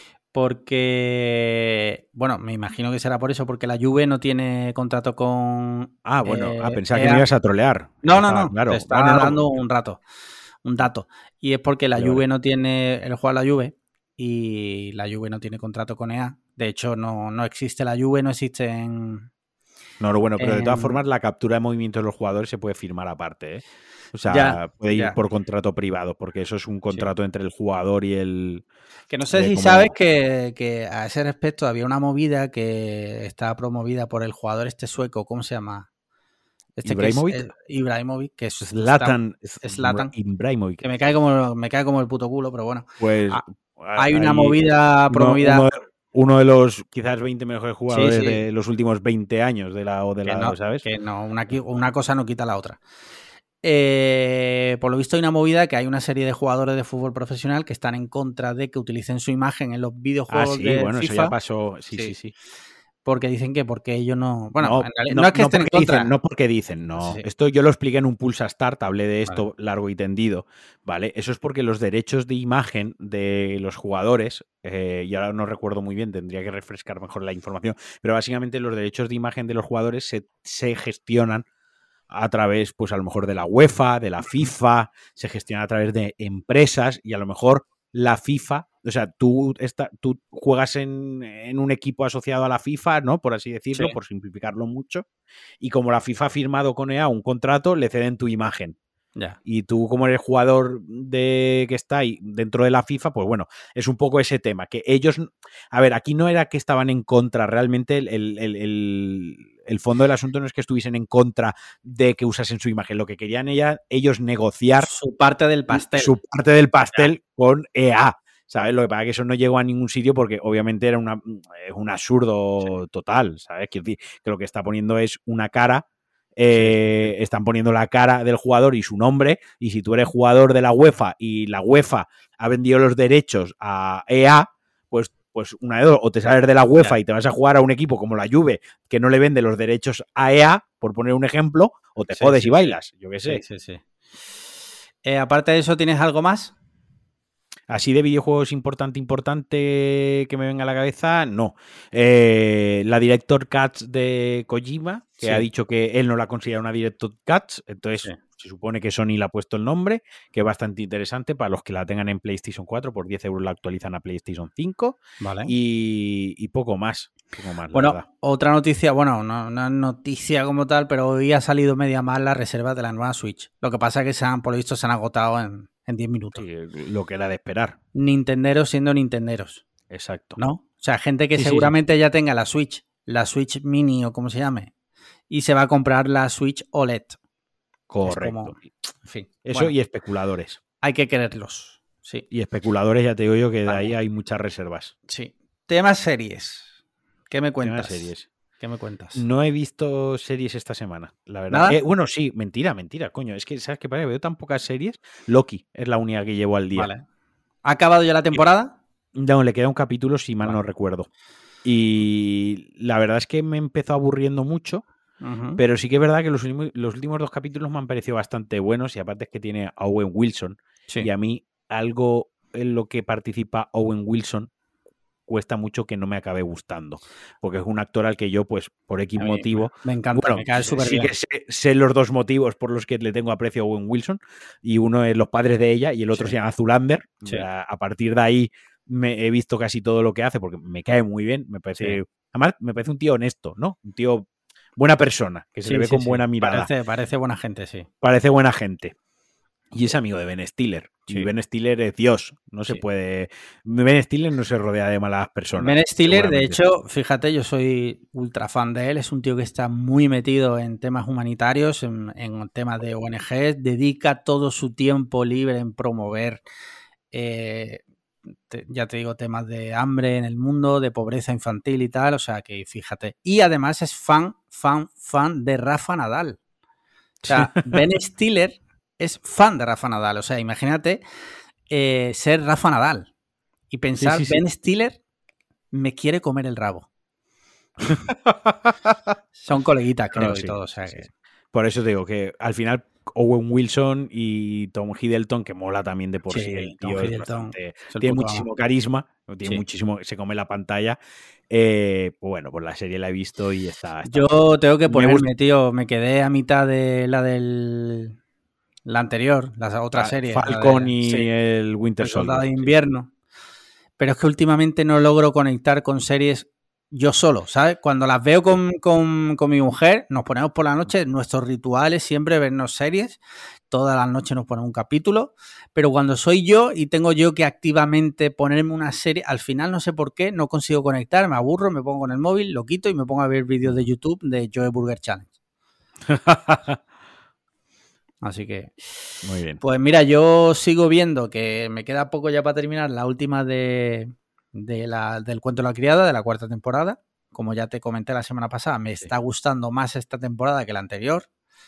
Porque, bueno, me imagino que será por eso, porque la Juve no tiene contrato con... Ah, bueno, eh, ah, pensaba E A. Que me ibas a trolear. No, no, no, claro. Te estaba no, no, dando no. un rato, un dato. Y es porque la Juve no tiene, él juega la Juve y la Juve no tiene contrato con E A. De hecho, no, no existe la Juve, no existe en... No, bueno, pero en... de todas formas la captura de movimientos de los jugadores se puede firmar aparte, ¿eh? O sea, ya, puede ir ya. por contrato privado, porque eso es un contrato sí. entre el jugador y el... Que no sé si cómo... sabes que, que a ese respecto había una movida que estaba promovida por el jugador este sueco, ¿cómo se llama? Este Ibrahimovic. Que es, eh, Ibrahimovic, que es Zlatan, Zlatan, Ibrahimovic. Que me cae como me cae como el puto culo, pero bueno. Pues ah, hay una movida promovida. Uno, uno, uno de los quizás veinte mejores jugadores sí, sí. de los últimos veinte años de la o de que la, no, ¿sabes? Que no, una, una cosa no quita la otra. Eh, por lo visto hay una movida que hay una serie de jugadores de fútbol profesional que están en contra de que utilicen su imagen en los videojuegos ah, sí, de bueno, FIFA. Eso ya pasó, sí, sí, sí. sí. Porque dicen que porque ellos no... Bueno, no, en realidad, no, no es que no estén en contra. Dicen, no porque dicen, no. Sí. Esto yo lo expliqué en un Pulsa Start, hablé de esto vale. largo y tendido, ¿vale? Eso es porque los derechos de imagen de los jugadores, eh, y ahora no recuerdo muy bien, tendría que refrescar mejor la información, pero básicamente los derechos de imagen de los jugadores se, se gestionan a través, pues a lo mejor de la UEFA, de la FIFA, se gestiona a través de empresas y a lo mejor la FIFA, o sea, tú, esta, tú juegas en, en un equipo asociado a la FIFA, ¿no? Por así decirlo, sí. por simplificarlo mucho, y como la FIFA ha firmado con E A un contrato, le ceden tu imagen. Ya. Y tú, como eres jugador de que está ahí dentro de la FIFA, pues bueno, es un poco ese tema, que ellos, a ver, aquí no era que estaban en contra, realmente el, el, el, el fondo del asunto no es que estuviesen en contra de que usasen su imagen, lo que querían ella, ellos negociar su parte del pastel, su parte del pastel ya. con E A, ¿sabes? Lo que pasa es que eso no llegó a ningún sitio porque obviamente era una, un absurdo sí. total, ¿sabes? Quiero decir, que lo que está poniendo es una cara. Eh, sí, sí. Están poniendo la cara del jugador y su nombre, y si tú eres jugador de la UEFA y la UEFA ha vendido los derechos a E A, pues, pues una de dos, o te sales de la UEFA ya. y te vas a jugar a un equipo como la Juve que no le vende los derechos a E A, por poner un ejemplo, o te sí, jodes sí, y bailas, sí. yo qué sé. Sí, sí, sí. Eh, aparte de eso, ¿tienes algo más? Así de videojuegos importante, importante que me venga a la cabeza, no. Eh, la Director Cuts de Kojima, que sí. ha dicho que él no la considera una Director Cuts, entonces sí. se supone que Sony le ha puesto el nombre, que es bastante interesante para los que la tengan en PlayStation cuatro, por diez euros la actualizan a PlayStation cinco, vale. y, y poco más. Poco más bueno, la verdad. Otra noticia, bueno, no una noticia como tal, pero hoy ha salido media más la reserva de la nueva Switch. Lo que pasa es que se han, por lo visto se han agotado en... en diez minutos. Sí, lo que era de esperar. Nintenderos siendo nintenderos. Exacto. ¿No? O sea, gente que sí, seguramente sí, sí. ya tenga la Switch, la Switch Mini o como se llame, y se va a comprar la Switch O L E D. Correcto. Como, en fin. Eso bueno, y especuladores. Hay que quererlos. Sí. Y especuladores, ya te digo yo que vale. de ahí hay muchas reservas. Sí. Temas series. ¿Qué me cuentas? Temas series. ¿Qué me cuentas? No he visto series esta semana, la verdad. Eh, bueno, sí, mentira, mentira, coño. Es que, ¿sabes qué pasa? Veo tan pocas series. Loki es la única que llevo al día. Vale. ¿Ha acabado ya la temporada? No, le queda un capítulo, si mal vale. no recuerdo. Y la verdad es que me empezó aburriendo mucho, uh-huh. pero sí que es verdad que los, los últimos dos capítulos me han parecido bastante buenos, y aparte es que tiene a Owen Wilson. Sí. Y a mí algo en lo que participa Owen Wilson, cuesta mucho que no me acabe gustando, porque es un actor al que yo, pues, por X A mí motivo... Me encanta, bueno, me cae súper sí bien. que sé, sé los dos motivos por los que le tengo aprecio a Owen Wilson, y uno es los padres de ella, y el otro Sí. se llama Zoolander. Sí. A, a partir de ahí me he visto casi todo lo que hace, porque me cae muy bien, me parece... Sí. Además, me parece un tío honesto, ¿no? Un tío... buena persona, que se Sí, le ve sí, con sí. buena mirada. Parece, parece buena gente, sí. Parece buena gente. Y es amigo de Ben Stiller. Sí. Y Ben Stiller es Dios. No se Sí. puede... Ben Stiller no se rodea de malas personas. Ben Stiller, de seguramente. hecho, fíjate, yo soy ultra fan de él. Es un tío que está muy metido en temas humanitarios, en, en temas de O N Ges. Dedica todo su tiempo libre en promover, eh, te- ya te digo, temas de hambre en el mundo, de pobreza infantil y tal. O sea, que fíjate. Y además es fan, fan, fan de Rafa Nadal. O sea, Ben Stiller es fan de Rafa Nadal. O sea, imagínate eh, ser Rafa Nadal y pensar, Sí, sí, sí. Ben Stiller me quiere comer el rabo. Son coleguitas, creo, No, y sí, todo. O sea, sí, que... sí. Por eso te digo que al final Owen Wilson y Tom Hiddleston, que mola también de por sí, Sí, el Tom tío es Hiddleston bastante... es el tiene puto muchísimo amo. carisma, tiene Sí. muchísimo... se come la pantalla. Eh, pues bueno, pues la serie la he visto y está... está Yo muy bien. tengo que Me gusta... ponerme, tío. Me quedé a mitad de la del... La anterior, la otra ah, serie. La Falcon de, sí, y el Winter el Soldado Soldier. de Sí. Invierno. Pero es que últimamente no logro conectar con series yo solo, ¿sabes? Cuando las veo con, con, con mi mujer, nos ponemos por la noche, nuestros rituales siempre vernos series, todas las noches nos ponemos un capítulo, pero cuando soy yo y tengo yo que activamente ponerme una serie, al final no sé por qué, no consigo conectar, me aburro, me pongo con el móvil, lo quito y me pongo a ver vídeos de YouTube de Joe Burger Challenge. Así que... Muy bien. Pues mira, yo sigo viendo que me queda poco ya para terminar la última de, de la, del Cuento de la Criada, de la cuarta temporada. Como ya te comenté la semana pasada, me Sí. está gustando más esta temporada que la anterior.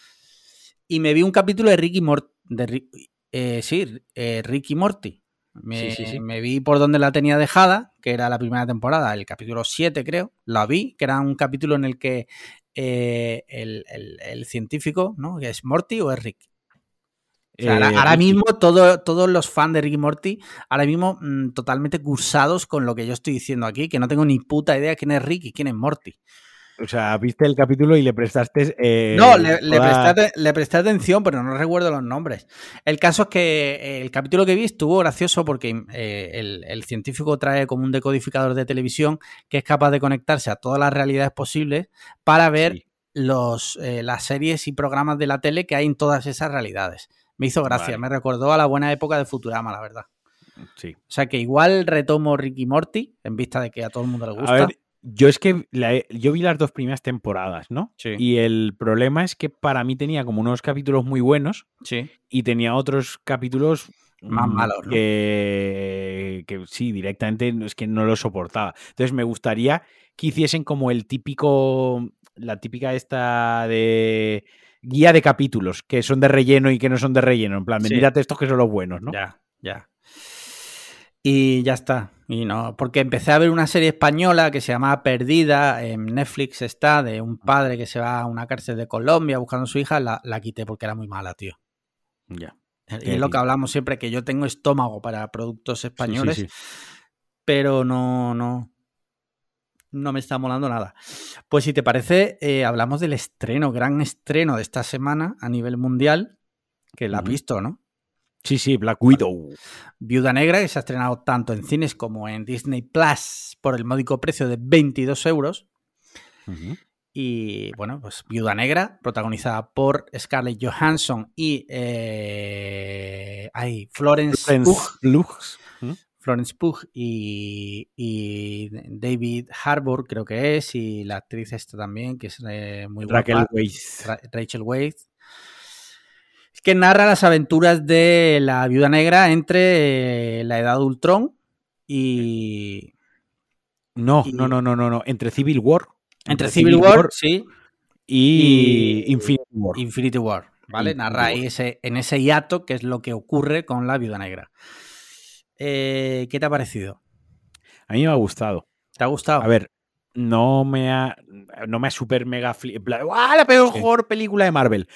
Y me vi un capítulo de Ricky Morty. De, eh, sí, eh, Ricky Morty. Me, Sí, sí, sí. me vi por donde la tenía dejada, que era la primera temporada, el capítulo siete creo. La vi, que era un capítulo en el que eh, el, el, el científico, ¿no? ¿Es Morty o es Rick? O sea, ahora, Eh, ahora Ricky. mismo todo, todos los fans de Ricky Morty, ahora mismo mmm, totalmente cursados con lo que yo estoy diciendo aquí, que no tengo ni puta idea quién es Rick y quién es Morty. O sea, viste el capítulo y le prestaste... Eh, no, le, le, toda... presté, le, presté, atención, pero no recuerdo los nombres. El caso es que el capítulo que vi estuvo gracioso porque eh, el, el científico trae como un decodificador de televisión que es capaz de conectarse a todas las realidades posibles para ver sí. los, eh, las series y programas de la tele que hay en todas esas realidades. Me hizo gracia, vale. Me recordó a la buena época de Futurama, la verdad. Sí. O sea que igual retomo Ricky Morty, en vista de que a todo el mundo le gusta. A ver, yo es que la, yo vi las dos primeras temporadas, ¿no? Sí. Y el problema es que para mí tenía como unos capítulos muy buenos. Sí. Y tenía otros capítulos más malos, ¿no? Que, que sí, directamente es que no lo soportaba. Entonces me gustaría que hiciesen como el típico, la típica esta de guía de capítulos, que son de relleno y que no son de relleno. En plan, de sí. Mírate estos que son los buenos, ¿no? Ya, ya. Y ya está. Y no, porque empecé a ver una serie española que se llamaba Perdida, en Netflix está, de un padre que se va a una cárcel de Colombia buscando a su hija, la, la quité porque era muy mala, tío. Ya. Y es lo que hablamos siempre, que yo tengo estómago para productos españoles, sí, sí, sí. pero no, no, no me está molando nada. Pues si te parece, eh, hablamos del estreno, gran estreno de esta semana a nivel mundial, que la has uh-huh. visto, ¿no? Sí, sí, Black Widow. Viuda Negra, que se ha estrenado tanto en cines como en Disney Plus por el módico precio de veintidós euros. Uh-huh. Y bueno, pues Viuda Negra, protagonizada por Scarlett Johansson y eh, ay, Florence, Florence Pugh. ¿Mm? Florence Pugh y, y David Harbour, creo que es, y la actriz esta también, que es eh, muy Raquel guapa. Weisz. Ra- Rachel Weisz. Es que narra las aventuras de la Viuda Negra entre eh, la edad de Ultron y... No, y... no, no, no, no, no. Entre Civil War. Entre, entre Civil War, War, sí. Y, y Infinity War. Infinity War, ¿vale? Infinity narra War. ahí ese, en ese hiato qué es lo que ocurre con la Viuda Negra. Eh, ¿Qué te ha parecido? A mí me ha gustado. ¿Te ha gustado? A ver, no me ha, no me ha super mega flip, ¡ah, la peor sí. película de Marvel!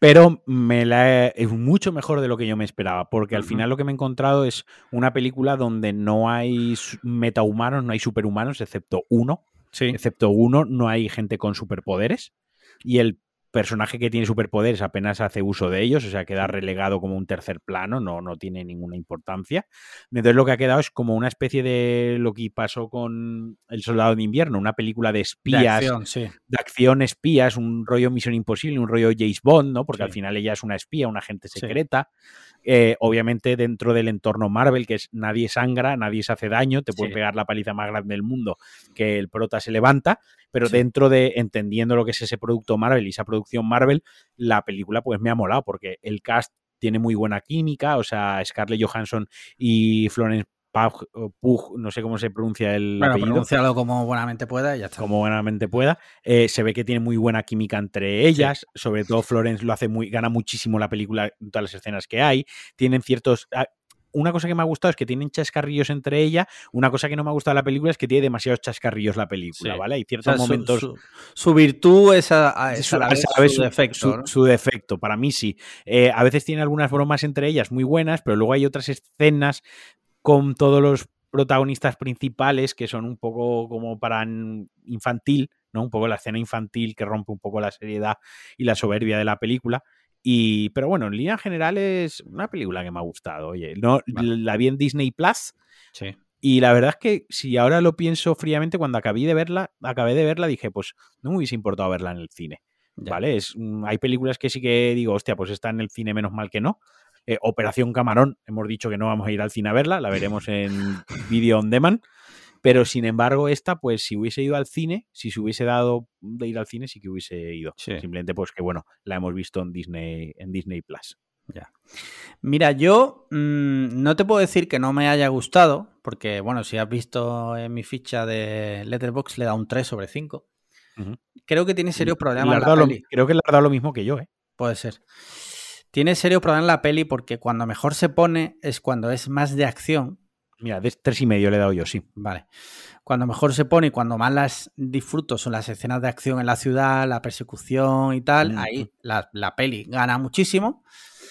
pero me la he, es mucho mejor de lo que yo me esperaba, porque al Ujú. final lo que me he encontrado es una película donde no hay su- metahumanos, no hay superhumanos, excepto uno. Sí, Excepto uno, no hay gente con superpoderes. Y el personaje que tiene superpoderes apenas hace uso de ellos, o sea, queda relegado como un tercer plano, no, no tiene ninguna importancia. Entonces lo que ha quedado es como una especie de lo que pasó con El Soldado de Invierno, una película de de espías, acción, sí, de acción espías, un rollo Misión Imposible, un rollo James Bond, ¿no? Porque al sí, final ella es una espía, una agente sí, secreta. Eh, obviamente dentro del entorno Marvel, que es nadie sangra, nadie se hace daño, te pueden sí, pegar la paliza más grande del mundo que el prota se levanta, pero sí. dentro de entendiendo lo que es ese producto Marvel y esa producción Marvel, la película pues me ha molado porque el cast tiene muy buena química, o sea, Scarlett Johansson y Florence Pugh, Pugh, no sé cómo se pronuncia el Bueno, apellido, pronúncialo como buenamente pueda y ya está. como buenamente pueda. Eh, se ve que tiene muy buena química entre Sí, ellas. Sobre todo Florence lo hace muy, gana muchísimo la película en todas las escenas que hay. Tienen ciertos. Ah, una cosa que me ha gustado es que tienen chascarrillos entre ella. Una cosa que no me ha gustado de la película es que tiene demasiados chascarrillos la película, sí. ¿vale? Hay O ciertos sea, su, momentos. su, su virtud es a, a- es Su, a la vez ¿sabes? su Su, defecto, su, ¿no? su defecto, para mí sí. Eh, a veces tiene algunas bromas entre ellas muy buenas, pero luego hay otras escenas con todos los protagonistas principales que son un poco como para infantil, ¿no? Un poco la escena infantil que rompe un poco la seriedad y la soberbia de la película. Y, pero bueno, en línea general es una película que me ha gustado. Oye, no, Vale, la vi en Disney Plus sí, y la verdad es que si ahora lo pienso fríamente, cuando acabé de verla, acabé de verla, dije, pues no me hubiese importado verla en el cine. ya. ¿Vale? Es, hay películas que sí que digo, hostia, pues está en el cine, menos mal que no. Eh, Operación Camarón, hemos dicho que no vamos a ir al cine a verla, la veremos en Video on Demand. Pero sin embargo, esta, pues si hubiese ido al cine, si se hubiese dado de ir al cine, sí que hubiese ido. Sí, Simplemente, pues que bueno, la hemos visto en Disney, en Disney Plus. ya. Mira, yo mmm, no te puedo decir que no me haya gustado, porque, bueno, si has visto en mi ficha de Letterboxd le da un tres sobre cinco. Uh-huh. Creo que tiene serios problemas la Lo, peli. creo que le ha dado lo mismo que yo, ¿eh? Puede ser. Tiene serios problemas la peli porque cuando mejor se pone es cuando es más de acción. Mira, de tres y medio le he dado yo, sí. Vale. Cuando mejor se pone y cuando más las disfruto son las escenas de acción en la ciudad, la persecución y tal. Uh-huh. Ahí la, la peli gana muchísimo.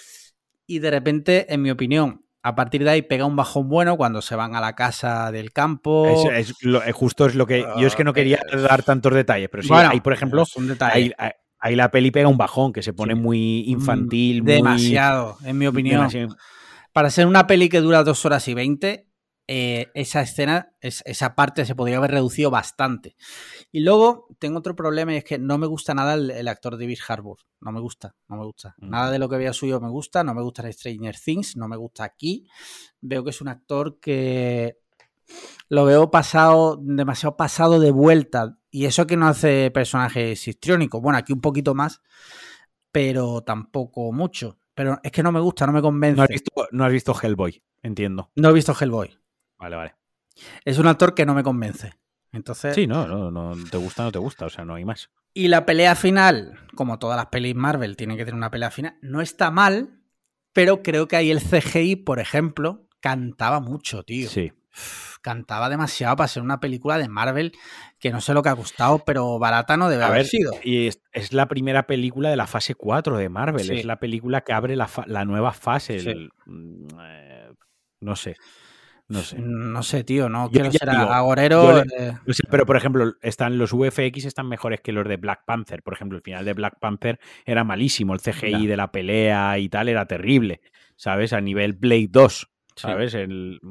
Y de repente, en mi opinión, a partir de ahí pega un bajón bueno cuando se van a la casa del campo. Es, es lo, justo es lo que. Yo es que no quería uh, dar tantos detalles, pero sí, bueno, ahí, por ejemplo, ahí, ahí la peli pega un bajón que se pone sí. muy infantil. Demasiado, muy, en mi opinión. Demasiado. Para ser una peli que dura dos horas y veinte, eh, esa escena, es, esa parte se podría haber reducido bastante. Y luego tengo otro problema y es que no me gusta nada el, el actor David Harbour. No me gusta, no me gusta. Mm. Nada de lo que vea suyo me gusta. No me gusta en Stranger Things, no me gusta aquí. Veo que es un actor que lo veo pasado, demasiado pasado de vuelta. Y eso que no hace personajes histriónicos. Bueno, aquí un poquito más, pero tampoco mucho. Pero es que no me gusta, no me convence. No has visto, no has visto Hellboy, entiendo. No he visto Hellboy. Vale, vale. Es un actor que no me convence. Entonces. Sí, no, no, no te gusta, no te gusta, o sea, no hay más. Y la pelea final, como todas las pelis Marvel, tienen que tener una pelea final. No está mal, pero creo que ahí el C G I, por ejemplo, cantaba mucho, tío. Sí. Cantaba demasiado para ser una película de Marvel que no sé lo que ha costado, pero barata no debe a haber ver, sido. Y es, es la primera película de la fase cuatro de Marvel. Sí. Es la película que abre la, fa la nueva fase. Sí. El, eh, no sé. No sé. No sé, tío, no yo quiero ser digo, agorero. Le, eh, no sé, pero, por ejemplo, están los V F X están mejores que los de Black Panther. Por ejemplo, el final de Black Panther era malísimo. El C G I ya. de la pelea y tal era terrible. ¿Sabes? A nivel Blade dos. ¿Sabes? Sí. El,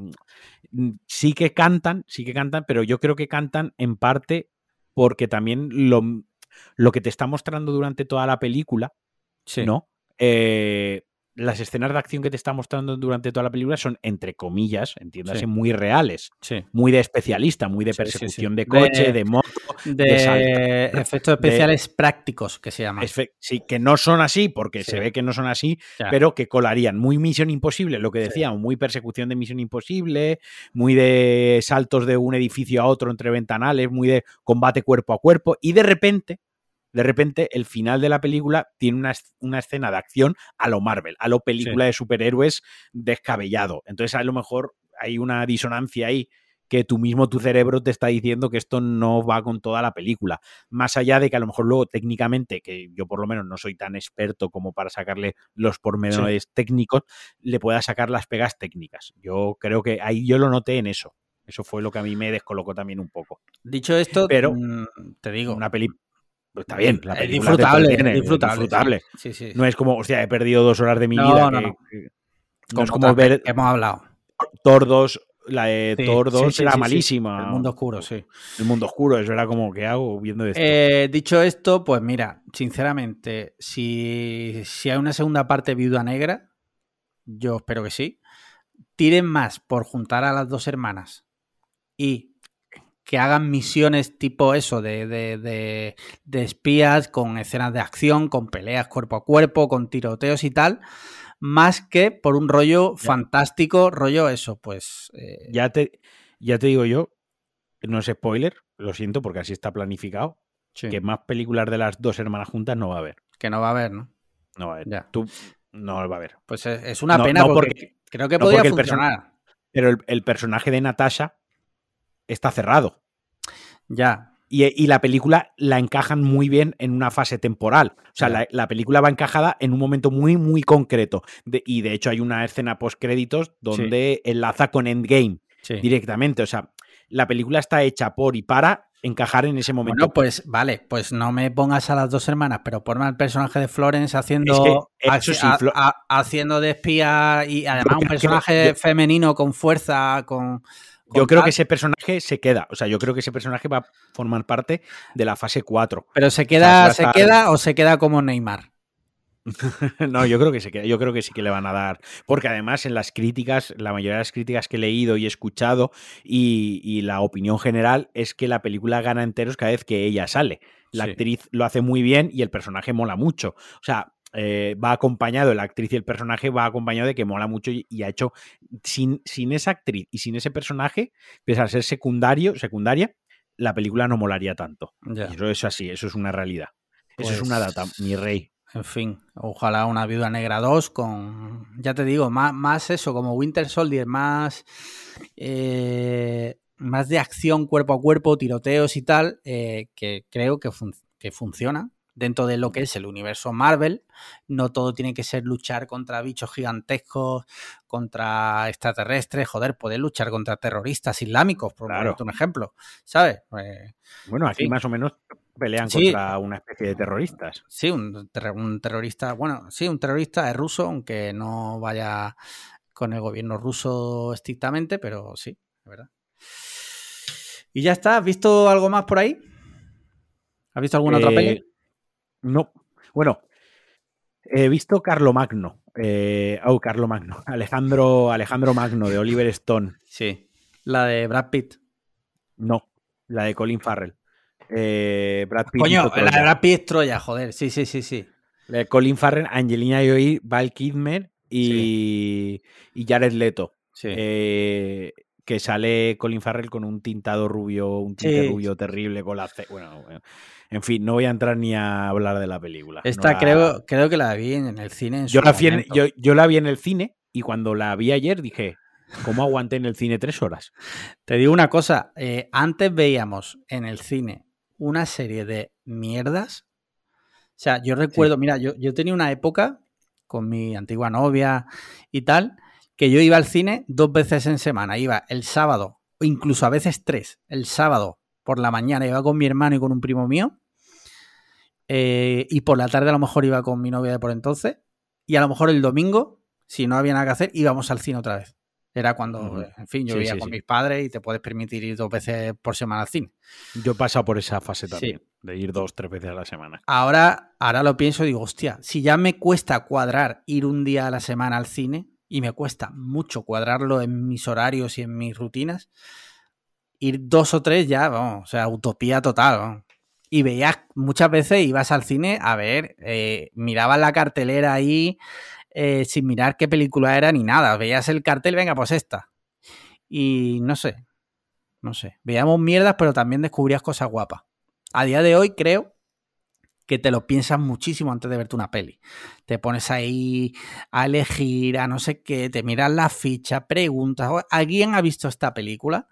sí que cantan, sí que cantan, pero yo creo que cantan en parte porque también lo, lo que te está mostrando durante toda la película, sí. ¿no? Eh, las escenas de acción que te está mostrando durante toda la película son, entre comillas, entiéndase, sí. muy reales. Sí. Muy de especialista, muy de persecución sí, sí, sí. de coche, de, de moto, de, de saltar, efectos especiales de, prácticos, que se llaman. Sí, que no son así, porque sí. se ve que no son así, ya. pero que colarían. Muy Misión Imposible, lo que decíamos, sí. muy persecución de Misión Imposible, muy de saltos de un edificio a otro entre ventanales, muy de combate cuerpo a cuerpo, y de repente... De repente, el final de la película tiene una, una escena de acción a lo Marvel, a lo película sí. de superhéroes descabellado. Entonces, a lo mejor hay una disonancia ahí que tú mismo, tu cerebro te está diciendo que esto no va con toda la película. Más allá de que a lo mejor luego técnicamente, que yo por lo menos no soy tan experto como para sacarle los pormenores sí. técnicos, le pueda sacar las pegas técnicas. Yo creo que ahí yo lo noté en eso. Eso fue lo que a mí me descolocó también un poco. Dicho esto, pero te digo, una peli pues está bien, la película es disfrutable, te entretiene, es disfrutable, es disfrutable. Sí, sí, sí, no sí. es como, hostia, he perdido dos horas de mi no, vida. No, que, no. que, no como es como ver que hemos hablado. Thor dos, la de sí, Thor dos sí, sí, era sí, malísima. Sí. El mundo oscuro, sí. El mundo oscuro, eso era como, ¿qué hago viendo esto? Eh, dicho esto, pues mira, sinceramente, si, si hay una segunda parte de Viuda Negra, yo espero que sí, tiren más por juntar a las dos hermanas y que hagan misiones tipo eso, de, de, de, de espías, con escenas de acción, con peleas cuerpo a cuerpo, con tiroteos y tal, más que por un rollo ya. fantástico, rollo eso, pues... Eh... Ya, te, ya te digo yo, no es spoiler, lo siento porque así está planificado, sí. que más películas de las dos hermanas juntas no va a haber. Que no va a haber, ¿no? No va a haber. Ya. Tú no va a haber. Pues es, es una no, pena no porque, porque creo que no podría porque funcionar. El pero el, el personaje de Natasha está cerrado. Ya. Y, y la película la encajan muy bien en una fase temporal. O sea, la, la película va encajada en un momento muy, muy concreto. De, y de hecho hay una escena post-créditos donde sí. enlaza con Endgame sí. directamente. O sea, la película está hecha por y para encajar en ese momento. Bueno, pues vale, pues no me pongas a las dos hermanas, pero ponme al personaje de Florence haciendo, es que eso sí, a, Flo a, haciendo de espía y además un personaje yo, femenino con fuerza, con... Yo creo que ese personaje se queda, o sea, yo creo que ese personaje va a formar parte de la fase cuatro. Pero se queda, o sea, se queda o se queda como Neymar. No, yo creo que se queda, yo creo que sí que le van a dar, porque además en las críticas, la mayoría de las críticas que he leído y he escuchado y, y la opinión general es que la película gana enteros cada vez que ella sale. La sí. actriz lo hace muy bien y el personaje mola mucho. O sea, Eh, va acompañado, la actriz y el personaje va acompañado de que mola mucho y, y ha hecho sin, sin esa actriz y sin ese personaje, pese a ser secundario, secundaria, la película no molaría tanto. Ya. Y eso es así, eso es una realidad. Pues, eso es una data, mi rey. En fin, ojalá una Viuda Negra dos con, ya te digo, más, más eso, como Winter Soldier, más, eh, más de acción cuerpo a cuerpo, tiroteos y tal, eh, que creo que, fun que funciona. Dentro de lo que es el universo Marvel, no todo tiene que ser luchar contra bichos gigantescos, contra extraterrestres, joder, poder luchar contra terroristas islámicos, por claro. un ejemplo, ¿sabes? Pues, bueno, aquí sí. más o menos pelean sí. contra una especie de terroristas. Sí, un, ter un terrorista, bueno, sí, un terrorista es ruso, aunque no vaya con el gobierno ruso estrictamente, pero sí, es verdad. Y ya está, ¿has visto algo más por ahí? ¿Has visto alguna eh... otra peli? No, bueno, he visto Carlomagno, eh, oh, Carlomagno, Alejandro, Alejandro Magno de Oliver Stone. Sí, la de Brad Pitt. No, la de Colin Farrell. Eh, Brad Pitt Coño, la de Brad Pitt es Troya, joder, sí, sí, sí, sí. La de Colin Farrell, Angelina Jolie, Val Kilmer y, sí. y Jared Leto. Sí. Eh, que sale Colin Farrell con un tintado rubio, un tinte sí. rubio terrible con la ce bueno, bueno, en fin, no voy a entrar ni a hablar de la película. Esta no la... creo, creo que la vi en el cine en yo, su la vi en, momento. yo, yo la vi en el cine y cuando la vi ayer dije, ¿cómo aguanté en el cine tres horas? Te digo una cosa, eh, antes veíamos en el cine una serie de mierdas. O sea, yo recuerdo, sí. mira, yo, yo tenía una época con mi antigua novia y tal, que yo iba al cine dos veces en semana. Iba el sábado, o incluso a veces tres. El sábado por la mañana iba con mi hermano y con un primo mío. Eh, y por la tarde a lo mejor iba con mi novia de por entonces. Y a lo mejor el domingo, si no había nada que hacer, íbamos al cine otra vez. Era cuando, uh-huh. en fin, yo sí, vivía sí, con sí. mis padres y te puedes permitir ir dos veces por semana al cine. Yo he pasado por esa fase también, sí. de ir dos, tres veces a la semana. Ahora, ahora lo pienso y digo, hostia, si ya me cuesta cuadrar ir un día a la semana al cine y me cuesta mucho cuadrarlo en mis horarios y en mis rutinas, ir dos o tres ya, vamos, o sea, utopía total, vamos. Y veías, muchas veces ibas al cine a ver, eh, mirabas la cartelera ahí eh, sin mirar qué película era ni nada. Veías el cartel, venga, pues esta. Y no sé, no sé. Veíamos mierdas, pero también descubrías cosas guapas. A día de hoy creo que te lo piensas muchísimo antes de verte una peli. Te pones ahí a elegir, a no sé qué, te miras la ficha, preguntas, ¿alguien ha visto esta película?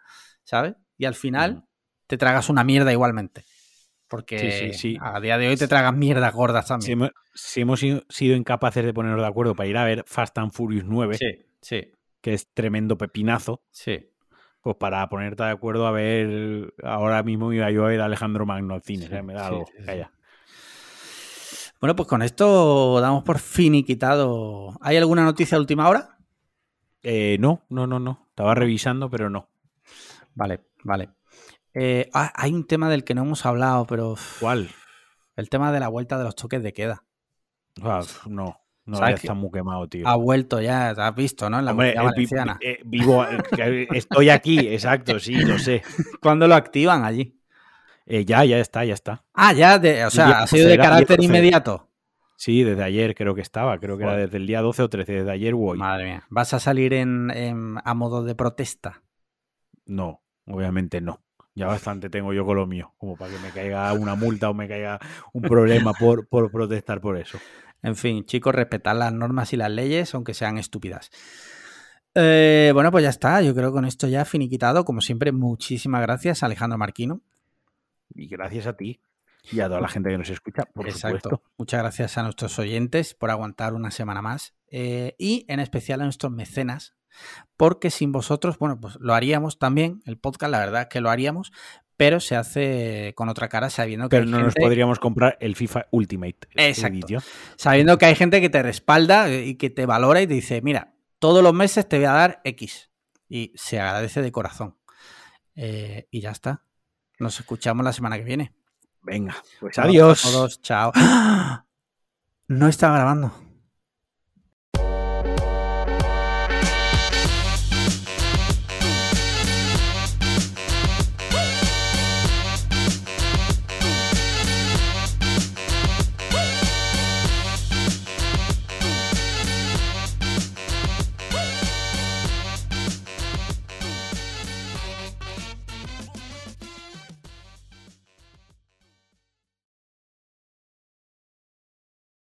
¿sabes? Y al final mm. te tragas una mierda igualmente. Porque sí, sí, sí. a día de hoy te tragas mierdas gordas también. Si hemos, si hemos sido incapaces de ponernos de acuerdo para ir a ver Fast and Furious nueve, sí, sí. que es tremendo pepinazo, sí. pues para ponerte de acuerdo a ver, ahora mismo iba yo a ver a Alejandro Magno al cine, sí, o sea, me da algo, sí, sí, calla. Sí. Bueno, pues con esto damos por finiquitado. ¿Hay alguna noticia de última hora? Eh, no, no, no, no. Estaba revisando, pero no. Vale, vale. Eh, ah, hay un tema del que no hemos hablado, pero... ¿Cuál? El tema de la vuelta de los toques de queda. Ah, no, no, ya está muy quemado, tío. Ha vuelto ya, te has visto, ¿no? En la Hombre, Comunidad Valenciana. Eh, vivo, eh, estoy aquí, exacto, sí, lo sé. ¿Cuándo lo activan allí? Eh, ya, ya está, ya está. Ah, ya, de, o sea, ha sido de carácter inmediato. Sí, desde ayer creo que estaba, creo que Joder. era desde el día doce o trece, desde ayer o hoy. Madre mía, ¿vas a salir en, en, a modo de protesta? No, obviamente no. Ya bastante tengo yo con lo mío, como para que me caiga una multa o me caiga un problema por, por protestar por eso. En fin, chicos, respetad las normas y las leyes, aunque sean estúpidas. Eh, bueno, pues ya está. Yo creo que con esto ya finiquitado. Como siempre, muchísimas gracias, Alejandro Marquino. Y gracias a ti y a toda la gente que nos escucha, por Exacto. supuesto. Muchas gracias a nuestros oyentes por aguantar una semana más. Eh, y en especial a nuestros mecenas, porque sin vosotros, bueno, pues lo haríamos también, el podcast, la verdad es que lo haríamos, pero se hace con otra cara sabiendo que pero hay no gente... nos podríamos comprar el FIFA Ultimate. Exacto. Sabiendo que hay gente que te respalda y que te valora y te dice, mira, todos los meses te voy a dar X. Y se agradece de corazón. Eh, y ya está. Nos escuchamos la semana que viene. Venga, pues bueno, adiós. A todos, chao. No está grabando.